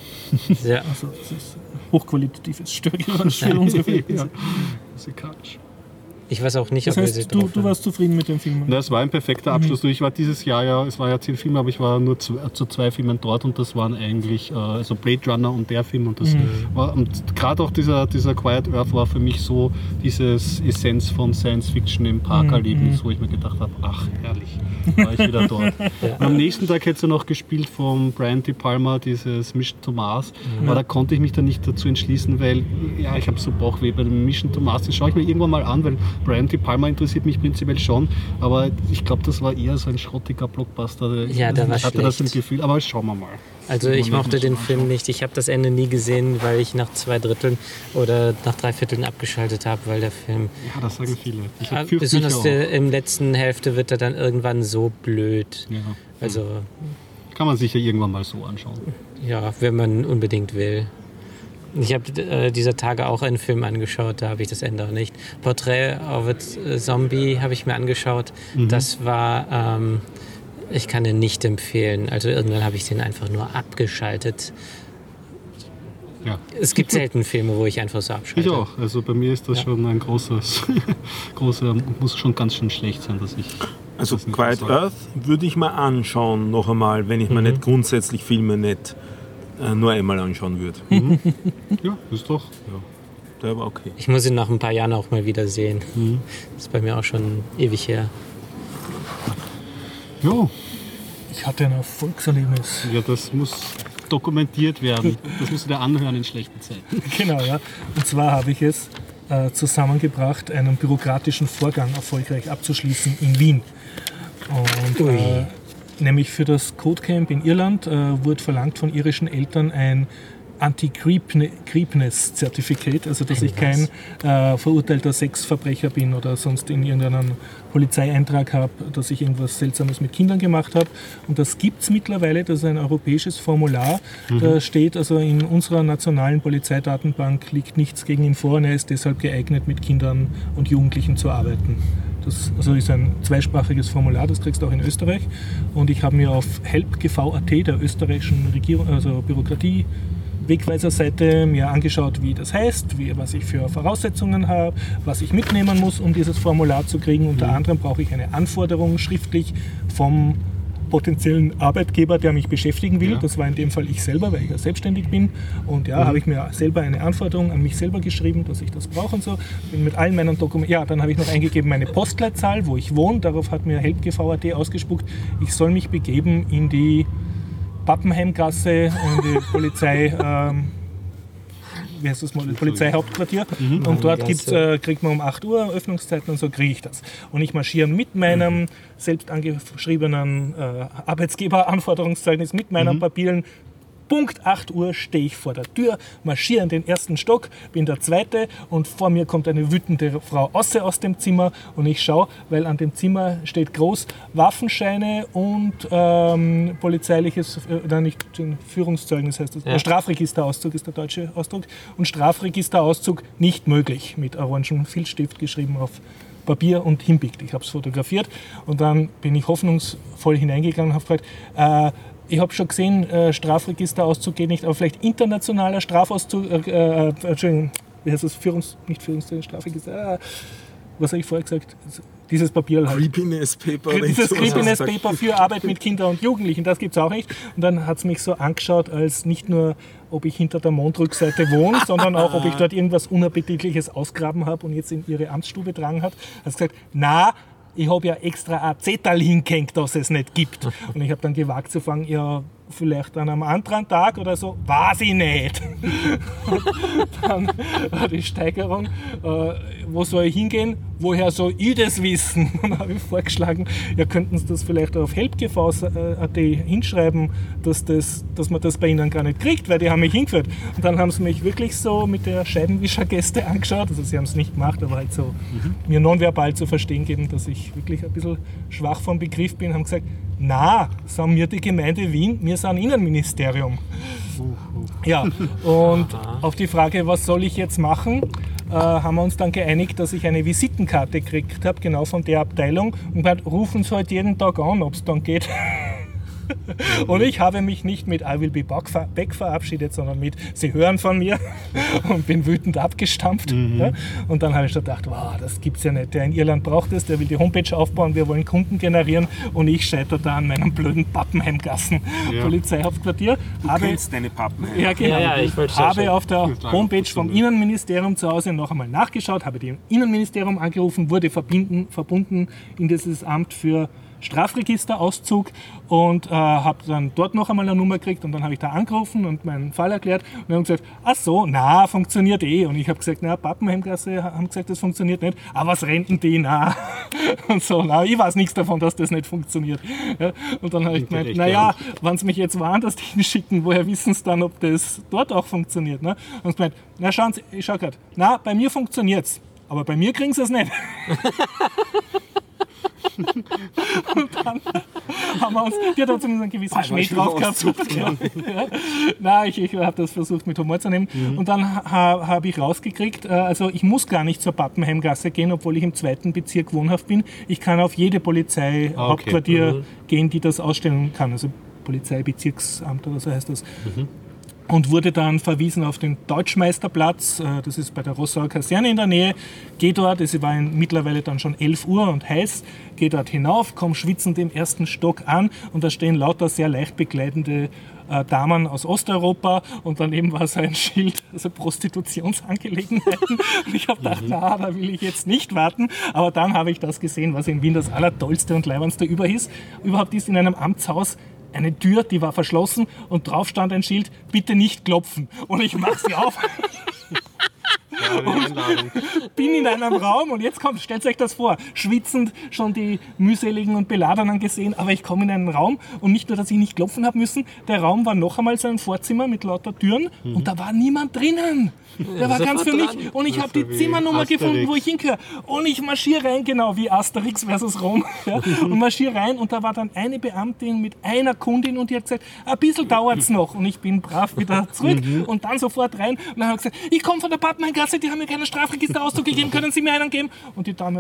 Speaker 3: Ja.
Speaker 1: Also das ist hochqualitatives Störgeräusch für unsere Verhältnisse.
Speaker 2: Musikalisch.
Speaker 3: Ich weiß auch nicht,
Speaker 1: Das
Speaker 3: ob wir sie
Speaker 1: heißt, du,
Speaker 3: drauf
Speaker 1: du warst zufrieden mit dem Film?
Speaker 2: Das war ein perfekter Abschluss. Ich war dieses Jahr ja, es war ja zehn Filme, aber ich war nur zu, zu zwei Filmen dort und das waren eigentlich äh, also Blade Runner und der Film und das war und gerade auch dieser, dieser Quiet Earth war für mich so dieses Essenz von Science Fiction im Parkerlebnis, wo ich mir gedacht habe, ach herrlich, war ich wieder dort. Und am nächsten Tag hätte sie noch gespielt von Brian De Palma, dieses Mission to Mars, aber da konnte ich mich dann nicht dazu entschließen, weil ja, ich habe so Bauchweh bei dem Mission to Mars, das schaue ich mir irgendwann mal an, weil Brian De Palma interessiert mich prinzipiell schon, aber ich glaube, das war eher so ein schrottiger Blockbuster.
Speaker 3: Ja, der war
Speaker 2: ich hatte das im
Speaker 3: schlecht.
Speaker 2: Gefühl, aber schauen wir mal.
Speaker 3: Also ich
Speaker 2: Man
Speaker 3: mochte
Speaker 2: muss
Speaker 3: den
Speaker 2: schon
Speaker 3: Film nicht. Ich habe das Ende nie gesehen, weil ich nach zwei Dritteln oder nach drei Vierteln abgeschaltet habe, weil der Film,
Speaker 2: Ja, das sagen viele. Ich
Speaker 3: Ah,
Speaker 2: hab fürchte
Speaker 3: besonders
Speaker 2: mich
Speaker 3: der, im letzten Hälfte wird er dann irgendwann so blöd.
Speaker 2: auch. Ja.
Speaker 3: Also
Speaker 2: Kann man sich ja irgendwann mal so anschauen.
Speaker 3: ja, wenn man unbedingt will. Ich habe äh, dieser Tage auch einen Film angeschaut, da habe ich das Ende auch nicht. Portrait of a Zombie habe ich mir angeschaut. Das war, ähm, ich kann den nicht empfehlen. Also irgendwann habe ich den einfach nur abgeschaltet.
Speaker 2: Ja.
Speaker 3: Es gibt selten Filme, wo ich einfach so abschalte.
Speaker 2: Ich auch. Also bei mir ist das
Speaker 3: Ja.
Speaker 2: schon ein großes, großer, muss schon ganz schön schlecht sein, dass ich.
Speaker 4: Also
Speaker 2: das nicht
Speaker 4: Quiet
Speaker 2: sage.
Speaker 4: Earth würde ich mal anschauen, noch einmal, wenn ich mir nicht grundsätzlich Filme nicht äh, nur einmal anschauen würde.
Speaker 2: Ja, ist doch.
Speaker 4: Der war okay.
Speaker 3: Ich muss ihn nach ein paar Jahren auch mal wieder sehen.
Speaker 2: Mhm.
Speaker 3: Das ist bei mir auch schon ewig her.
Speaker 2: Ja,
Speaker 1: Ich hatte ein Erfolgserlebnis.
Speaker 2: ja, das muss dokumentiert werden. Das musst du dir anhören in schlechten Zeiten.
Speaker 1: Genau, ja. Und zwar habe ich es äh, zusammengebracht, einen bürokratischen Vorgang erfolgreich abzuschließen in Wien. Und
Speaker 3: Ui.
Speaker 1: äh, nämlich für das Codecamp in Irland äh, wurde verlangt von irischen Eltern ein Anti-Creepness-Zertifikat, also dass ich kein äh, verurteilter Sexverbrecher bin oder sonst in irgendeinem Polizeieintrag habe, dass ich irgendwas Seltsames mit Kindern gemacht habe. Und das gibt es mittlerweile, das ist ein europäisches Formular. Da steht also in unserer nationalen Polizeidatenbank liegt nichts gegen ihn vor und er ist deshalb geeignet, mit Kindern und Jugendlichen zu arbeiten. Das also ist ein zweisprachiges Formular, das kriegst du auch in Österreich. Und ich habe mir auf help punkt g v punkt a t, der österreichischen Regierung, also Bürokratie, Wegweiser-Seite mir angeschaut, wie das heißt, wie, was ich für Voraussetzungen habe, was ich mitnehmen muss, um dieses Formular zu kriegen. Unter mhm. anderem brauche ich eine Anforderung schriftlich vom potenziellen Arbeitgeber, der mich beschäftigen will. Ja. Das war in dem Fall ich selber, weil ich ja selbstständig bin. Und ja, mhm. habe ich mir selber eine Anforderung an mich selber geschrieben, dass ich das brauche und so. Bin mit allen meinen Dokumenten. Ja, dann habe ich noch eingegeben meine Postleitzahl, wo ich wohne. Darauf hat mir helpgv.at ausgespuckt, ich soll mich begeben in die Pappenheimgasse und die Polizei. Ähm, wie heißt das mal, Polizeihauptquartier. Mhm. Und dort gibt's, äh, kriegt man um acht Uhr Öffnungszeiten und so kriege ich das. Und ich marschiere mit meinem mhm. selbst angeschriebenen äh, Arbeitsgeberanforderungszeugnis, mit meinen mhm. Papieren. Punkt acht Uhr stehe ich vor der Tür, marschiere in den ersten Stock, bin der Zweite und vor mir kommt eine wütende Frau außer aus dem Zimmer und ich schaue, weil an dem Zimmer steht groß Waffenscheine und ähm, polizeiliches, äh, nein, nicht Führungszeugnis heißt das, ja. Strafregisterauszug ist der deutsche Ausdruck und Strafregisterauszug nicht möglich, mit orangem Filzstift geschrieben auf Papier und hinbiegt. Ich habe es fotografiert und dann bin ich hoffnungsvoll hineingegangen und habe gefragt, äh, ich habe schon gesehen, äh, Strafregisterauszug geht nicht, aber vielleicht internationaler Strafauszug, äh, äh, Entschuldigung, wie heißt das, Führungs-, nicht Führungszeugnis, Strafregister, äh, was habe ich vorher gesagt? Dieses Papier halt.
Speaker 4: Creepiness Paper.
Speaker 1: Dieses Creepiness Paper für Arbeit mit Kindern und Jugendlichen, das gibt es auch nicht. Und dann hat es mich so angeschaut, als nicht nur, ob ich hinter der Mondrückseite wohne, sondern auch, ob ich dort irgendwas Unappetitliches ausgraben habe und jetzt in ihre Amtsstube dran hat. Hat gesagt, na, ich habe ja extra ein Zettel hingehängt, dass es nicht gibt. Und ich habe dann gewagt zu fragen, ja, vielleicht an einem anderen Tag oder so, weiß ich nicht. Dann äh, die Steigerung, äh, wo soll ich hingehen, woher soll ich das wissen? Und dann habe ich vorgeschlagen, ja, könnten Sie das vielleicht auf helpgv.at hinschreiben, dass, das, dass man das bei Ihnen gar nicht kriegt, weil die haben mich hingeführt. Und dann haben sie mich wirklich so mit der Scheibenwischergeste angeschaut, also sie haben es nicht gemacht, aber halt so mhm. mir nonverbal zu verstehen geben, dass ich wirklich ein bisschen schwach vom Begriff bin, haben gesagt, na, sind wir die Gemeinde Wien, wir sind Innenministerium. Ja, und auf die Frage, was soll ich jetzt machen, äh, haben wir uns dann geeinigt, dass ich eine Visitenkarte gekriegt habe, genau von der Abteilung. Und gesagt, rufen Sie halt jeden Tag an, ob es dann geht. Und ich habe mich nicht mit I will be back verabschiedet, sondern mit Sie hören von mir und bin wütend abgestampft. Mhm. Ja. Und dann habe ich gedacht, wow, das gibt's ja nicht. Der in Irland braucht es, der will die Homepage aufbauen, wir wollen Kunden generieren und ich scheitere da an meinem blöden Pappenheimgassen ja. Polizeihauptquartier.
Speaker 4: Du
Speaker 1: habe,
Speaker 4: kennst deine Pappenheim.
Speaker 1: Ja, genau.
Speaker 3: Ja, ja, ich
Speaker 1: habe auf der Homepage vom Innenministerium zu Hause noch einmal nachgeschaut, habe dem Innenministerium angerufen, wurde verbinden, verbunden in dieses Amt für Strafregisterauszug und äh, habe dann dort noch einmal eine Nummer gekriegt und dann habe ich da angerufen und meinen Fall erklärt und dann haben gesagt, ach so, na, funktioniert eh. Und ich habe gesagt, na, Pappenheimgasse haben gesagt, das funktioniert nicht. Aber was renten die? Na. Und so, na, ich weiß nichts davon, dass das nicht funktioniert. Ja, und dann habe ich gemeint, naja, wenn sie mich jetzt woanders hinschicken, woher wissen sie dann, ob das dort auch funktioniert? Ne? Und ich gemeint, na, schauen Sie, ich schau gerade, na, bei mir funktioniert es, aber bei mir kriegen sie es nicht. Und dann haben wir uns, die hat zumindest einen gewissen Schmäh drauf gehabt. Ja. Ja. Nein, ich, ich habe das versucht mit Humor zu nehmen. Mhm. Und dann ha, habe ich rausgekriegt, also ich muss gar nicht zur Pappenheimgasse gehen, obwohl ich im zweiten Bezirk wohnhaft bin. Ich kann auf jede Polizeihauptquartier
Speaker 2: okay. mhm.
Speaker 1: gehen, die das ausstellen kann. Also Polizeibezirksamt oder so heißt das.
Speaker 2: Mhm.
Speaker 1: Und wurde dann verwiesen auf den Deutschmeisterplatz, das ist bei der Rossauer Kaserne in der Nähe, gehe dort, es war mittlerweile dann schon elf Uhr und heiß, gehe dort hinauf, komme schwitzend im ersten Stock an und da stehen lauter sehr leicht bekleidende äh, Damen aus Osteuropa und daneben war so ein Schild, also Prostitutionsangelegenheiten und ich habe gedacht, na, da will ich jetzt nicht warten, aber dann habe ich das gesehen, was in Wien das Allertollste und Leibendste überhaupt ist, in einem Amtshaus eine Tür, die war verschlossen und drauf stand ein Schild, bitte nicht klopfen. Und ich mache sie auf. Und bin in einem Raum und jetzt kommt, stellt euch das vor, schwitzend schon die mühseligen und Beladenen gesehen, aber ich komme in einen Raum und nicht nur, dass ich nicht klopfen habe müssen, der Raum war noch einmal so ein Vorzimmer mit lauter Türen mhm. und da war niemand drinnen. Der ja, war ganz für mich dran. Und ich habe die Zimmernummer Asterix. gefunden, wo ich hingehöre. Und ich marschiere rein, genau wie Asterix versus Rom. Ja, und marschiere rein und da war dann eine Beamtin mit einer Kundin und die hat gesagt, ein bisschen dauert es noch. Und ich bin brav wieder zurück und dann sofort rein. Und dann habe ich gesagt, ich komme von der Pappenheimgasse, die haben mir keinen Strafregisterauszug gegeben, können Sie mir einen geben? Und die Dame hat gesagt,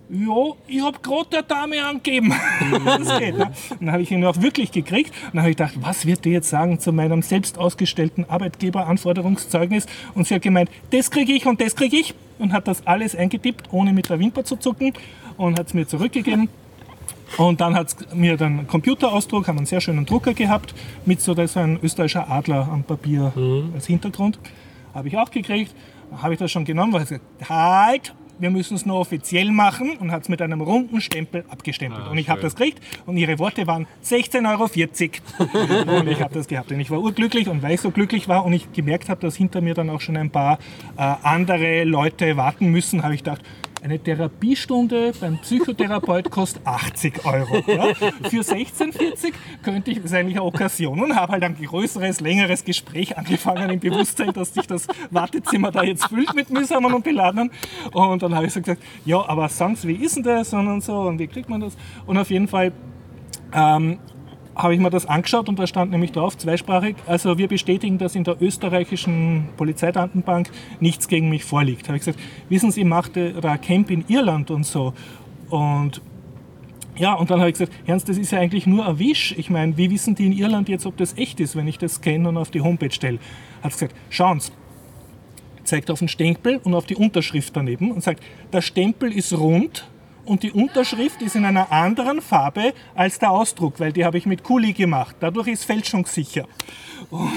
Speaker 1: ja, ich habe gerade der Dame angegeben. Das geht, ne? Dann habe ich ihn auch wirklich gekriegt. Und dann habe ich gedacht, was wird die jetzt sagen zu meinem selbst ausgestellten Arbeitgeberanforderungszeugnis? Und sie hat gemeint, das kriege ich und das kriege ich. Und hat das alles eingetippt, ohne mit der Wimper zu zucken. Und hat es mir zurückgegeben. Und dann hat es mir dann einen Computerausdruck, haben einen sehr schönen Drucker gehabt, mit so, da ist so ein österreichischer Adler am Papier mhm. als Hintergrund. Habe ich auch gekriegt. Dann habe ich das schon genommen, weil ich gesagt, halt! Wir müssen es nur offiziell machen und hat es mit einem runden Stempel abgestempelt. Ah, und ich habe das gekriegt und ihre Worte waren sechzehn Euro vierzig. Und ich habe das gehabt. Und ich war urglücklich und weil ich so glücklich war und ich gemerkt habe, dass hinter mir dann auch schon ein paar äh, andere Leute warten müssen, habe ich gedacht, eine Therapiestunde beim Psychotherapeut kostet achtzig Euro. Ja? Für sechzehn vierzig könnte ich, das ist eigentlich eine Okkasion und habe halt ein größeres, längeres Gespräch angefangen im Bewusstsein, dass sich das Wartezimmer da jetzt füllt mit Mühsamen und Beladenen. Und dann habe ich so gesagt, ja, aber sagen Sie, wie ist denn das und so und wie kriegt man das? Und auf jeden Fall ähm, habe ich mir das angeschaut und da stand nämlich drauf, zweisprachig, also wir bestätigen, dass in der österreichischen Polizeidatenbank nichts gegen mich vorliegt. Da habe ich gesagt, wissen Sie, ich machte da Camp in Irland und so. Und ja, und dann habe ich gesagt, Ernst, das ist ja eigentlich nur ein Wisch. Ich meine, wie wissen die in Irland jetzt, ob das echt ist, wenn ich das scanne und auf die Homepage stelle? Hat gesagt, schauen Sie, zeigt auf den Stempel und auf die Unterschrift daneben und sagt, der Stempel ist rund, und die Unterschrift ist in einer anderen Farbe als der Ausdruck, weil die habe ich mit Kuli gemacht. Dadurch ist fälschungssicher. Und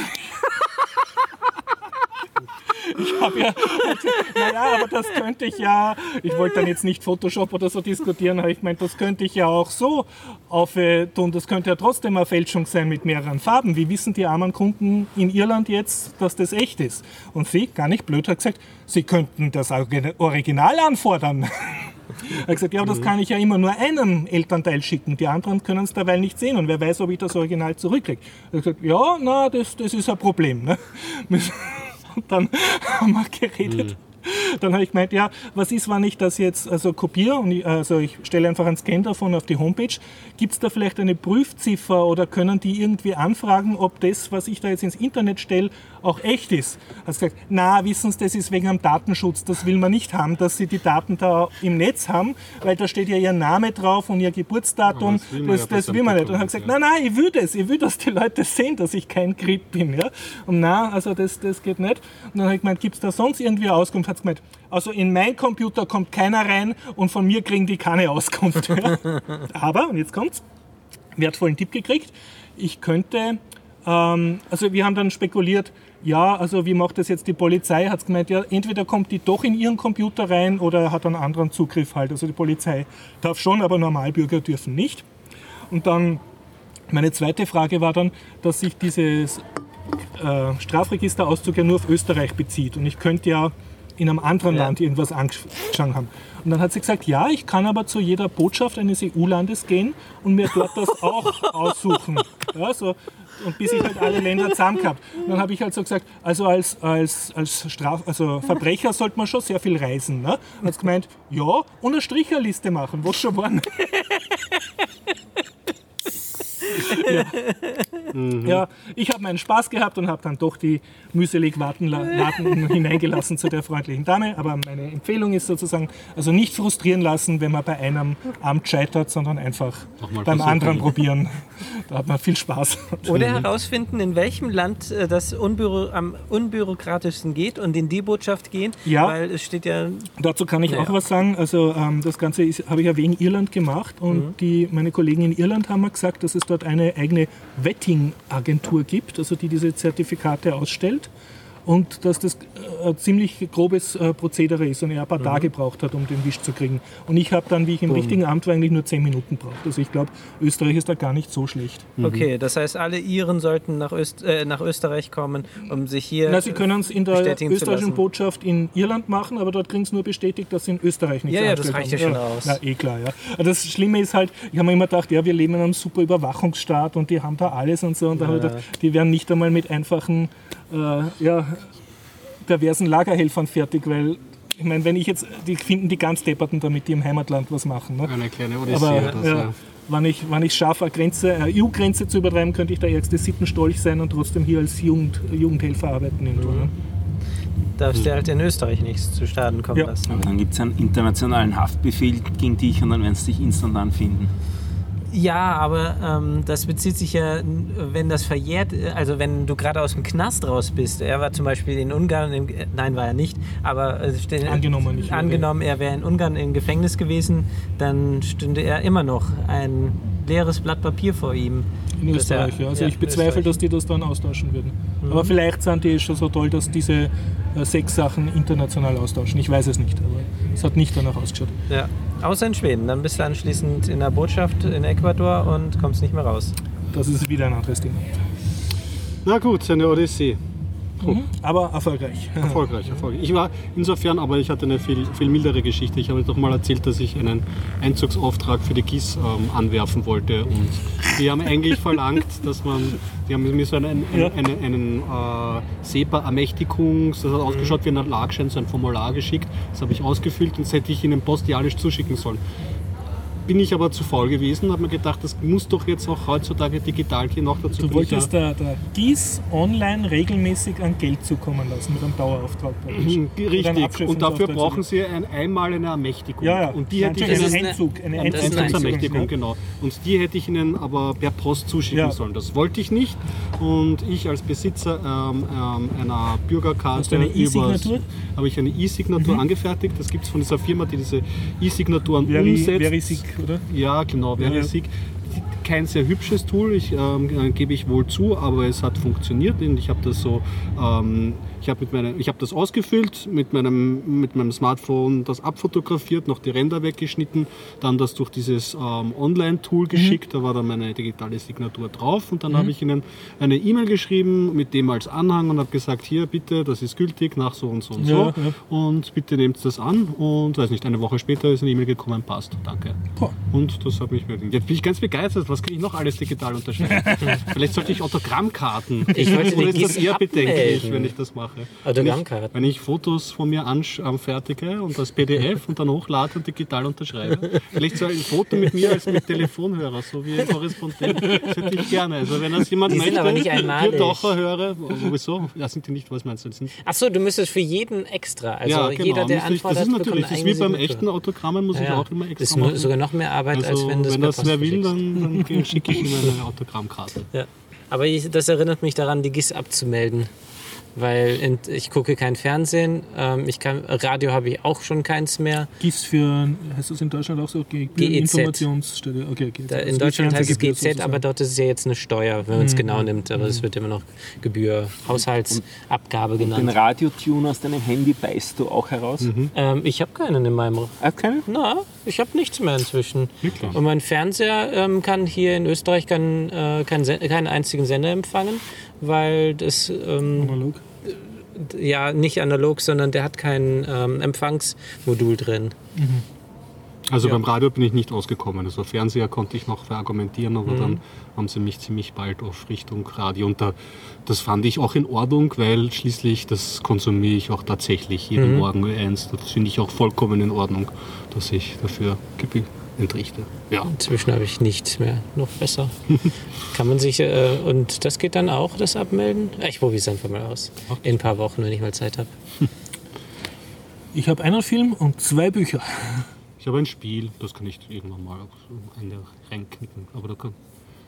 Speaker 1: ich habe ja, naja, aber das könnte ich ja, ich wollte dann jetzt nicht Photoshop oder so diskutieren, aber ich meine, das könnte ich ja auch so auftun, das könnte ja trotzdem eine Fälschung sein mit mehreren Farben. Wie wissen die armen Kunden in Irland jetzt, dass das echt ist? Und sie, gar nicht blöd, hat gesagt, sie könnten das Original anfordern. Er hat gesagt, ja, das kann ich ja immer nur einem Elternteil schicken. Die anderen können es derweil nicht sehen und wer weiß, ob ich das Original zurückkriege. Er hat gesagt, ja, na, das, das ist ein Problem. Ne? Und dann haben wir geredet. Mhm. Dann habe ich gemeint, ja, was ist, wenn ich das jetzt also kopiere und ich, also ich stelle einfach einen Scan davon auf die Homepage. Gibt es da vielleicht eine Prüfziffer oder können die irgendwie anfragen, ob das, was ich da jetzt ins Internet stelle, auch echt ist? Er hat gesagt, na, wissen Sie, das ist wegen dem Datenschutz, das will man nicht haben, dass Sie die Daten da im Netz haben, weil da steht ja Ihr Name drauf und Ihr Geburtsdatum, ja, das will man, das, ja das will man nicht. Und er hat gesagt, ja. nein, nein, ich will das, ich will, dass die Leute sehen, dass ich kein Creep bin. Ja? Und nein, also das, das geht nicht. Und dann habe ich gemeint, gibt es da sonst irgendwie eine Auskunft? Hat es gemeint, also in mein Computer kommt keiner rein und von mir kriegen die keine Auskunft. Ja? Aber, und jetzt kommt's, wertvollen Tipp gekriegt, ich könnte, ähm, also wir haben dann spekuliert, ja, also wie macht das jetzt die Polizei? Hat es gemeint, ja, entweder kommt die doch in ihren Computer rein oder hat einen anderen Zugriff halt. Also die Polizei darf schon, aber Normalbürger dürfen nicht. Und dann, meine zweite Frage war dann, dass sich dieses äh, Strafregisterauszug ja nur auf Österreich bezieht. Und ich könnte ja in einem anderen ja. Land irgendwas angeschaut haben. Und dann hat sie gesagt, ja, ich kann aber zu jeder Botschaft eines E U-Landes gehen und mir dort das auch aussuchen. Ja, so. Und bis ich halt alle Länder zusammen gehabt. Und dann habe ich halt so gesagt, also als, als, als Straf, also Verbrecher sollte man schon sehr viel reisen. Ne? Und hat gemeint, ja, und eine Stricherliste machen, was schon waren. Ja. Mhm. Ja, ich habe meinen Spaß gehabt und habe dann doch die mühselig warten, warten hineingelassen zu der freundlichen Dame. Aber meine Empfehlung ist sozusagen, also nicht frustrieren lassen, wenn man bei einem Amt scheitert, sondern einfach beim anderen probieren. Da hat man viel Spaß.
Speaker 3: Oder herausfinden, in welchem Land das unbüro- am unbürokratischsten geht und in die Botschaft gehen. Ja, weil es steht ja.
Speaker 1: Dazu kann ich naja. auch was sagen. Also ähm, das Ganze habe ich ja wegen Irland gemacht und mhm. die, meine Kollegen in Irland haben mir gesagt, dass es dort eine eigene Vetting-Agentur gibt, also die diese Zertifikate ausstellt und dass das ein ziemlich grobes Prozedere ist und er ein paar mhm. Tage gebraucht hat, um den Wisch zu kriegen. Und ich habe dann, wie ich im Boom. richtigen Amt war, eigentlich nur zehn Minuten gebraucht. Also ich glaube, Österreich ist da gar nicht so schlecht.
Speaker 3: Mhm. Okay, das heißt, alle Iren sollten nach, Öst, äh, nach Österreich kommen, um sich hier
Speaker 1: Na, sie können es in der österreichischen Botschaft in Irland machen, aber dort kriegen sie nur bestätigt, dass sie in Österreich nicht
Speaker 3: Ja, ja, das reicht ja schon aus.
Speaker 1: Na, eh klar, ja. Das Schlimme ist halt, ich habe mir immer gedacht, ja, wir leben in einem super Überwachungsstaat und die haben da alles und so. Und dann ja. habe ich gedacht, die werden nicht einmal mit einfachen, äh, ja, perversen Lagerhelfern fertig, weil ich meine, wenn ich jetzt, die finden die ganz Depperten, damit die im Heimatland was machen. Ne?
Speaker 2: Eine kleine Odyssee.
Speaker 1: Aber das, ja, ja. wenn ich, wenn ich schaffe, eine Grenze, eine E U-Grenze zu übertreiben, könnte ich der ärgste Sittenstolch sein und trotzdem hier als Jugend, Jugendhelfer arbeiten. Irgendwo, ne?
Speaker 3: darfst du halt in Österreich nichts zu Schaden kommen
Speaker 1: Ja.
Speaker 3: lassen.
Speaker 4: Aber dann gibt es einen internationalen Haftbefehl gegen dich und dann werden sie dich instant anfinden.
Speaker 3: Ja, aber ähm, das bezieht sich ja, wenn das verjährt, also wenn du gerade aus dem Knast raus bist. Er war zum Beispiel in Ungarn, im, nein, war er nicht, aber äh, stell-
Speaker 1: Angenommen nicht.
Speaker 3: angenommen, er wäre in Ungarn im Gefängnis gewesen, dann stünde er immer noch ein leeres Blatt Papier vor ihm.
Speaker 1: In
Speaker 3: Das
Speaker 1: Österreich,
Speaker 3: ja-
Speaker 1: ja. Also
Speaker 3: ja,
Speaker 1: ich bezweifle,
Speaker 3: Österreich.
Speaker 1: dass die das dann austauschen würden. Aber vielleicht sind die schon so toll, dass diese äh, sechs Sachen international austauschen. Ich weiß es nicht, aber es hat nicht danach ausgeschaut.
Speaker 3: Ja, außer in Schweden. Dann bist du anschließend in der Botschaft in Ecuador und kommst nicht mehr raus.
Speaker 1: Das ist wieder ein anderes Thema.
Speaker 2: Na gut, eine Odyssee.
Speaker 1: Mhm. Aber erfolgreich.
Speaker 2: Erfolgreich, erfolgreich. Ich war insofern, aber ich hatte eine viel, viel mildere Geschichte. Ich habe doch mal erzählt, dass ich einen Einzugsauftrag für die G I S ähm, anwerfen wollte. Und die haben eigentlich verlangt, dass man, die haben mir so einen, einen,
Speaker 1: Ja.
Speaker 2: einen, einen äh, SEPA-Ermächtigungs, das hat ausgeschaut wie ein Erlagschein, so ein Formular geschickt. Das habe ich ausgefüllt und das hätte ich ihnen postialisch zuschicken sollen. Bin ich aber zu faul gewesen, habe mir gedacht, das muss doch jetzt auch heutzutage digital gehen. Noch dazu
Speaker 1: Du
Speaker 2: bin ich
Speaker 1: wolltest der, der G I S online regelmäßig an Geld zukommen lassen mit einem Dauerauftrag. praktisch. Oder einen
Speaker 2: Richtig, und
Speaker 1: Abschöpfungsauftrag
Speaker 2: dafür brauchen Sie ein, einmal eine Ermächtigung.
Speaker 1: Ja, ja.
Speaker 2: Und die
Speaker 1: Ja,
Speaker 2: hätte ich
Speaker 1: natürlich,
Speaker 3: Das
Speaker 2: Ihnen,
Speaker 3: ist
Speaker 1: ein Einzug, eine
Speaker 2: eine
Speaker 3: das ist ein
Speaker 2: Einzugsermächtigung,
Speaker 1: Einzugsermächtigung.
Speaker 2: genau. Und die hätte ich Ihnen aber per Post zuschicken
Speaker 1: Ja.
Speaker 2: sollen. Das wollte ich nicht. Und ich als Besitzer ähm, ähm, einer Bürgerkarte
Speaker 1: Hast du eine E-Signatur?
Speaker 2: übers- habe ich eine E-Signatur
Speaker 1: Mhm.
Speaker 2: angefertigt. Das gibt es von dieser Firma, die diese E-Signaturen
Speaker 1: Veri,
Speaker 2: umsetzt.
Speaker 1: Verisig, oder?
Speaker 2: Ja, genau,
Speaker 1: Ja, ja.
Speaker 2: Verisig. Kein sehr hübsches Tool, ich, ähm, gebe ich wohl zu, aber es hat funktioniert und ich habe das so, ähm, ich habe mit meiner, ich habe das ausgefüllt, mit meinem, mit meinem Smartphone das abfotografiert, noch die Ränder weggeschnitten, dann das durch dieses ähm, Online-Tool geschickt, da war dann meine digitale Signatur drauf und dann habe ich ihnen eine E-Mail geschrieben mit dem als Anhang und habe gesagt, hier bitte, das ist gültig nach so und so und
Speaker 1: Ja,
Speaker 2: so
Speaker 1: ja.
Speaker 2: und bitte nehmt das an und weiß nicht, eine Woche später ist eine E-Mail gekommen, passt, danke.
Speaker 1: Boah.
Speaker 2: Und das hat mich wirklich. Jetzt bin ich ganz begeistert. Was kann ich noch alles digital unterschreiben? Vielleicht sollte ich Autogrammkarten.
Speaker 3: Ich wollte
Speaker 2: Oder
Speaker 3: die
Speaker 2: ist das
Speaker 3: G I S
Speaker 2: eher bedenklich,
Speaker 3: abmelden.
Speaker 2: wenn ich das mache?
Speaker 3: Autogrammkarten.
Speaker 2: Wenn ich, wenn ich Fotos von mir anfertige und das P D F und dann hochlade und digital unterschreibe. Vielleicht so ein Foto mit mir als mit Telefonhörer, so wie ein Korrespondent. Das hätte ich gerne. Also wenn das jemand
Speaker 3: Die sind
Speaker 2: möchte,
Speaker 3: aber nicht einmalig.
Speaker 2: Bier Taucher höre, sowieso. Ja, sind die nicht, was meinst du? Das sind
Speaker 3: Achso, du müsstest für jeden extra. Also
Speaker 2: ja, genau.
Speaker 3: jeder, der
Speaker 2: Müsste ich-
Speaker 3: anfordert,
Speaker 2: das ist
Speaker 3: bekommt
Speaker 2: natürlich,
Speaker 3: eine
Speaker 2: das ist wie
Speaker 3: eigene
Speaker 2: beim
Speaker 3: Signatur.
Speaker 2: echten Autogrammen, muss ich
Speaker 3: Ja,
Speaker 2: auch immer
Speaker 3: das
Speaker 2: extra
Speaker 3: ist
Speaker 2: machen.
Speaker 3: sogar noch mehr Arbeit, als
Speaker 2: Also,
Speaker 3: wenn das
Speaker 2: wenn
Speaker 3: per
Speaker 2: das
Speaker 3: Post
Speaker 2: wer will,
Speaker 3: verschickst.
Speaker 2: dann, dann schicke ich ihm eine Autogrammkarte.
Speaker 3: Ja. Aber ich, das erinnert mich daran, die G I S abzumelden. Weil in, ich gucke kein Fernsehen, ähm, ich kann, Radio habe ich auch schon keins mehr.
Speaker 1: G I S für, heißt das in Deutschland auch so?
Speaker 3: G E Z.
Speaker 1: Informationsstelle. Okay, G E Z.
Speaker 3: Da,
Speaker 1: Also
Speaker 3: in
Speaker 1: wie
Speaker 3: Deutschland heißt es G
Speaker 1: Fernsehgebühr
Speaker 3: Z, aber
Speaker 1: sozusagen.
Speaker 3: dort ist es ja jetzt eine Steuer, wenn man es
Speaker 1: Mhm.
Speaker 3: genau nimmt. Aber es wird immer noch Gebühr, Haushaltsabgabe
Speaker 4: Den
Speaker 3: genannt.
Speaker 4: Radiotune aus deinem Handy beißt du auch heraus?
Speaker 3: Ähm, ich habe keinen in meinem.
Speaker 4: Ah, keine?
Speaker 3: Na, ich habe nichts mehr inzwischen.
Speaker 2: Wirklich?
Speaker 3: Und mein Fernseher ähm, kann hier in Österreich kein, äh, kein Sen- keinen einzigen Sender empfangen, weil das ähm,
Speaker 1: Analog.
Speaker 3: ja nicht analog, sondern der hat kein ähm, Empfangsmodul drin.
Speaker 2: Also
Speaker 1: Ja.
Speaker 2: beim Radio bin ich nicht ausgekommen. Also Fernseher konnte ich noch verargumentieren, aber dann haben sie mich ziemlich bald auf Richtung Radio. Und da, das fand ich auch in Ordnung, weil schließlich das konsumiere ich auch tatsächlich jeden Morgen eins. Das finde ich auch vollkommen in Ordnung, dass ich dafür Gebühr entrichte. Ja.
Speaker 3: Inzwischen habe ich nichts mehr. Noch besser. Kann man sich, äh, und das geht dann auch, das Abmelden? Ich probiere es einfach mal aus. In ein paar Wochen, wenn ich mal Zeit habe.
Speaker 1: Ich habe einen Film und zwei Bücher.
Speaker 2: Ich habe ein Spiel, das kann ich irgendwann mal so eine reinknicken. Aber da kann.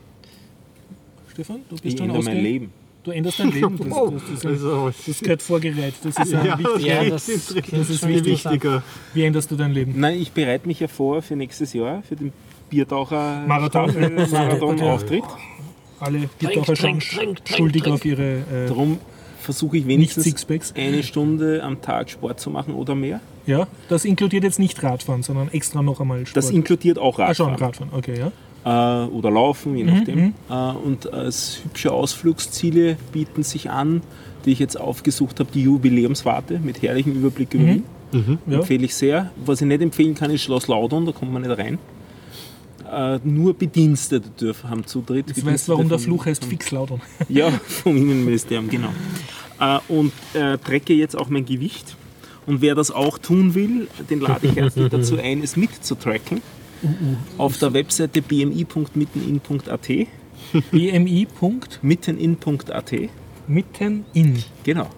Speaker 1: Stefan, du bist
Speaker 4: Ich
Speaker 1: schon
Speaker 4: ändere mein
Speaker 1: ausge...
Speaker 4: Leben.
Speaker 1: Du änderst dein Leben. Das,
Speaker 2: Oh,
Speaker 1: das, das,
Speaker 2: also,
Speaker 1: das gehört vorgereiht. Das ist ja,
Speaker 2: ja,
Speaker 1: wichtig.
Speaker 3: Ja,
Speaker 2: okay,
Speaker 3: das
Speaker 2: das, ist,
Speaker 3: klingt
Speaker 2: das ist
Speaker 3: schon
Speaker 2: viel
Speaker 3: interessant.
Speaker 2: wichtiger.
Speaker 1: Wie änderst du dein Leben?
Speaker 4: Nein, ich bereite mich ja vor für nächstes Jahr, für den Biertaucher
Speaker 1: Marathon.
Speaker 4: Marathon-Auftritt.
Speaker 1: Alle
Speaker 3: Trink,
Speaker 1: Biertaucher schon
Speaker 3: trink, trink, trink,
Speaker 1: schuldig
Speaker 3: trink.
Speaker 1: auf ihre äh,
Speaker 4: Darum versuche ich
Speaker 1: nicht
Speaker 4: wenigstens
Speaker 1: Sixpacks.
Speaker 4: eine Stunde am Tag Sport zu machen oder mehr.
Speaker 1: Ja, das inkludiert jetzt nicht Radfahren, sondern extra noch einmal Sport.
Speaker 4: Das inkludiert auch
Speaker 1: ah, schon
Speaker 4: Radfahren.
Speaker 1: Radfahren, okay, ja.
Speaker 4: äh, oder Laufen, je nachdem. Äh, und als hübsche Ausflugsziele bieten sich an, die ich jetzt aufgesucht habe, die Jubiläumswarte mit herrlichem Überblick über Wien.
Speaker 1: Ja.
Speaker 4: Empfehle ich sehr. Was ich nicht empfehlen kann, ist Schloss Laudon, da kommt man nicht rein. Äh, nur Bedienstete dürfen haben Zutritt.
Speaker 1: Jetzt weißt du, warum der
Speaker 4: Bedienstete
Speaker 1: Fluch heißt Fixlaudern.
Speaker 4: vom- Ja, vom Innenministerium, genau. Äh, und äh, trecke jetzt auch mein Gewicht. Und wer das auch tun will, den lade ich herzlich dazu ein, es mitzutracken. Auf der Webseite b m i punkt mittenin punkt a t.
Speaker 1: B M I. Punkt
Speaker 4: mittenin punkt a t.
Speaker 1: Mitten in.
Speaker 4: Genau.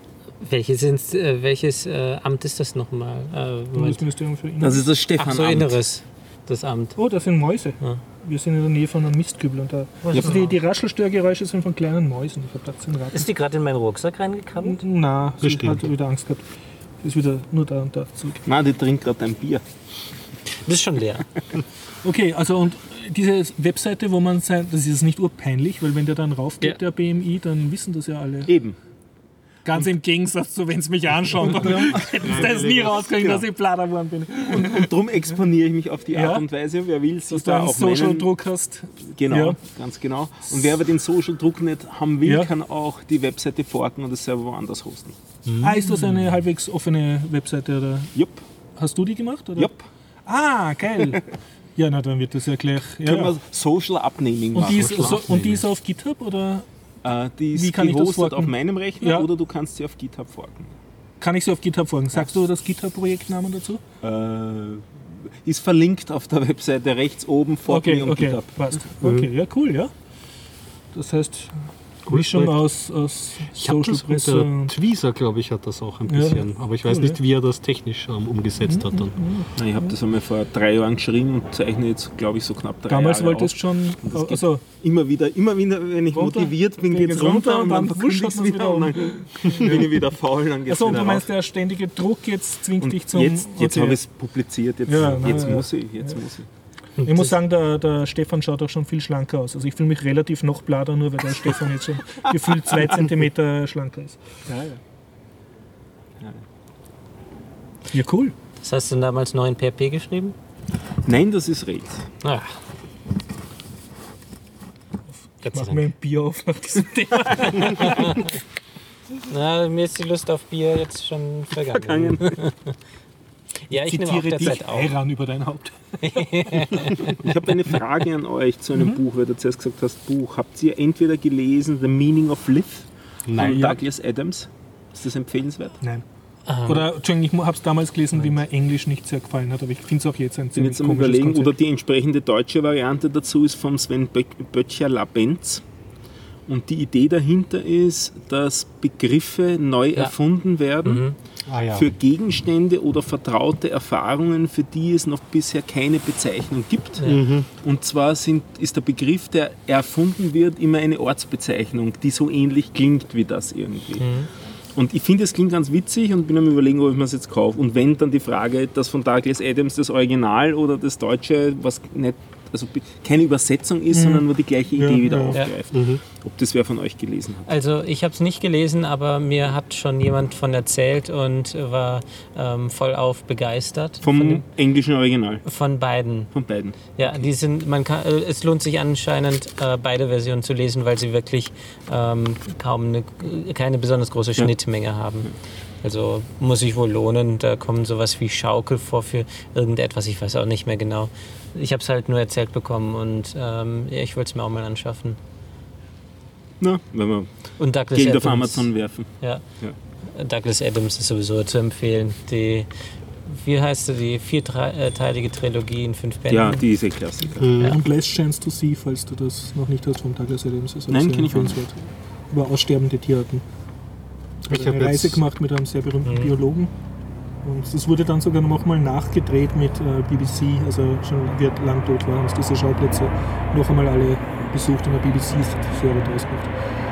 Speaker 3: Welches, ins, äh, welches äh, Amt ist das nochmal? Äh,
Speaker 1: Bundesministerium für Inneres.
Speaker 4: Das ist das
Speaker 3: Ach
Speaker 4: Stefan-Amt.
Speaker 3: so, Inneres, das Amt.
Speaker 1: Oh, das sind Mäuse.
Speaker 3: Ja.
Speaker 1: Wir sind in der Nähe von einem Mistkübel. Und da, also die, die Raschelstörgeräusche sind von kleinen Mäusen. Ich glaube, das sind Ratten.
Speaker 3: Ist die gerade in meinen Rucksack reingekrabbelt?
Speaker 1: Na, sie
Speaker 2: Bestimmt.
Speaker 1: hat wieder Angst gehabt. Sie ist wieder nur da und da zurück.
Speaker 4: Nein, die trinkt gerade ein Bier.
Speaker 3: Das ist schon leer.
Speaker 1: Okay, also und diese Webseite, wo man sein, das ist nicht urpeinlich, weil wenn der dann raufgeht,
Speaker 3: Ja.
Speaker 1: der B M I, dann wissen das ja alle.
Speaker 4: Eben.
Speaker 1: Ganz im Gegensatz zu, wenn es mich anschaut, dann hätten sie das nie rausgekriegt, dass ich Plader geworden bin.
Speaker 4: Und darum exponiere ich mich auf die
Speaker 1: Ja.
Speaker 4: Art und Weise. Wer will, sich
Speaker 1: Dass du
Speaker 4: da
Speaker 1: einen
Speaker 4: auch nennen.
Speaker 1: Social-Druck hast.
Speaker 4: Genau,
Speaker 1: Ja.
Speaker 4: ganz genau. Und wer aber den Social-Druck nicht haben will,
Speaker 1: Ja.
Speaker 4: kann auch die Webseite forken und das selber woanders hosten.
Speaker 1: Ah, ist das eine halbwegs offene Webseite? Oder?
Speaker 4: Jupp,
Speaker 1: Hast du die gemacht? Oder?
Speaker 4: jupp.
Speaker 1: Ah, geil. Ja, na dann wird das ja gleich. Ja,
Speaker 4: Können
Speaker 1: ja.
Speaker 4: wir Social Upnaming
Speaker 1: Und,
Speaker 4: machen.
Speaker 1: die ist,
Speaker 2: Social
Speaker 1: so, und die
Speaker 2: Upnaming.
Speaker 1: ist auf GitHub oder
Speaker 4: Äh, die ist
Speaker 1: Wie kann ich das
Speaker 4: gehostet
Speaker 1: forken?
Speaker 4: auf meinem Rechner
Speaker 1: Ja.
Speaker 4: oder du kannst sie auf GitHub forken.
Speaker 1: kann ich sie auf GitHub folgen? Sagst du das GitHub-Projektnamen dazu?
Speaker 4: Äh, ist verlinkt auf der Webseite rechts oben vor
Speaker 1: Okay,
Speaker 4: mir und
Speaker 1: okay,
Speaker 4: GitHub.
Speaker 1: passt. Okay, ja, cool, ja. Das heißt, Mischung
Speaker 2: Projekt.
Speaker 1: aus, aus
Speaker 2: Ich habe
Speaker 1: Social
Speaker 2: das mit
Speaker 1: Presse
Speaker 2: der
Speaker 1: und
Speaker 2: Tweezer, glaube ich, hat das auch ein
Speaker 1: Ja.
Speaker 2: bisschen. Aber ich weiß
Speaker 1: Cool,
Speaker 2: nicht,
Speaker 1: ja.
Speaker 2: wie er das technisch ähm, umgesetzt hat dann.
Speaker 4: Na, ich habe das einmal vor drei Jahren geschrieben und zeichne jetzt, glaube ich, so knapp drei
Speaker 1: damals
Speaker 4: Jahre
Speaker 1: wolltest
Speaker 4: auf.
Speaker 1: du schon,
Speaker 4: das geht
Speaker 1: also
Speaker 4: Immer wieder, immer wieder, wenn ich
Speaker 1: Runter,
Speaker 4: motiviert bin,
Speaker 1: geht
Speaker 4: geht es
Speaker 1: runter
Speaker 4: runter
Speaker 1: und
Speaker 4: und dann
Speaker 1: dann
Speaker 4: verkünde
Speaker 1: wusch
Speaker 4: ich es
Speaker 1: hat man's
Speaker 4: wieder und dann bin ich wieder faul, dann geht es
Speaker 1: also, und
Speaker 4: wieder
Speaker 1: du meinst,
Speaker 4: rauf.
Speaker 1: der ständige Druck jetzt zwingt
Speaker 4: Und
Speaker 1: dich zum...
Speaker 4: jetzt jetzt
Speaker 1: okay.
Speaker 4: habe ich es publiziert, jetzt,
Speaker 1: Ja, na,
Speaker 4: jetzt
Speaker 1: ja.
Speaker 4: muss ich, jetzt muss ich.
Speaker 1: Ich muss sagen, der, der Stefan schaut auch schon viel schlanker aus. Also ich fühle mich relativ noch blader, nur weil der Stefan jetzt schon gefühlt zwei Zentimeter schlanker ist.
Speaker 4: Ja, ja.
Speaker 1: Ja, cool.
Speaker 3: Das hast du damals noch in P H P geschrieben?
Speaker 4: Nein, das ist Rails.
Speaker 3: Ah. Gott sei
Speaker 1: Mach mir
Speaker 3: Dank.
Speaker 1: ein Bier auf nach diesem Thema.
Speaker 3: Na, mir ist die Lust auf Bier jetzt schon vergangen. Ja, ich nehme auch
Speaker 1: Zitiere dich,
Speaker 3: derzeit auf.
Speaker 1: Eiran über dein Haupt.
Speaker 4: Ich habe eine Frage an euch zu einem Buch, weil du zuerst gesagt hast, Buch. Habt ihr entweder gelesen The Meaning of Life von
Speaker 2: Nein.
Speaker 4: Douglas Adams? Ist das empfehlenswert?
Speaker 1: Nein. Oder, Entschuldigung, ich habe es damals gelesen, wie mir Englisch nicht sehr gefallen hat, aber ich finde es auch jetzt ein
Speaker 4: Ich bin
Speaker 1: ziemlich
Speaker 4: jetzt am
Speaker 1: komisches
Speaker 4: überlegen,
Speaker 1: Konzept.
Speaker 4: oder die entsprechende deutsche Variante dazu ist vom Sven Bö- Böttcher-Labenz. Und die Idee dahinter ist, dass Begriffe neu
Speaker 3: Ja.
Speaker 4: erfunden werden
Speaker 2: Ah, ja.
Speaker 4: für Gegenstände oder vertraute Erfahrungen, für die es noch bisher keine Bezeichnung gibt. Und zwar sind, ist der Begriff, der erfunden wird, immer eine Ortsbezeichnung, die so ähnlich klingt wie das irgendwie. Und ich finde, es klingt ganz witzig und bin am Überlegen, ob ich mir es jetzt kaufe. Und wenn, dann die Frage, das von Douglas Adams das Original oder das Deutsche, was nicht, also keine Übersetzung ist, sondern nur die gleiche Idee
Speaker 1: Ja,
Speaker 4: wieder
Speaker 1: ja.
Speaker 4: aufgreift. Ob das wer von euch gelesen hat.
Speaker 3: Also ich habe es nicht gelesen, aber mir hat schon jemand von erzählt und war ähm, vollauf begeistert.
Speaker 4: Vom
Speaker 3: von, dem,
Speaker 4: englischen Original,
Speaker 3: von beiden.
Speaker 4: von beiden.
Speaker 3: Ja, die sind, man kann, äh, es lohnt sich anscheinend, äh, beide Versionen zu lesen, weil sie wirklich ähm, kaum eine, keine besonders große Schnittmenge haben. Also muss sich wohl lohnen. Da kommen sowas wie Schaukel vor für irgendetwas, ich weiß auch nicht mehr genau. Ich habe es halt nur erzählt bekommen und ähm, ja, ich wollte es mir auch mal anschaffen.
Speaker 4: Na, wenn wir
Speaker 3: Und Douglas
Speaker 4: Geld auf
Speaker 3: Adams,
Speaker 4: Amazon werfen.
Speaker 3: Ja.
Speaker 4: Ja.
Speaker 3: Douglas Adams ist sowieso zu empfehlen. Die, wie heißt sie, die vierteilige Trilogie in fünf Bänden.
Speaker 4: Ja, die ist eh Klassiker.
Speaker 1: Und Last Chance to See, falls du das noch nicht hast, von Douglas Adams. Ist auch
Speaker 4: Nein,
Speaker 1: sehr
Speaker 4: kenn ich auch nicht.
Speaker 1: empfehlenswert. Über aussterbende Tierarten.
Speaker 2: Ich
Speaker 1: Also
Speaker 2: hab
Speaker 1: eine Reise
Speaker 2: jetzt-
Speaker 1: gemacht mit einem sehr berühmten Biologen. Und das wurde dann sogar nochmal nachgedreht mit äh, B B C, also schon wie er lang tot war, haben sie diese Schauplätze noch einmal alle besucht und der B B C-Serie draus gemacht.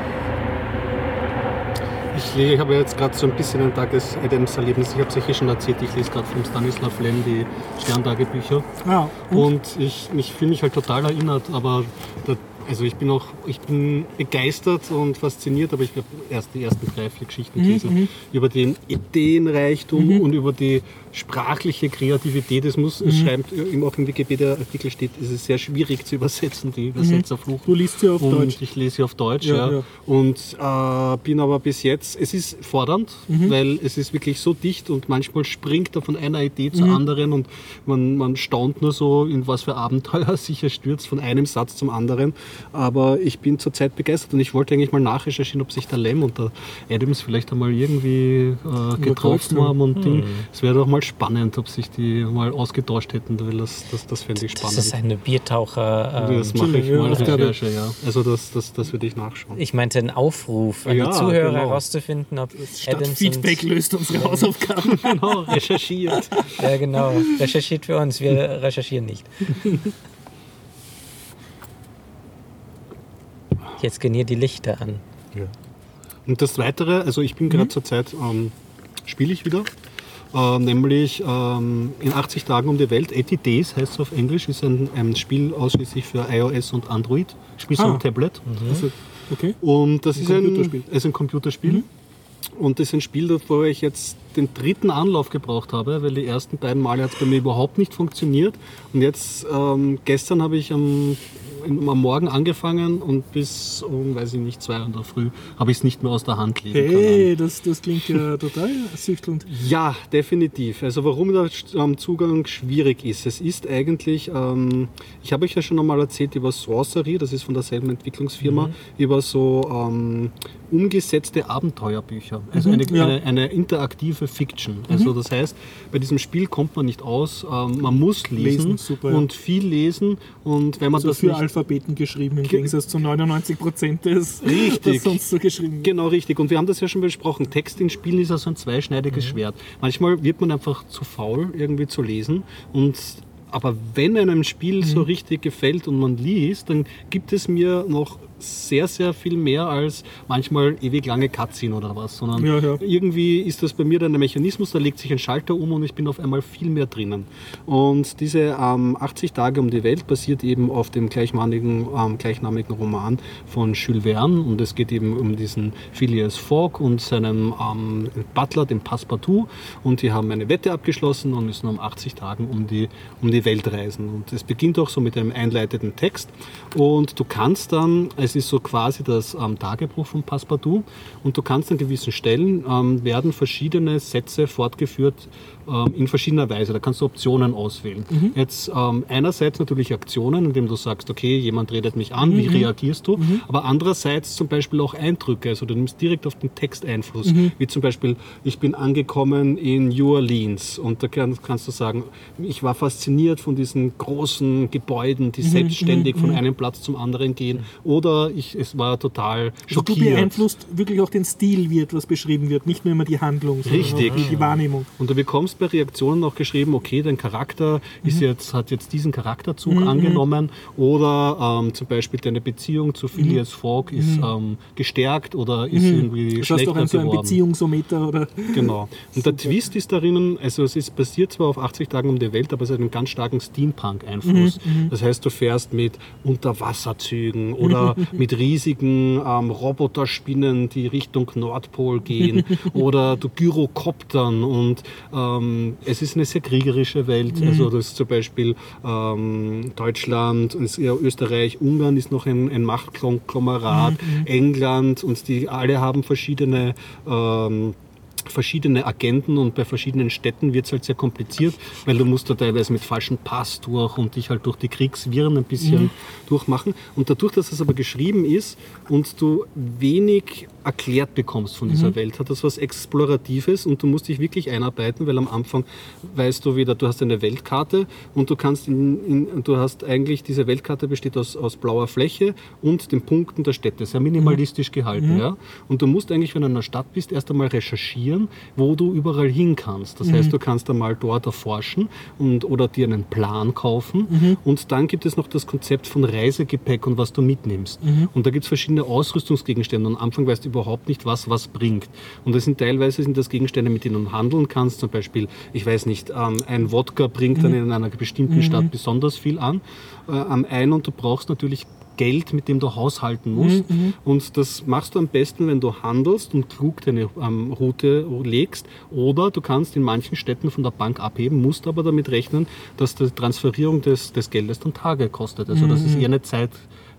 Speaker 2: Ich, le- ich habe jetzt gerade so ein bisschen ein Douglas Adams-Erlebnis. Ich habe es euch eh schon erzählt, ich lese gerade vom Stanislav Lem die Sterntagebücher.
Speaker 1: Ah,
Speaker 2: Und ich, ich fühle mich halt total erinnert, aber der, also ich bin auch, ich bin begeistert und fasziniert, aber ich habe erst die ersten drei, vier Geschichten gelesen über den Ideenreichtum und über die sprachliche Kreativität. Es muss, es schreibt, im- auch im Wikipedia-Artikel steht, es ist sehr schwierig zu übersetzen, die Übersetzer fluchen.
Speaker 1: du liest sie auf
Speaker 2: und
Speaker 1: Deutsch.
Speaker 2: ich lese sie auf Deutsch,
Speaker 1: Ja,
Speaker 2: ja.
Speaker 1: ja.
Speaker 2: Und äh, bin aber bis jetzt, es ist fordernd, weil es ist wirklich so dicht und manchmal springt er von einer Idee zur anderen und man, man staunt nur so, in was für Abenteuer sich er stürzt, von einem Satz zum anderen. aber ich bin zurzeit begeistert und ich wollte eigentlich mal nachrecherchieren, ob sich der Lem und der Adams vielleicht einmal irgendwie äh, getroffen haben und Ding. Es wäre doch mal spannend, ob sich die mal ausgetauscht hätten, weil das, das, das fände ich spannend.
Speaker 3: Das ist eine Biertaucher. Ähm,
Speaker 2: das mache ich mal Recherche, ja. Also das, das, das würde ich nachschauen.
Speaker 3: Ich meinte einen Aufruf an
Speaker 2: Ja,
Speaker 3: die Zuhörer
Speaker 2: genau.
Speaker 3: herauszufinden, ob
Speaker 1: Statt
Speaker 3: Adams
Speaker 1: Feedback
Speaker 3: und,
Speaker 1: löst unsere Hausaufgaben.
Speaker 2: Genau, recherchiert.
Speaker 3: Ja, genau. Recherchiert für uns, wir recherchieren nicht. Jetzt gehen hier die Lichter an.
Speaker 2: Ja. Und das Weitere, also ich bin gerade zur Zeit, ähm, spiele ich wieder, äh, nämlich ähm, in achtzig Tagen um die Welt, achtzig Days heißt es auf Englisch, ist ein, ein Spiel ausschließlich für iOS und Android, ich spiele es
Speaker 1: Ah.
Speaker 2: am Tablet.
Speaker 1: Also, okay.
Speaker 2: Und das
Speaker 1: Ein
Speaker 2: ist ein
Speaker 1: Computerspiel.
Speaker 2: ist ein Computerspiel.
Speaker 1: Mhm.
Speaker 2: Und das ist ein Spiel, wo ich jetzt den dritten Anlauf gebraucht habe, weil die ersten beiden Male hat es bei mir überhaupt nicht funktioniert. Und jetzt, ähm, gestern habe ich am, am Morgen angefangen und bis um, weiß ich nicht, zwei Uhr in der Früh habe ich es nicht mehr aus der Hand legen können.
Speaker 1: Hey, das, das klingt ja total süchtelnd.
Speaker 2: Ja, definitiv. Also warum der ähm, Zugang schwierig ist. Es ist eigentlich, ähm, ich habe euch ja schon einmal erzählt über Sorcery, das ist von derselben Entwicklungsfirma,
Speaker 1: Mhm.
Speaker 2: über so ähm, umgesetzte Abenteuerbücher. Also
Speaker 1: Mhm,
Speaker 2: eine,
Speaker 1: ja.
Speaker 2: eine, eine interaktive Fiction. Also das heißt, bei diesem Spiel kommt man nicht aus, ähm, man muss lesen,
Speaker 1: Lesen, super, ja.
Speaker 2: und viel lesen. Und wenn man
Speaker 1: Also
Speaker 2: das
Speaker 1: für
Speaker 2: nicht
Speaker 1: Alphabeten geschrieben, im Gegensatz zu neunundneunzig Prozent des,
Speaker 2: Richtig.
Speaker 1: was sonst so geschrieben wird.
Speaker 2: Genau, richtig. Und wir haben das ja schon besprochen. Text in Spielen ist ja so ein zweischneidiges Schwert. Manchmal wird man einfach zu faul, irgendwie zu lesen. Und, aber wenn einem Spiel so richtig gefällt und man liest, dann gibt es mir noch sehr, sehr viel mehr als manchmal ewig lange Cutscene oder was, sondern
Speaker 1: Ja, ja.
Speaker 2: irgendwie ist das bei mir dann ein Mechanismus, da legt sich ein Schalter um und ich bin auf einmal viel mehr drinnen. Und diese ähm, achtzig Tage um die Welt basiert eben auf dem gleichnamigen, ähm, gleichnamigen Roman von Jules Verne und es geht eben um diesen Phileas Fogg und seinen ähm, Butler, den Passepartout, und die haben eine Wette abgeschlossen und müssen um achtzig Tagen um die, um die Welt reisen. Und es beginnt auch so mit einem einleitenden Text und du kannst dann, es ist so quasi das ähm, Tagebuch von Passepartout und du kannst an gewissen Stellen ähm, werden verschiedene Sätze fortgeführt ähm, in verschiedener Weise. Da kannst du Optionen auswählen. Jetzt ähm, einerseits natürlich Aktionen, indem du sagst, okay, jemand redet mich an, wie reagierst du? Aber andererseits zum Beispiel auch Eindrücke, also du nimmst direkt auf den Text Einfluss. Wie zum Beispiel, ich bin angekommen in New Orleans und da kann, kannst du sagen, ich war fasziniert von diesen großen Gebäuden, die selbstständig von einem Platz zum anderen gehen. Oder ich, es war total
Speaker 1: Also du
Speaker 2: schockiert.
Speaker 1: beeinflusst wirklich auch den Stil, wie etwas beschrieben wird, nicht nur immer die Handlung, sondern
Speaker 2: Richtig.
Speaker 1: auch die, die Wahrnehmung.
Speaker 2: Und du bekommst bei Reaktionen auch geschrieben, okay, dein Charakter ist jetzt, hat jetzt diesen Charakterzug angenommen oder ähm, zum Beispiel deine Beziehung zu Phileas Fogg ist ähm, gestärkt oder ist irgendwie
Speaker 1: Das heißt
Speaker 2: schlechter
Speaker 1: auch ein, so ein
Speaker 2: geworden.
Speaker 1: Beziehungsometer oder.
Speaker 2: Genau. Und der Twist ist darin, also es ist basiert zwar auf achtzig Tagen um die Welt, aber es hat einen ganz starken Steampunk-Einfluss. Das heißt, du fährst mit Unterwasserzügen oder mit riesigen ähm, Roboterspinnen, die Richtung Nordpol gehen oder du Gyrokoptern und ähm, es ist eine sehr kriegerische Welt. Also das ist zum Beispiel ähm, Deutschland, und es ist eher Österreich, Ungarn ist noch ein, ein Machtkonglomerat, England und die alle haben verschiedene ähm, verschiedene Agenten und bei verschiedenen Städten wird es halt sehr kompliziert, weil du musst da teilweise mit falschem Pass durch und dich halt durch die Kriegswirren ein bisschen durchmachen. Und dadurch, dass es aber geschrieben ist und du wenig erklärt bekommst von dieser Welt, hat das was Exploratives und du musst dich wirklich einarbeiten, weil am Anfang weißt du wieder, du hast eine Weltkarte und du kannst in, in, du hast eigentlich, diese Weltkarte besteht aus, aus blauer Fläche und den Punkten der Städte, sehr minimalistisch gehalten. Ja? Und du musst eigentlich, wenn du in einer Stadt bist, erst einmal recherchieren, wo du überall hin kannst. Das heißt, du kannst einmal dort erforschen und, oder dir einen Plan kaufen und dann gibt es noch das Konzept von Reisegepäck und was du mitnimmst. Und da gibt es verschiedene Ausrüstungsgegenstände und am Anfang weißt du überhaupt nicht, was was bringt. Und das sind teilweise sind das Gegenstände, mit denen du handeln kannst. Zum Beispiel, ich weiß nicht, ähm, ein Wodka bringt dann in einer bestimmten Stadt besonders viel an, äh, am einen und du brauchst natürlich Geld, mit dem du haushalten musst. Mhm. Und das machst du am besten, wenn du handelst und klug deine ähm, Route legst. Oder du kannst in manchen Städten von der Bank abheben, musst aber damit rechnen, dass die Transferierung des, des Geldes dann Tage kostet. Also das ist eher eine Zeit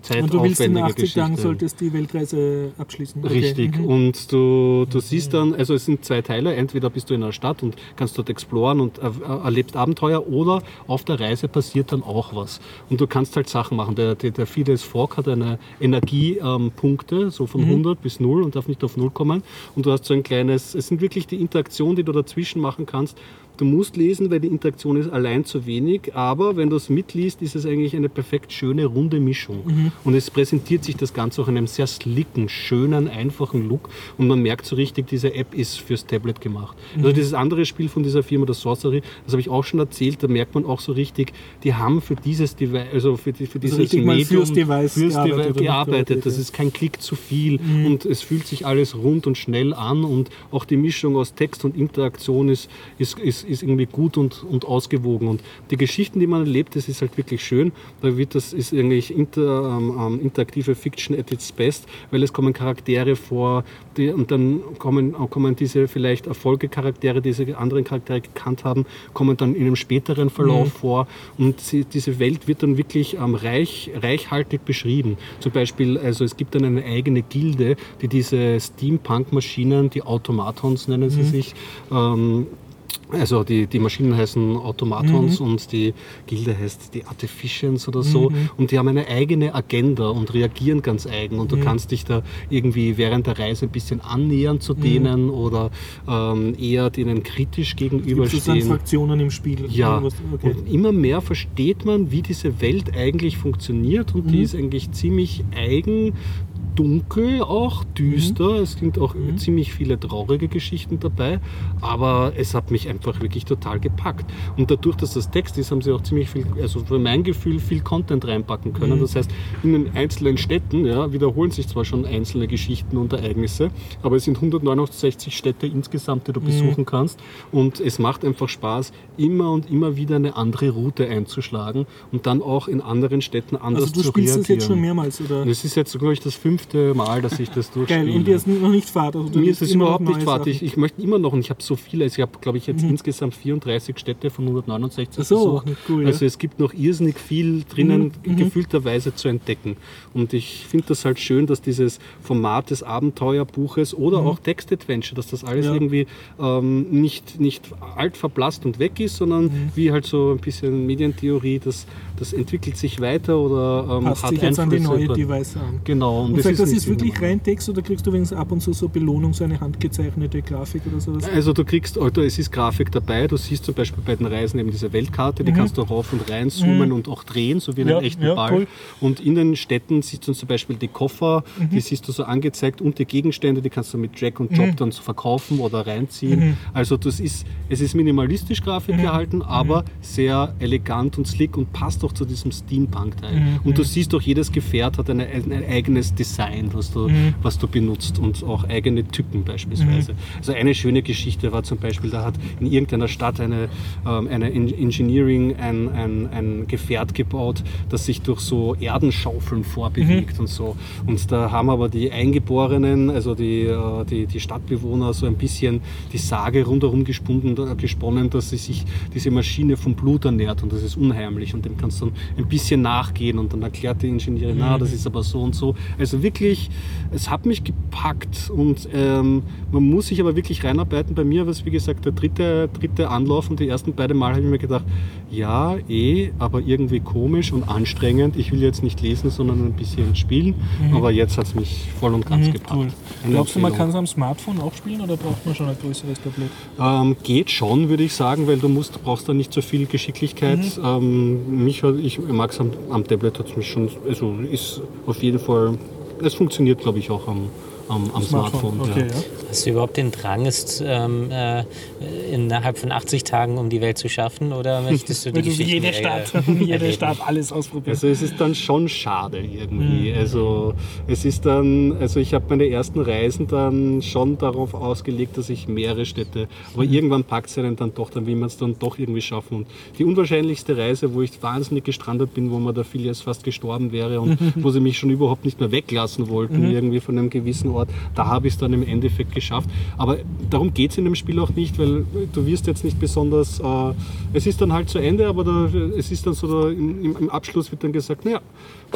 Speaker 2: zeitaufwendige
Speaker 1: Und du willst in achtzig
Speaker 2: Geschichte.
Speaker 1: Tagen solltest die Weltreise abschließen. Okay.
Speaker 2: Richtig.
Speaker 1: Mhm.
Speaker 2: Und du, du siehst dann, also es sind zwei Teile. Entweder bist du in einer Stadt und kannst dort exploren und er, erlebst Abenteuer, oder auf der Reise passiert dann auch was. Und du kannst halt Sachen machen. Der, der, der Phileas Fogg hat eine Energiepunkte, ähm, so von mhm. hundert bis null, und darf nicht auf null kommen. Und du hast so ein kleines, es sind wirklich die Interaktionen, die du dazwischen machen kannst. Du musst lesen, weil die Interaktion ist allein zu wenig, aber wenn du es mitliest, ist es eigentlich eine perfekt schöne, runde Mischung. Mhm. Und es präsentiert sich das Ganze auch in einem sehr slicken, schönen, einfachen Look, und man merkt so richtig, diese App ist fürs Tablet gemacht. Mhm. Also dieses andere Spiel von dieser Firma, das Sorcery, das habe ich auch schon erzählt, da merkt man auch so richtig, die haben für dieses Device, also für, die, für dieses
Speaker 1: also
Speaker 2: Medium
Speaker 1: fürs Device
Speaker 2: fürs
Speaker 1: gearbeitet.
Speaker 2: Device gearbeitet. Das ist kein Klick zu viel mhm. und es fühlt sich alles rund und schnell an, und auch die Mischung aus Text und Interaktion ist, ist, ist ist irgendwie gut und, und ausgewogen. Und die Geschichten, die man erlebt, das ist halt wirklich schön. Da wird das ist eigentlich inter, ähm, interaktive Fiction at its best, weil es kommen Charaktere vor, die, und dann kommen, kommen diese vielleicht Erfolgecharaktere, die diese anderen Charaktere gekannt haben, kommen dann in einem späteren Verlauf mhm. vor, und sie, diese Welt wird dann wirklich ähm, reich, reichhaltig beschrieben. Zum Beispiel, also es gibt dann eine eigene Gilde, die diese Steampunk-Maschinen, die Automatons nennen sie mhm. sich, ähm, also die, die Maschinen heißen Automatons mhm. und die Gilde heißt die Artificians oder so, mhm. und die haben eine eigene Agenda und reagieren ganz eigen, und du mhm. kannst dich da irgendwie während der Reise ein bisschen annähern zu denen mhm. oder ähm, eher denen kritisch gegenüberstehen.
Speaker 1: Gibt es dann Fraktionen im Spiel?
Speaker 2: Ja,
Speaker 1: okay.
Speaker 2: Und immer mehr versteht man, wie diese Welt eigentlich funktioniert, und mhm. die ist eigentlich ziemlich eigen, dunkel, auch düster. Mhm. Es sind auch mhm. ziemlich viele traurige Geschichten dabei, aber es hat mich einfach wirklich total gepackt. Und dadurch, dass das Text ist, haben sie auch ziemlich viel, also für mein Gefühl, viel Content reinpacken können. Mhm. Das heißt, in den einzelnen Städten ja, wiederholen sich zwar schon einzelne Geschichten und Ereignisse, aber es sind hundertneunundsechzig Städte insgesamt, die du mhm. besuchen kannst, und es macht einfach Spaß, immer und immer wieder eine andere Route einzuschlagen und dann auch in anderen Städten anders zu reagieren. Also du spielst das jetzt
Speaker 1: schon mehrmals, oder?
Speaker 2: Das ist jetzt, glaube ich, das fünfte Mal, dass ich das durchspiele.
Speaker 1: Geil, und dir ist noch nicht Fahrt? Also
Speaker 2: mir ist es überhaupt nicht Fahrt. Ich, ich möchte immer noch, und ich habe so viele, also ich habe, glaube ich, jetzt mhm. insgesamt vierunddreißig Städte von hundertneunundsechzig
Speaker 1: Ach so,
Speaker 2: besucht.
Speaker 1: Cool,
Speaker 2: also
Speaker 1: ja.
Speaker 2: es gibt noch irrsinnig viel drinnen,
Speaker 1: mhm.
Speaker 2: gefühlterweise zu entdecken. Und ich finde das halt schön, dass dieses Format des Abenteuerbuches oder mhm. auch Text-Adventure, dass das alles ja. irgendwie ähm, nicht, nicht alt verblasst und weg ist, sondern mhm. wie halt so ein bisschen Medientheorie, das, das entwickelt sich weiter oder ähm,
Speaker 1: passt
Speaker 2: hat
Speaker 1: sich jetzt an die neue
Speaker 2: über,
Speaker 1: Device an.
Speaker 2: Genau.
Speaker 1: Und, und das, ist, das ist wirklich rein Text, oder kriegst du wenigstens ab und zu so Belohnung, so eine handgezeichnete Grafik oder sowas?
Speaker 2: Also du kriegst, also es ist Grafik dabei, du siehst zum Beispiel bei den Reisen eben diese Weltkarte, die mhm. kannst du rauf und rein zoomen mhm. und auch drehen, so wie in einem ja, echten ja, Ball. Cool. Und in den Städten siehst du zum Beispiel die Koffer, mhm. die siehst du so angezeigt, und die Gegenstände, die kannst du mit Drag und Drop mhm. dann so verkaufen oder reinziehen. Mhm. Also das ist, es ist minimalistisch Grafik mhm. gehalten, aber mhm. sehr elegant und slick und passt auch zu diesem Steampunk-Teil. Mhm. Und du siehst auch, jedes Gefährt hat eine, ein eigenes Design, was du, mhm. was du benutzt, und auch eigene Tücken beispielsweise. Mhm. Also eine schöne Geschichte war zum Beispiel, da hat in irgendeiner Stadt eine, ähm, eine Engineering ein, ein, ein Gefährt gebaut, das sich durch so Erdenschaufeln vorbewegt mhm. und so. Und da haben aber die Eingeborenen, also die, die, die Stadtbewohner, so ein bisschen die Sage rundherum gesponnen, gesponnen, dass sie sich diese Maschine vom Blut ernährt, und das ist unheimlich, und dem kannst du dann ein bisschen nachgehen, und dann erklärt die Ingenieurin, na, das ist aber so und so. Also wirklich, es hat mich gepackt, und ähm, man muss sich aber wirklich reinarbeiten. Bei mir war es, wie gesagt, der dritte, dritte Anlauf, und die ersten beiden Mal habe ich mir gedacht, ja, eh, aber irgendwie komisch und anstrengend. Ich will jetzt nicht lesen, sondern ein bisschen spielen, mhm. aber jetzt hat es mich voll und ganz mhm, gepackt. Cool.
Speaker 1: Glaubst du, man kann es am Smartphone auch spielen, oder braucht man schon ein größeres Tablet?
Speaker 2: Ähm, geht schon, würde ich sagen, weil du musst, brauchst da nicht so viel Geschicklichkeit. Mhm. Ähm, mich, ich mag es am, am Tablet, hat es mich schon, also ist auf jeden Fall, es funktioniert, glaube ich, auch am, am, am Smartphone. Smartphone. Okay, ja. Ja.
Speaker 3: Hast du überhaupt den Drang, es ähm, äh, innerhalb von achtzig Tagen um die Welt zu schaffen, oder möchtest du die Geschichte
Speaker 1: jede Stadt, jede Stadt alles ausprobieren?
Speaker 2: Also es ist dann schon schade irgendwie. Mhm. Also es ist dann, also ich habe meine ersten Reisen dann schon darauf ausgelegt, dass ich mehrere Städte, aber mhm. irgendwann packt es einen dann doch, dann will man es dann doch irgendwie schaffen. Und die unwahrscheinlichste Reise, wo ich wahnsinnig gestrandet bin, wo mir der Phileas fast gestorben wäre und mhm. wo sie mich schon überhaupt nicht mehr weglassen wollten, mhm. irgendwie von einem gewissen Ort, da habe ich es dann im Endeffekt geschafft. Aber darum geht es in dem Spiel auch nicht, weil du wirst jetzt nicht besonders, äh, es ist dann halt zu Ende, aber da, es ist dann so, da, im, im Abschluss wird dann gesagt, naja,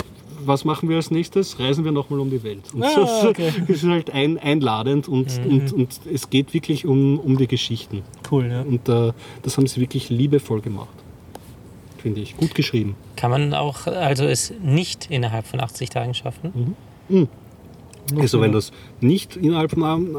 Speaker 2: was machen wir als nächstes? Reisen wir nochmal um die Welt. Und
Speaker 1: Ah,
Speaker 2: so,
Speaker 1: okay.
Speaker 2: das ist halt ein, einladend und,
Speaker 1: Mhm.
Speaker 2: und, und es geht wirklich um, um die Geschichten.
Speaker 1: Cool, ja.
Speaker 2: Und äh, das haben sie wirklich liebevoll gemacht. Finde ich. Gut geschrieben.
Speaker 3: Kann man auch also es nicht innerhalb von achtzig Tagen schaffen?
Speaker 2: Also wenn das nicht innerhalb von, ähm,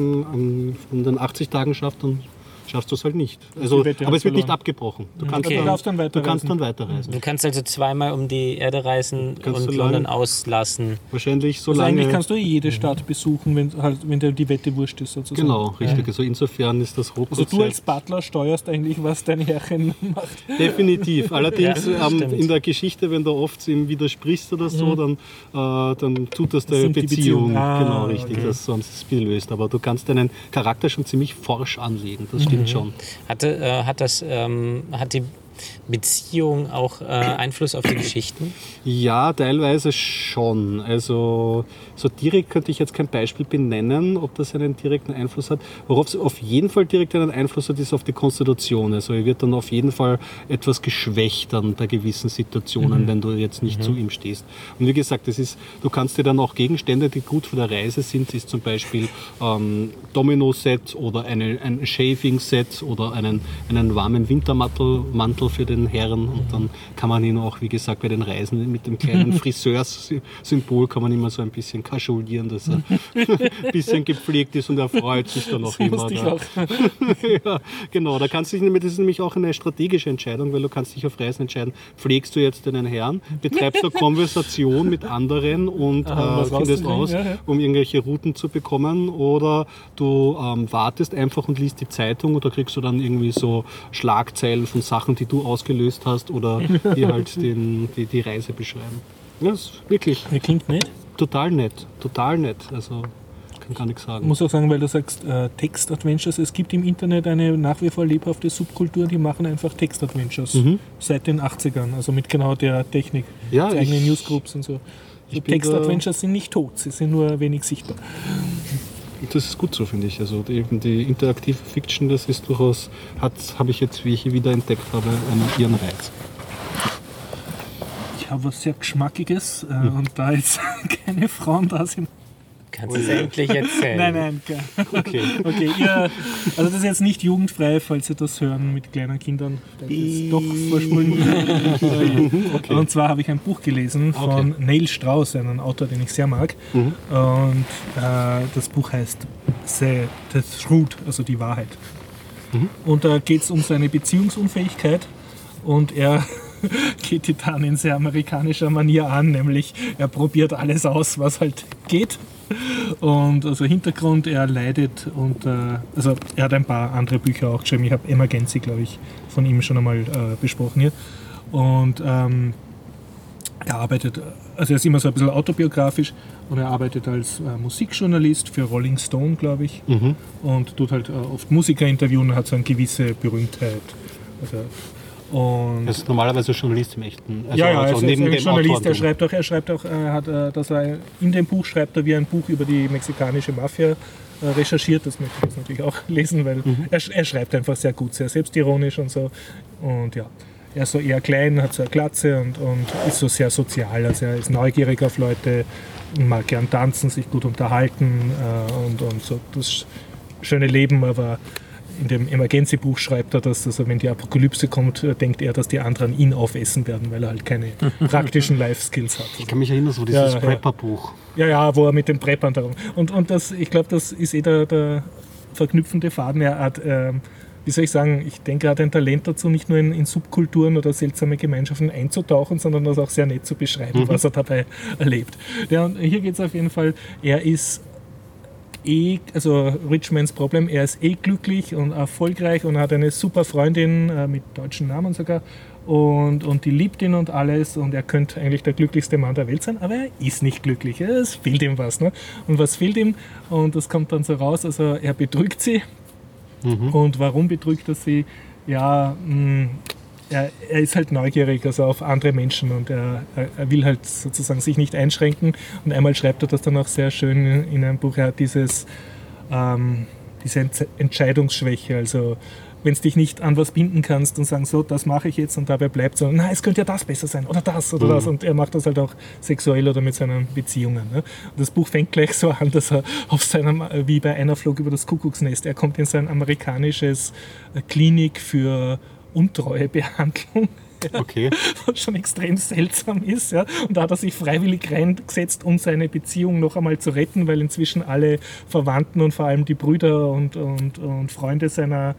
Speaker 2: ähm, von den achtzig Tagen schafft, dann schaffst du es halt nicht. Also,
Speaker 1: die Wette
Speaker 2: aber
Speaker 1: hat
Speaker 2: es wird nicht
Speaker 1: verloren.
Speaker 2: abgebrochen. Du
Speaker 3: Okay.
Speaker 2: kannst,
Speaker 3: Du
Speaker 2: dann,
Speaker 1: darfst dann
Speaker 2: du kannst
Speaker 1: weiterreisen.
Speaker 2: dann weiterreisen.
Speaker 3: Du kannst also zweimal um die Erde reisen
Speaker 2: Kannst
Speaker 3: und
Speaker 2: du
Speaker 3: London
Speaker 2: lang-
Speaker 3: auslassen.
Speaker 2: Wahrscheinlich so
Speaker 1: Also
Speaker 2: lange.
Speaker 1: eigentlich kannst du eh jede Stadt besuchen, wenn, halt, wenn dir die Wette wurscht ist, sozusagen.
Speaker 2: Genau, richtig. Also insofern ist das
Speaker 1: Also
Speaker 2: Rotkonzept
Speaker 1: du als Butler steuerst eigentlich, was deine Herrin macht.
Speaker 2: definitiv. Allerdings
Speaker 3: Ja,
Speaker 2: ähm,
Speaker 3: stimmt.
Speaker 2: in der Geschichte, wenn du oft ihm widersprichst oder so, dann, äh, dann tut das der
Speaker 1: sind die
Speaker 2: Beziehung.
Speaker 1: Beziehungen. Ah,
Speaker 2: genau, richtig.
Speaker 1: okay.
Speaker 2: Das so haben sie das Spiel löst. Aber du kannst deinen Charakter schon ziemlich forsch anlegen. Das stimmt schon.
Speaker 3: Hatte, äh, hat, das, ähm, hat die Beziehung auch äh, Einfluss auf die Geschichten?
Speaker 2: Ja, teilweise schon. Also so direkt könnte ich jetzt kein Beispiel benennen, ob das einen direkten Einfluss hat. Worauf es auf jeden Fall direkt einen Einfluss hat, ist auf die Konstitution. Also er wird dann auf jeden Fall etwas geschwächt dann bei gewissen Situationen, wenn du jetzt nicht zu ihm stehst. Und wie gesagt, das ist, du kannst dir dann auch Gegenstände, die gut für der Reise sind, ist zum Beispiel ähm, Domino-Set oder eine, ein Shaving-Set oder einen, einen warmen Wintermantel Mantel für den Herrn. Und dann kann man ihn auch, wie gesagt, bei den Reisen mit dem kleinen Friseurs-Symbol kann man immer so ein bisschen kaschulieren, dass er ein bisschen gepflegt ist und er freut sich dann auch
Speaker 1: Das
Speaker 2: immer.
Speaker 1: wusste ich
Speaker 2: Da.
Speaker 1: auch.
Speaker 2: Ja, genau, da kannst du dich nämlich, das ist nämlich auch eine strategische Entscheidung, weil du kannst dich auf Reisen entscheiden, pflegst du jetzt deinen Herrn, betreibst du Konversation mit anderen und
Speaker 1: Aha, was
Speaker 2: äh, findest
Speaker 1: rauszukriegen,
Speaker 2: aus,
Speaker 1: ja, ja.
Speaker 2: um irgendwelche Routen zu bekommen, oder du ähm, wartest einfach und liest die Zeitung, oder kriegst du dann irgendwie so Schlagzeilen von Sachen, die du ausgelöst hast oder die halt den, die, die Reise beschreiben. Ja, das ist wirklich
Speaker 1: Das klingt nett.
Speaker 2: total nett, total nett, also kann gar nichts
Speaker 1: Ich
Speaker 2: sagen.
Speaker 1: muss auch sagen, weil du sagst äh, Text-Adventures, es gibt im Internet eine nach wie vor lebhafte Subkultur, die machen einfach Text-Adventures
Speaker 2: Mhm.
Speaker 1: seit den achtzigern, also mit genau der Technik,
Speaker 2: Ja,
Speaker 1: mit eigenen
Speaker 2: ich-
Speaker 1: Newsgroups und so. So
Speaker 2: ich bin
Speaker 1: Text-Adventures sind nicht tot, sie sind nur wenig sichtbar.
Speaker 2: Das ist gut so, finde ich. Also die, eben die interaktive Fiction, das ist durchaus, hat, habe ich jetzt, wie ich wieder entdeckt habe, einen ihren Reiz.
Speaker 1: Ich habe was sehr Geschmackiges äh, und da jetzt keine Frauen da sind.
Speaker 3: Kannst du es endlich erzählen?
Speaker 1: Nein, nein, ge-
Speaker 2: Okay.
Speaker 1: okay, ihr, also das ist jetzt nicht jugendfrei, falls Sie das hören mit kleinen Kindern. Das ist doch vorspulen.
Speaker 2: Okay.
Speaker 1: Und zwar habe ich ein Buch gelesen von Neil Strauss, einen Autor, den ich sehr mag.
Speaker 2: Mhm.
Speaker 1: Und äh, das Buch heißt The, The Truth, also die Wahrheit.
Speaker 2: Mhm.
Speaker 1: Und da geht es um seine Beziehungsunfähigkeit. Und er geht die dann in sehr amerikanischer Manier an, nämlich er probiert alles aus, was halt geht. Und also Hintergrund, er leidet und äh, also er hat ein paar andere Bücher auch geschrieben. Ich habe Emergency, glaube ich, von ihm schon einmal äh, besprochen hier. Und ähm, er arbeitet, also er ist immer so ein bisschen autobiografisch und er arbeitet als äh, Musikjournalist für Rolling Stone, glaube ich.
Speaker 2: Mhm.
Speaker 1: Und tut halt äh, oft Musiker interviewen und hat so eine gewisse Berühmtheit. Also, und
Speaker 2: Er ist normalerweise Journalist im echten. Also,
Speaker 1: ja, ja,
Speaker 2: also
Speaker 1: also
Speaker 2: neben
Speaker 1: er ist
Speaker 2: dem
Speaker 1: ein Journalist, er
Speaker 2: Autorentum.
Speaker 1: schreibt auch, er schreibt auch, er hat, äh, dass er in dem Buch schreibt er wie ein Buch über die mexikanische Mafia äh, recherchiert. Das möchte ich jetzt natürlich auch lesen, weil
Speaker 2: Mhm.
Speaker 1: er, er schreibt einfach sehr gut, sehr selbstironisch und so. Und ja, er ist so eher klein, hat so eine Glatze und, und ist so sehr sozial. Also er ist neugierig auf Leute, mag gern tanzen, sich gut unterhalten äh, und, und so das schöne Leben, aber in dem Emergency-Buch schreibt er, dass also wenn die Apokalypse kommt, äh, denkt er, dass die anderen ihn aufessen werden, weil er halt keine praktischen Life-Skills hat.
Speaker 2: Ich kann mich erinnern, so dieses
Speaker 1: Ja, ja.
Speaker 2: Prepper-Buch.
Speaker 1: Ja, ja, wo er mit den Preppern darum. Und, und das, ich glaube, das ist eh der, der verknüpfende Faden. Er hat, ähm, wie soll ich sagen, ich denke, er hat ein Talent dazu, nicht nur in, in Subkulturen oder seltsame Gemeinschaften einzutauchen, sondern das auch sehr nett zu beschreiben, was er dabei erlebt. Ja, und hier geht es auf jeden Fall, er ist eh, also Richmans Problem, er ist eh glücklich und erfolgreich und hat eine super Freundin äh, mit deutschen Namen sogar und, und die liebt ihn und alles und er könnte eigentlich der glücklichste Mann der Welt sein, aber er ist nicht glücklich, es fehlt ihm was. Ne? Und was fehlt ihm? Und das kommt dann so raus, also er betrügt sie.
Speaker 2: Mhm.
Speaker 1: Und warum betrügt er sie? Ja, mh, er, er ist halt neugierig, also auf andere Menschen und er, er, er will halt sozusagen sich nicht einschränken. Und einmal schreibt er das dann auch sehr schön in einem Buch, er hat dieses, ähm, diese Ent- Entscheidungsschwäche, also wenn es dich nicht an was binden kannst und sagen, so, das mache ich jetzt und dabei bleibt, sondern nein, es könnte ja das besser sein oder das oder mhm. das. Und er macht das halt auch sexuell oder mit seinen Beziehungen. Ne? Und das Buch fängt gleich so an, dass er auf seinem, wie bei Einer flog über das Kuckucksnest, er kommt in sein amerikanisches Klinik für Untreuebehandlung. Ja,
Speaker 2: okay.
Speaker 1: Was schon extrem seltsam ist. Ja. Und da hat er sich freiwillig reingesetzt, um seine Beziehung noch einmal zu retten, weil inzwischen alle Verwandten und vor allem die Brüder und, und, und Freunde seiner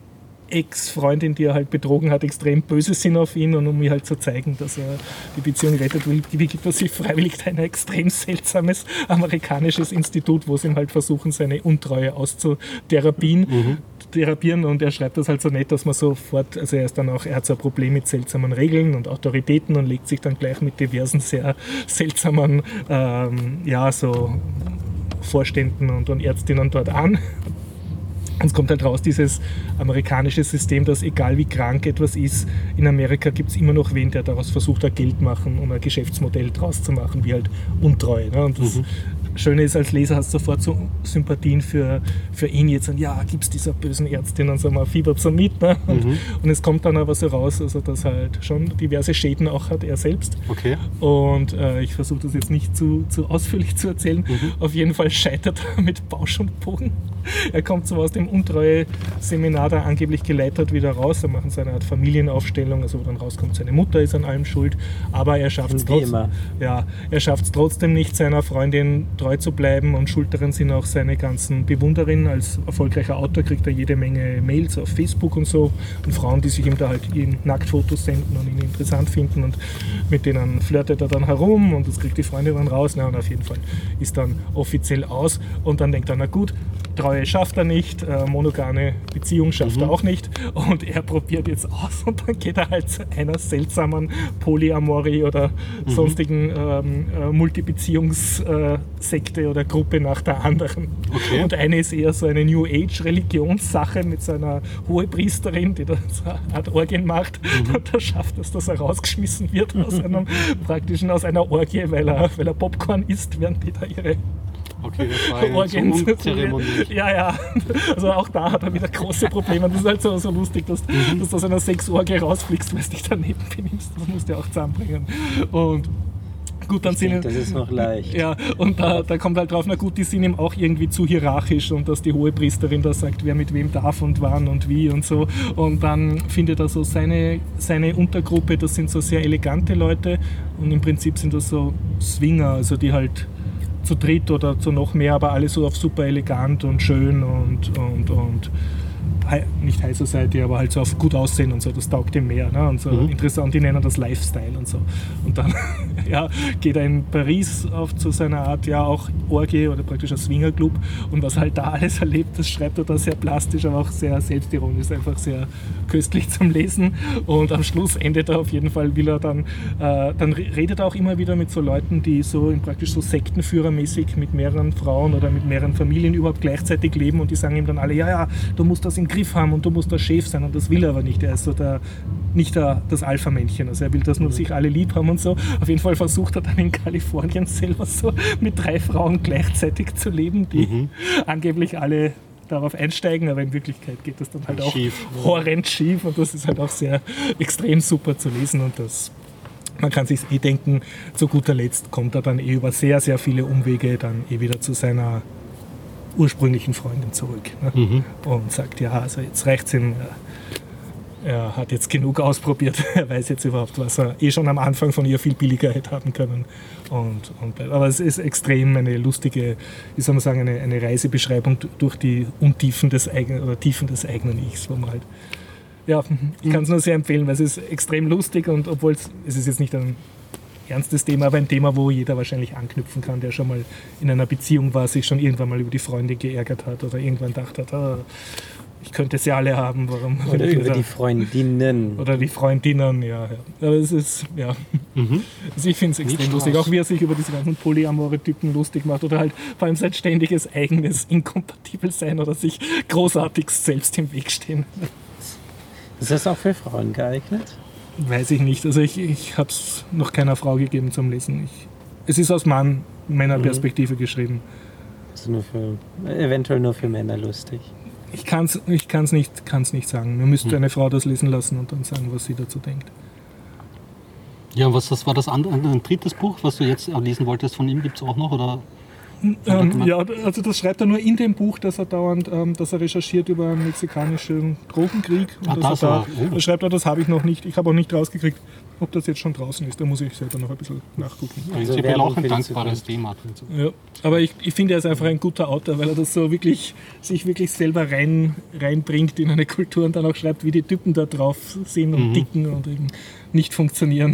Speaker 1: Ex-Freundin, die er halt betrogen hat, extrem böse sind auf ihn, und um mir halt zu zeigen, dass er die Beziehung rettet, gibt er sich freiwillig ein extrem seltsames amerikanisches Institut, wo sie ihm halt versuchen, seine Untreue auszutherapien. Mhm. therapieren, und er schreibt das halt so nett, dass man sofort, also er ist dann auch, er hat so ein Problem mit seltsamen Regeln und Autoritäten und legt sich dann gleich mit diversen sehr seltsamen ähm, ja, so Vorständen und, und Ärztinnen dort an. Und es kommt halt raus, dieses amerikanische System, dass egal wie krank etwas ist, in Amerika gibt es immer noch wen, der daraus versucht, ein Geld machen und ein Geschäftsmodell draus zu machen, wie halt Untreue. Ne? Und das mhm. Schöne ist, als Leser hast du sofort so Sympathien für, für ihn jetzt. Und ja, gibt es dieser bösen Ärztin und so, man fiebert so mit. Ne? Und, mhm. und es kommt dann aber so raus, also dass er halt schon diverse Schäden auch hat, er selbst. Okay. Und äh, ich versuche das jetzt nicht zu, zu ausführlich zu erzählen. Mhm. Auf jeden Fall scheitert er mit Bausch und Bogen. Er kommt so aus dem Untreue-Seminar, da angeblich geleitet, wieder raus. Er macht so eine Art Familienaufstellung, also wo dann rauskommt, seine Mutter ist an allem schuld. Aber er schafft es trotzdem, ja, er schafft's trotzdem nicht, seiner Freundin treu zu bleiben, und schuld daran sind auch seine ganzen Bewunderinnen. Als erfolgreicher Autor kriegt er jede Menge Mails auf Facebook und so, und Frauen, die sich ihm da halt Nacktfotos senden und ihn interessant finden, und mit denen flirtet er dann herum, und das kriegt die Freundin dann raus. Na, und auf jeden Fall ist dann offiziell aus, und dann denkt er, na gut, Treue schafft er nicht, äh, monogame Beziehung schafft mhm. er auch nicht, und er probiert jetzt aus, und dann geht er halt zu einer seltsamen Polyamorie oder mhm. sonstigen ähm, äh, Multibeziehungssekte äh, oder Gruppe nach der anderen. Okay. Und eine ist eher so eine New Age Religionssache mit so einer Hohepriesterin, die da so eine Art Orgien macht, mhm. und da schafft es, dass er rausgeschmissen wird aus einem praktischen aus einer Orgie, weil er, weil er Popcorn isst, während die da ihre
Speaker 2: Okay, das war eine Zeremonie.
Speaker 1: Ja, ja. Also auch da hat er wieder große Probleme. Das ist halt so, so lustig, dass, mhm. dass du aus einer Sexorgie rausfliegst, weil du dich daneben benimmst. Das musst du ja auch zusammenbringen. Und gut, dann
Speaker 3: ich
Speaker 1: sind
Speaker 3: denk, das ist noch leicht.
Speaker 1: Ja, und da, da kommt halt drauf, na gut, die sind ihm auch irgendwie zu hierarchisch, und dass die Hohepriesterin da sagt, wer mit wem darf und wann und wie und so. Und dann findet er so seine, seine Untergruppe, das sind so sehr elegante Leute, und im Prinzip sind das so Swinger, also die halt zu dritt oder zu noch mehr, aber alle so auf super elegant und schön und, und, und nicht High Society, aber halt so auf gut aussehen und so, das taugt ihm mehr. Ne? Und so mhm. interessant, die nennen das Lifestyle und so. Und dann ja, geht er in Paris auf zu seiner Art, ja auch Orgie oder praktisch ein Swingerclub, und was er halt da alles erlebt, das schreibt er da sehr plastisch, aber auch sehr selbstironisch, einfach sehr köstlich zum Lesen. Und am Schluss endet er auf jeden Fall, will er dann, äh, dann redet er auch immer wieder mit so Leuten, die so in praktisch so sektenführermäßig mit mehreren Frauen oder mit mehreren Familien überhaupt gleichzeitig leben, und die sagen ihm dann alle, ja, ja, du musst das im Griff haben und du musst der Chef sein, und das will er aber nicht. Er ist so der, nicht der, das Alpha-Männchen, also er will, dass nur sich alle lieb haben und so. Auf jeden Fall versucht er dann in Kalifornien selber so mit drei Frauen gleichzeitig zu leben, die mhm. angeblich alle darauf einsteigen, aber in Wirklichkeit geht das dann halt auch schief, horrend schief, und das ist halt auch sehr extrem super zu lesen, und das, man kann sich eh denken, zu guter Letzt kommt er dann eh über sehr, sehr viele Umwege dann eh wieder zu seiner ursprünglichen Freundin zurück, ne? mhm. und sagt, ja, also jetzt reicht's ihm, er hat jetzt genug ausprobiert, er weiß jetzt überhaupt, was er eh schon am Anfang von ihr viel billiger hätte haben können. Und, und, aber es ist extrem eine lustige, wie soll man sagen, eine, eine Reisebeschreibung durch die Untiefen des eigenen, oder Tiefen des eigenen Ichs, wo man halt, ja, ich kann es nur sehr empfehlen, weil es ist extrem lustig, und obwohl es, es ist jetzt nicht ein ernstes Thema, aber ein Thema, wo jeder wahrscheinlich anknüpfen kann, der schon mal in einer Beziehung war, sich schon irgendwann mal über die Freundin geärgert hat oder irgendwann gedacht hat, ah, ich könnte sie alle haben. Warum?
Speaker 3: Oder über die Freundinnen.
Speaker 1: Oder die Freundinnen, ja. ja. Aber es ist, ja. Mhm. Also ich finde es extrem lustig, auch wie er sich über diese ganzen polyamore Typen lustig macht, oder halt vor allem sein ständiges eigenes Inkompatibelsein oder sich großartig selbst im Weg stehen.
Speaker 3: Ist das auch für Frauen geeignet?
Speaker 1: Weiß ich nicht. Also ich, ich habe es noch keiner Frau gegeben zum Lesen. Ich, es ist aus Mann, Männerperspektive mhm. geschrieben.
Speaker 3: Also nur für, eventuell nur für Männer lustig.
Speaker 1: Ich kann es ich kann's nicht, kann's nicht sagen. Man müsste
Speaker 2: Hm.
Speaker 1: eine Frau das lesen lassen und dann sagen, was sie dazu denkt.
Speaker 2: Ja, was das war das andere, ein drittes Buch, was du jetzt lesen wolltest von ihm, gibt es auch noch? Oder?
Speaker 1: Ähm, ja, also das schreibt er nur in dem Buch, dass er dauernd, ähm, dass er recherchiert über einen mexikanischen Drogenkrieg. Und
Speaker 2: Ah,
Speaker 1: dass
Speaker 2: das
Speaker 1: er da,
Speaker 2: auch. Oh.
Speaker 1: da schreibt er, das habe ich noch nicht. Ich habe auch nicht rausgekriegt, ob das jetzt schon draußen ist. Da muss ich selber noch ein bisschen nachgucken.
Speaker 2: Prinzipiell
Speaker 3: Werbung
Speaker 2: auch
Speaker 3: für
Speaker 2: ein
Speaker 3: die
Speaker 2: dankbares Thema.
Speaker 1: Ja, aber ich, ich finde, er ist einfach ein guter Autor, weil er das so wirklich, sich wirklich selber rein, reinbringt in eine Kultur und dann auch schreibt, wie die Typen da drauf sind und
Speaker 2: Mhm.
Speaker 1: dicken und eben nicht funktionieren.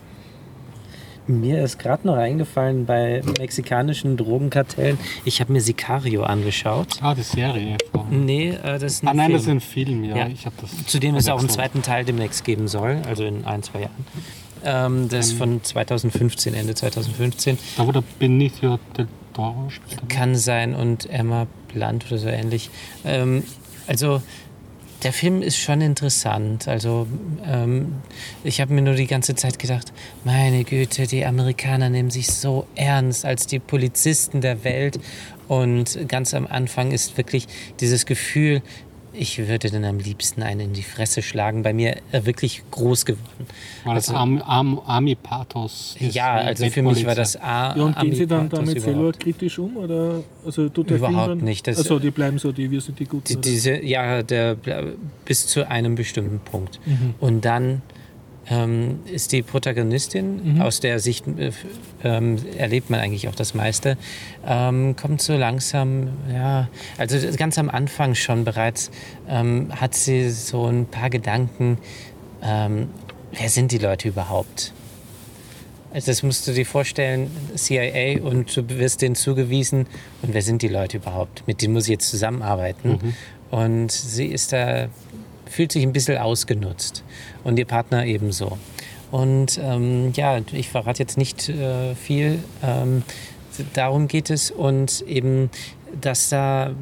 Speaker 3: Mir ist gerade noch eingefallen bei mexikanischen Drogenkartellen, ich habe mir Sicario angeschaut.
Speaker 2: Ah, die Serie.
Speaker 3: Nee, äh, das ist ein
Speaker 2: Ah nein,
Speaker 3: Film.
Speaker 2: das ist ein Film, ja.
Speaker 3: Ja.
Speaker 2: Ich hab das
Speaker 3: Zu dem es auch einen
Speaker 2: verwechselt.
Speaker 3: zweiten Teil demnächst geben soll, also in ein, zwei Jahren. Ähm, das ist von zweitausendfünfzehn, Ende zweitausendfünfzehn.
Speaker 2: Da wo der Benicio del Toro spielt.
Speaker 3: Kann sein und Emma Blunt oder so ähnlich. Ähm, also der Film ist schon interessant. Also ähm, ich habe mir nur die ganze Zeit gedacht, meine Güte, die Amerikaner nehmen sich so ernst als die Polizisten der Welt. Und ganz am Anfang ist wirklich dieses Gefühl, ich würde dann am liebsten einen in die Fresse schlagen, bei mir äh, wirklich groß geworden.
Speaker 2: War das
Speaker 3: Also-
Speaker 2: Arm, Arm, Army Pathos? ist
Speaker 3: Ja,
Speaker 2: wie
Speaker 3: also für mich war
Speaker 2: Weltpolizei.
Speaker 3: das A.
Speaker 1: Ja, und gehen Sie dann
Speaker 3: Ami-Pathos
Speaker 1: damit selber
Speaker 3: überhaupt.
Speaker 1: kritisch um? Oder, also tut der
Speaker 3: Überhaupt
Speaker 1: Film dann,
Speaker 3: nicht. Das-
Speaker 1: Also die bleiben so, die wir sind die Guten.
Speaker 3: Die,
Speaker 1: oder?
Speaker 3: diese, ja, der, bis zu einem bestimmten Punkt.
Speaker 1: Mhm.
Speaker 3: Und dann ähm, ist die Protagonistin,
Speaker 1: Mhm.
Speaker 3: aus der Sicht äh, ähm, erlebt man eigentlich auch das meiste, ähm, kommt so langsam, ja, also ganz am Anfang schon bereits ähm, hat sie so ein paar Gedanken, ähm, wer sind die Leute überhaupt? Also das musst du dir vorstellen, C I A, und du wirst denen zugewiesen, und wer sind die Leute überhaupt? Mit denen muss ich jetzt zusammenarbeiten. Und sie ist da, fühlt sich ein bisschen ausgenutzt und ihr Partner ebenso. Und ähm, ja, ich verrate jetzt nicht äh, viel, ähm, darum geht es, und eben, dass da,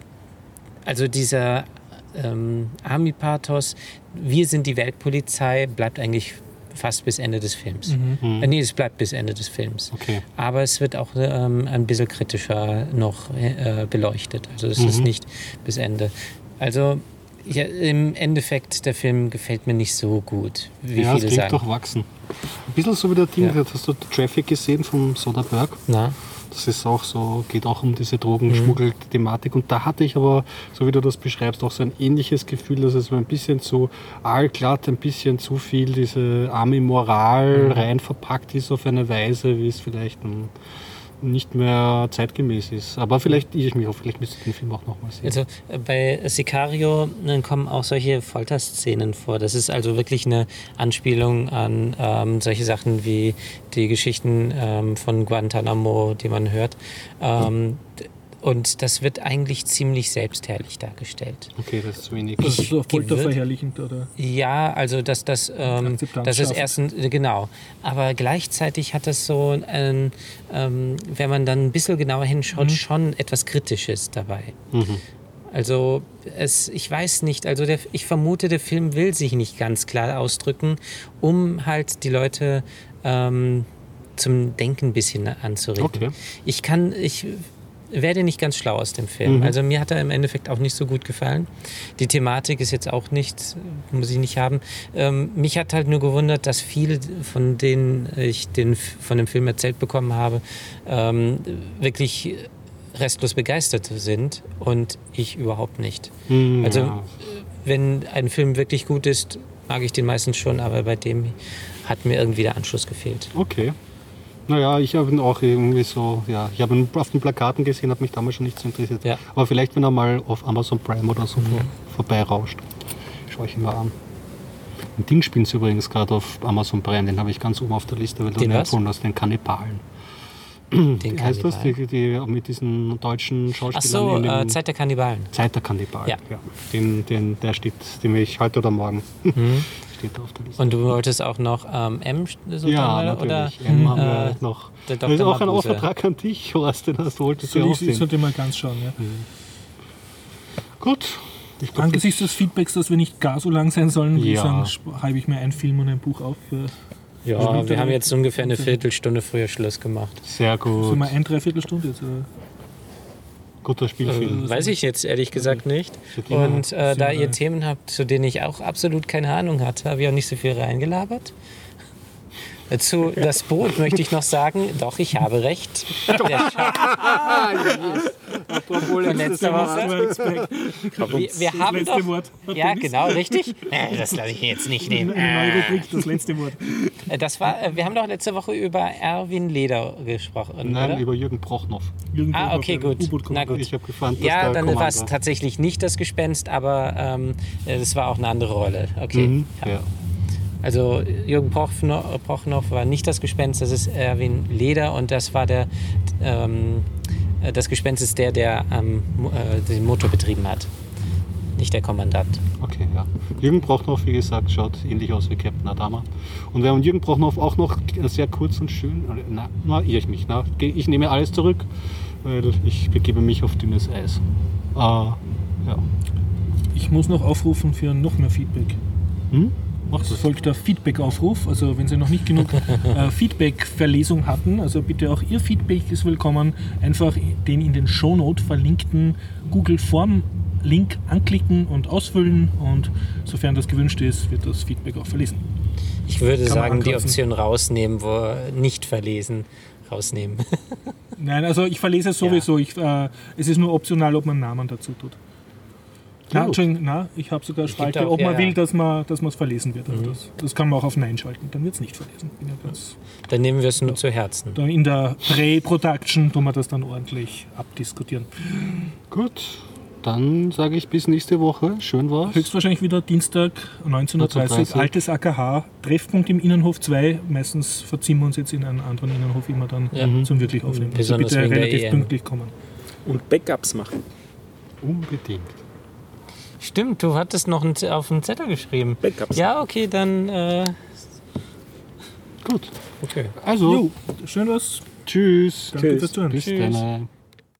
Speaker 3: also dieser ähm, Army-Pathos, wir sind die Weltpolizei, bleibt eigentlich fast bis Ende des Films.
Speaker 2: Mhm.
Speaker 3: Äh, nee, es bleibt bis Ende des Films.
Speaker 2: Okay.
Speaker 3: Aber es wird auch ähm, ein bisschen kritischer noch äh, beleuchtet. Also es
Speaker 2: Mhm.
Speaker 3: ist nicht bis Ende. Also ja, im Endeffekt, der Film gefällt mir nicht so gut, wie
Speaker 2: Ja, es
Speaker 3: viele
Speaker 2: klingt
Speaker 3: sagen.
Speaker 2: durchwachsen. Ein bisschen so wie der Ding,
Speaker 3: Ja.
Speaker 2: hast du Traffic gesehen von Soderbergh?
Speaker 3: Na?
Speaker 2: Das ist auch so, geht auch um diese Drogenschmuggel-Thematik. Und da hatte ich aber, so wie du das beschreibst, auch so ein ähnliches Gefühl, dass es so ein bisschen zu allglatt, ein bisschen zu viel diese Army-Moral
Speaker 3: Mhm.
Speaker 2: rein verpackt ist auf eine Weise, wie es vielleicht ein, nicht mehr zeitgemäß ist. Aber vielleicht irre ich mich auch, vielleicht müsste ich den Film auch nochmal sehen.
Speaker 3: Also äh, bei Sicario äh, kommen auch solche Folterszenen vor. Das ist also wirklich eine Anspielung an ähm, solche Sachen wie die Geschichten ähm, von Guantanamo, die man hört. Ähm, d- Und das wird eigentlich ziemlich selbstherrlich dargestellt.
Speaker 2: Okay, das ist zu wenig.
Speaker 1: Das ist so
Speaker 3: gewirrt-
Speaker 1: folterverherrlichend, oder?
Speaker 3: Ja, also dass das, ähm,
Speaker 1: Akzeptanz
Speaker 3: das ist
Speaker 1: schaffen.
Speaker 3: erstens, äh, genau. Aber gleichzeitig hat das so, ein, ähm, wenn man dann ein bisschen genauer hinschaut, schon etwas Kritisches dabei.
Speaker 2: Mhm.
Speaker 3: Also es, ich weiß nicht, also der, ich vermute, der Film will sich nicht ganz klar ausdrücken, um halt die Leute ähm, zum Denken ein bisschen anzuregen.
Speaker 2: Okay.
Speaker 3: Ich kann, ich werde nicht ganz schlau aus dem Film.
Speaker 2: Mhm.
Speaker 3: Also mir hat er im Endeffekt auch nicht so gut gefallen. Die Thematik ist jetzt auch nicht, muss ich nicht haben. Ähm, mich hat halt nur gewundert, dass viele, von denen ich den, von dem Film erzählt bekommen habe, ähm, wirklich restlos begeistert sind und ich überhaupt nicht.
Speaker 2: Mhm,
Speaker 3: Also
Speaker 2: ja.
Speaker 3: wenn ein Film wirklich gut ist, mag ich den meistens schon, aber bei dem hat mir irgendwie der Anschluss gefehlt.
Speaker 2: Okay. Naja, ich habe ihn auch irgendwie so, ja, ich habe ihn auf den Plakaten gesehen, hat mich damals schon nicht so interessiert.
Speaker 3: Ja.
Speaker 2: Aber vielleicht, wenn er mal auf Amazon Prime oder so vor, vorbeirauscht, schaue ich ihn mal an. Ein Ding spielen sie übrigens gerade auf Amazon Prime, den habe ich ganz oben auf der Liste, weil du
Speaker 3: Den
Speaker 2: ihn
Speaker 3: was?
Speaker 2: empfohlen hast, den Kannibalen.
Speaker 3: Den
Speaker 2: Wie heißt das?
Speaker 3: Kannibalen.
Speaker 2: Die, die mit diesen deutschen
Speaker 3: Ach
Speaker 2: Schauspielern
Speaker 3: so,
Speaker 2: in dem
Speaker 3: äh, Zeit der Kannibalen.
Speaker 2: Zeit der Kannibalen.
Speaker 3: Ja.
Speaker 2: Den, den, der steht, den will ich heute oder morgen.
Speaker 3: Mhm.
Speaker 2: Steht auf der Liste.
Speaker 3: Und du wolltest auch noch ähm, M so
Speaker 2: Ja,
Speaker 3: dran, oder?
Speaker 2: natürlich. M haben wir
Speaker 3: äh,
Speaker 2: noch.
Speaker 3: der
Speaker 2: Das ist
Speaker 3: Doktor
Speaker 2: auch ein
Speaker 3: Mabuse.
Speaker 2: Auftrag an dich, Horst, den hast du wolltest du
Speaker 1: So,
Speaker 2: auch
Speaker 1: ich, ich
Speaker 2: sehen.
Speaker 1: sollte mal ganz schauen, ja.
Speaker 2: Gut. Ich glaub,
Speaker 1: Angesichts des Feedbacks, dass wir nicht gar so lang sein sollen, würde ich
Speaker 2: Ja.
Speaker 1: sagen, sp- heibe ich mir ein Film und ein Buch auf. Für,
Speaker 3: Ja, wir haben jetzt ungefähr eine
Speaker 1: Viertelstunde. Viertelstunde. Viertelstunde.
Speaker 3: Viertelstunde früher Schluss gemacht.
Speaker 2: sehr
Speaker 1: so
Speaker 2: gut.
Speaker 1: mal ein Dreiviertelstunde jetzt. Oder?
Speaker 2: Guter Spielfilm.
Speaker 3: Weiß ich jetzt ehrlich gesagt nicht.
Speaker 2: Ja,
Speaker 3: Und äh, da ihr Themen habt, zu denen ich auch absolut keine Ahnung hatte, habe ich auch nicht so viel reingelabert. Zu Das Boot möchte ich noch sagen, doch, ich habe recht. Der
Speaker 4: Apropos
Speaker 3: Von letzter Woche. Wir, wir haben
Speaker 1: letzte
Speaker 3: doch,
Speaker 1: Wort. Hat
Speaker 3: ja,
Speaker 1: Dennis?
Speaker 3: genau, richtig. Äh, Das lasse ich jetzt nicht nehmen.
Speaker 1: Eine neue Rubrik, das letzte Wort.
Speaker 3: Äh, Das war, äh, wir haben doch letzte Woche über Erwin Leder gesprochen,
Speaker 2: Nein,
Speaker 3: oder?
Speaker 2: über Jürgen Prochnow.
Speaker 1: Jürgen
Speaker 3: Ah,
Speaker 1: Prochnow,
Speaker 3: okay,
Speaker 1: der
Speaker 3: gut.
Speaker 1: U-Boot-Kommandant.
Speaker 3: Na gut.
Speaker 2: Ich habe gefunden, dass
Speaker 3: Ja,
Speaker 2: der
Speaker 3: dann
Speaker 2: Commander-
Speaker 3: war es tatsächlich nicht das Gespenst, aber ähm, es war auch eine andere Rolle. Okay.
Speaker 2: Mhm,
Speaker 3: Ja.
Speaker 2: ja.
Speaker 3: Also Jürgen Prochnow, Prochnow war nicht das Gespenst, das ist Erwin Leder und das war der, ähm, äh, das Gespenst ist der, der ähm, Mo- äh, den Motor betrieben hat, nicht der Kommandant.
Speaker 2: Okay, ja. Jürgen Prochnow, wie gesagt, schaut ähnlich aus wie Captain Adama. Und wir haben Jürgen Prochnow auch noch sehr kurz und schön. Na, na irre ich mich. Na, ich nehme alles zurück, weil ich begebe mich auf dünnes Eis. Äh, ja.
Speaker 1: Ich muss noch aufrufen für noch mehr Feedback.
Speaker 2: Hm?
Speaker 1: Es folgt der Feedback-Aufruf. Also wenn Sie noch nicht genug äh, Feedback-Verlesung hatten, also bitte auch Ihr Feedback ist willkommen. Einfach den in den Shownote verlinkten Google-Form-Link anklicken und ausfüllen. Und sofern das gewünscht ist, wird das Feedback auch verlesen.
Speaker 3: Ich würde
Speaker 1: Kann man
Speaker 3: sagen, die
Speaker 1: ankreuzen.
Speaker 3: Option rausnehmen, wo nicht verlesen, rausnehmen.
Speaker 1: Nein, also ich verlese es sowieso. Ich, äh, es ist nur optional, ob man einen Namen dazu tut. Na, Entschuldigung, na, ich habe sogar Spalte,
Speaker 3: auch,
Speaker 1: ob man
Speaker 3: ja,
Speaker 1: will,
Speaker 3: ja.
Speaker 1: dass man dass es verlesen wird. Also das, das kann man auch auf Nein schalten, dann wird es nicht verlesen. Bin ja ganz,
Speaker 3: Dann nehmen wir es nur zu Herzen.
Speaker 1: da in der Pre-Production tun wir das dann ordentlich abdiskutieren.
Speaker 2: Gut, dann sage ich bis nächste Woche. Schön war's.
Speaker 1: Höchstwahrscheinlich wieder Dienstag neunzehn Uhr dreißig,
Speaker 2: neunzehn Uhr dreißig.
Speaker 1: altes A K H, Treffpunkt im Innenhof zwei. Meistens verziehen wir uns jetzt in einen anderen Innenhof immer dann
Speaker 3: Ja.
Speaker 1: zum wirklich aufnehmen. Also
Speaker 3: Besonders
Speaker 1: bitte
Speaker 3: wegen der
Speaker 1: relativ
Speaker 3: E M.
Speaker 1: pünktlich kommen.
Speaker 4: Und Backups machen.
Speaker 2: Unbedingt.
Speaker 3: Stimmt, du hattest noch einen, auf den Zettel geschrieben.
Speaker 4: Backups.
Speaker 3: Ja, okay, dann. Äh,
Speaker 2: Gut.
Speaker 3: okay.
Speaker 2: Also,
Speaker 1: Jo, schön was.
Speaker 2: tschüss.
Speaker 1: Danke fürs Zuhören.
Speaker 2: Bis
Speaker 3: Tschüss.
Speaker 2: dann.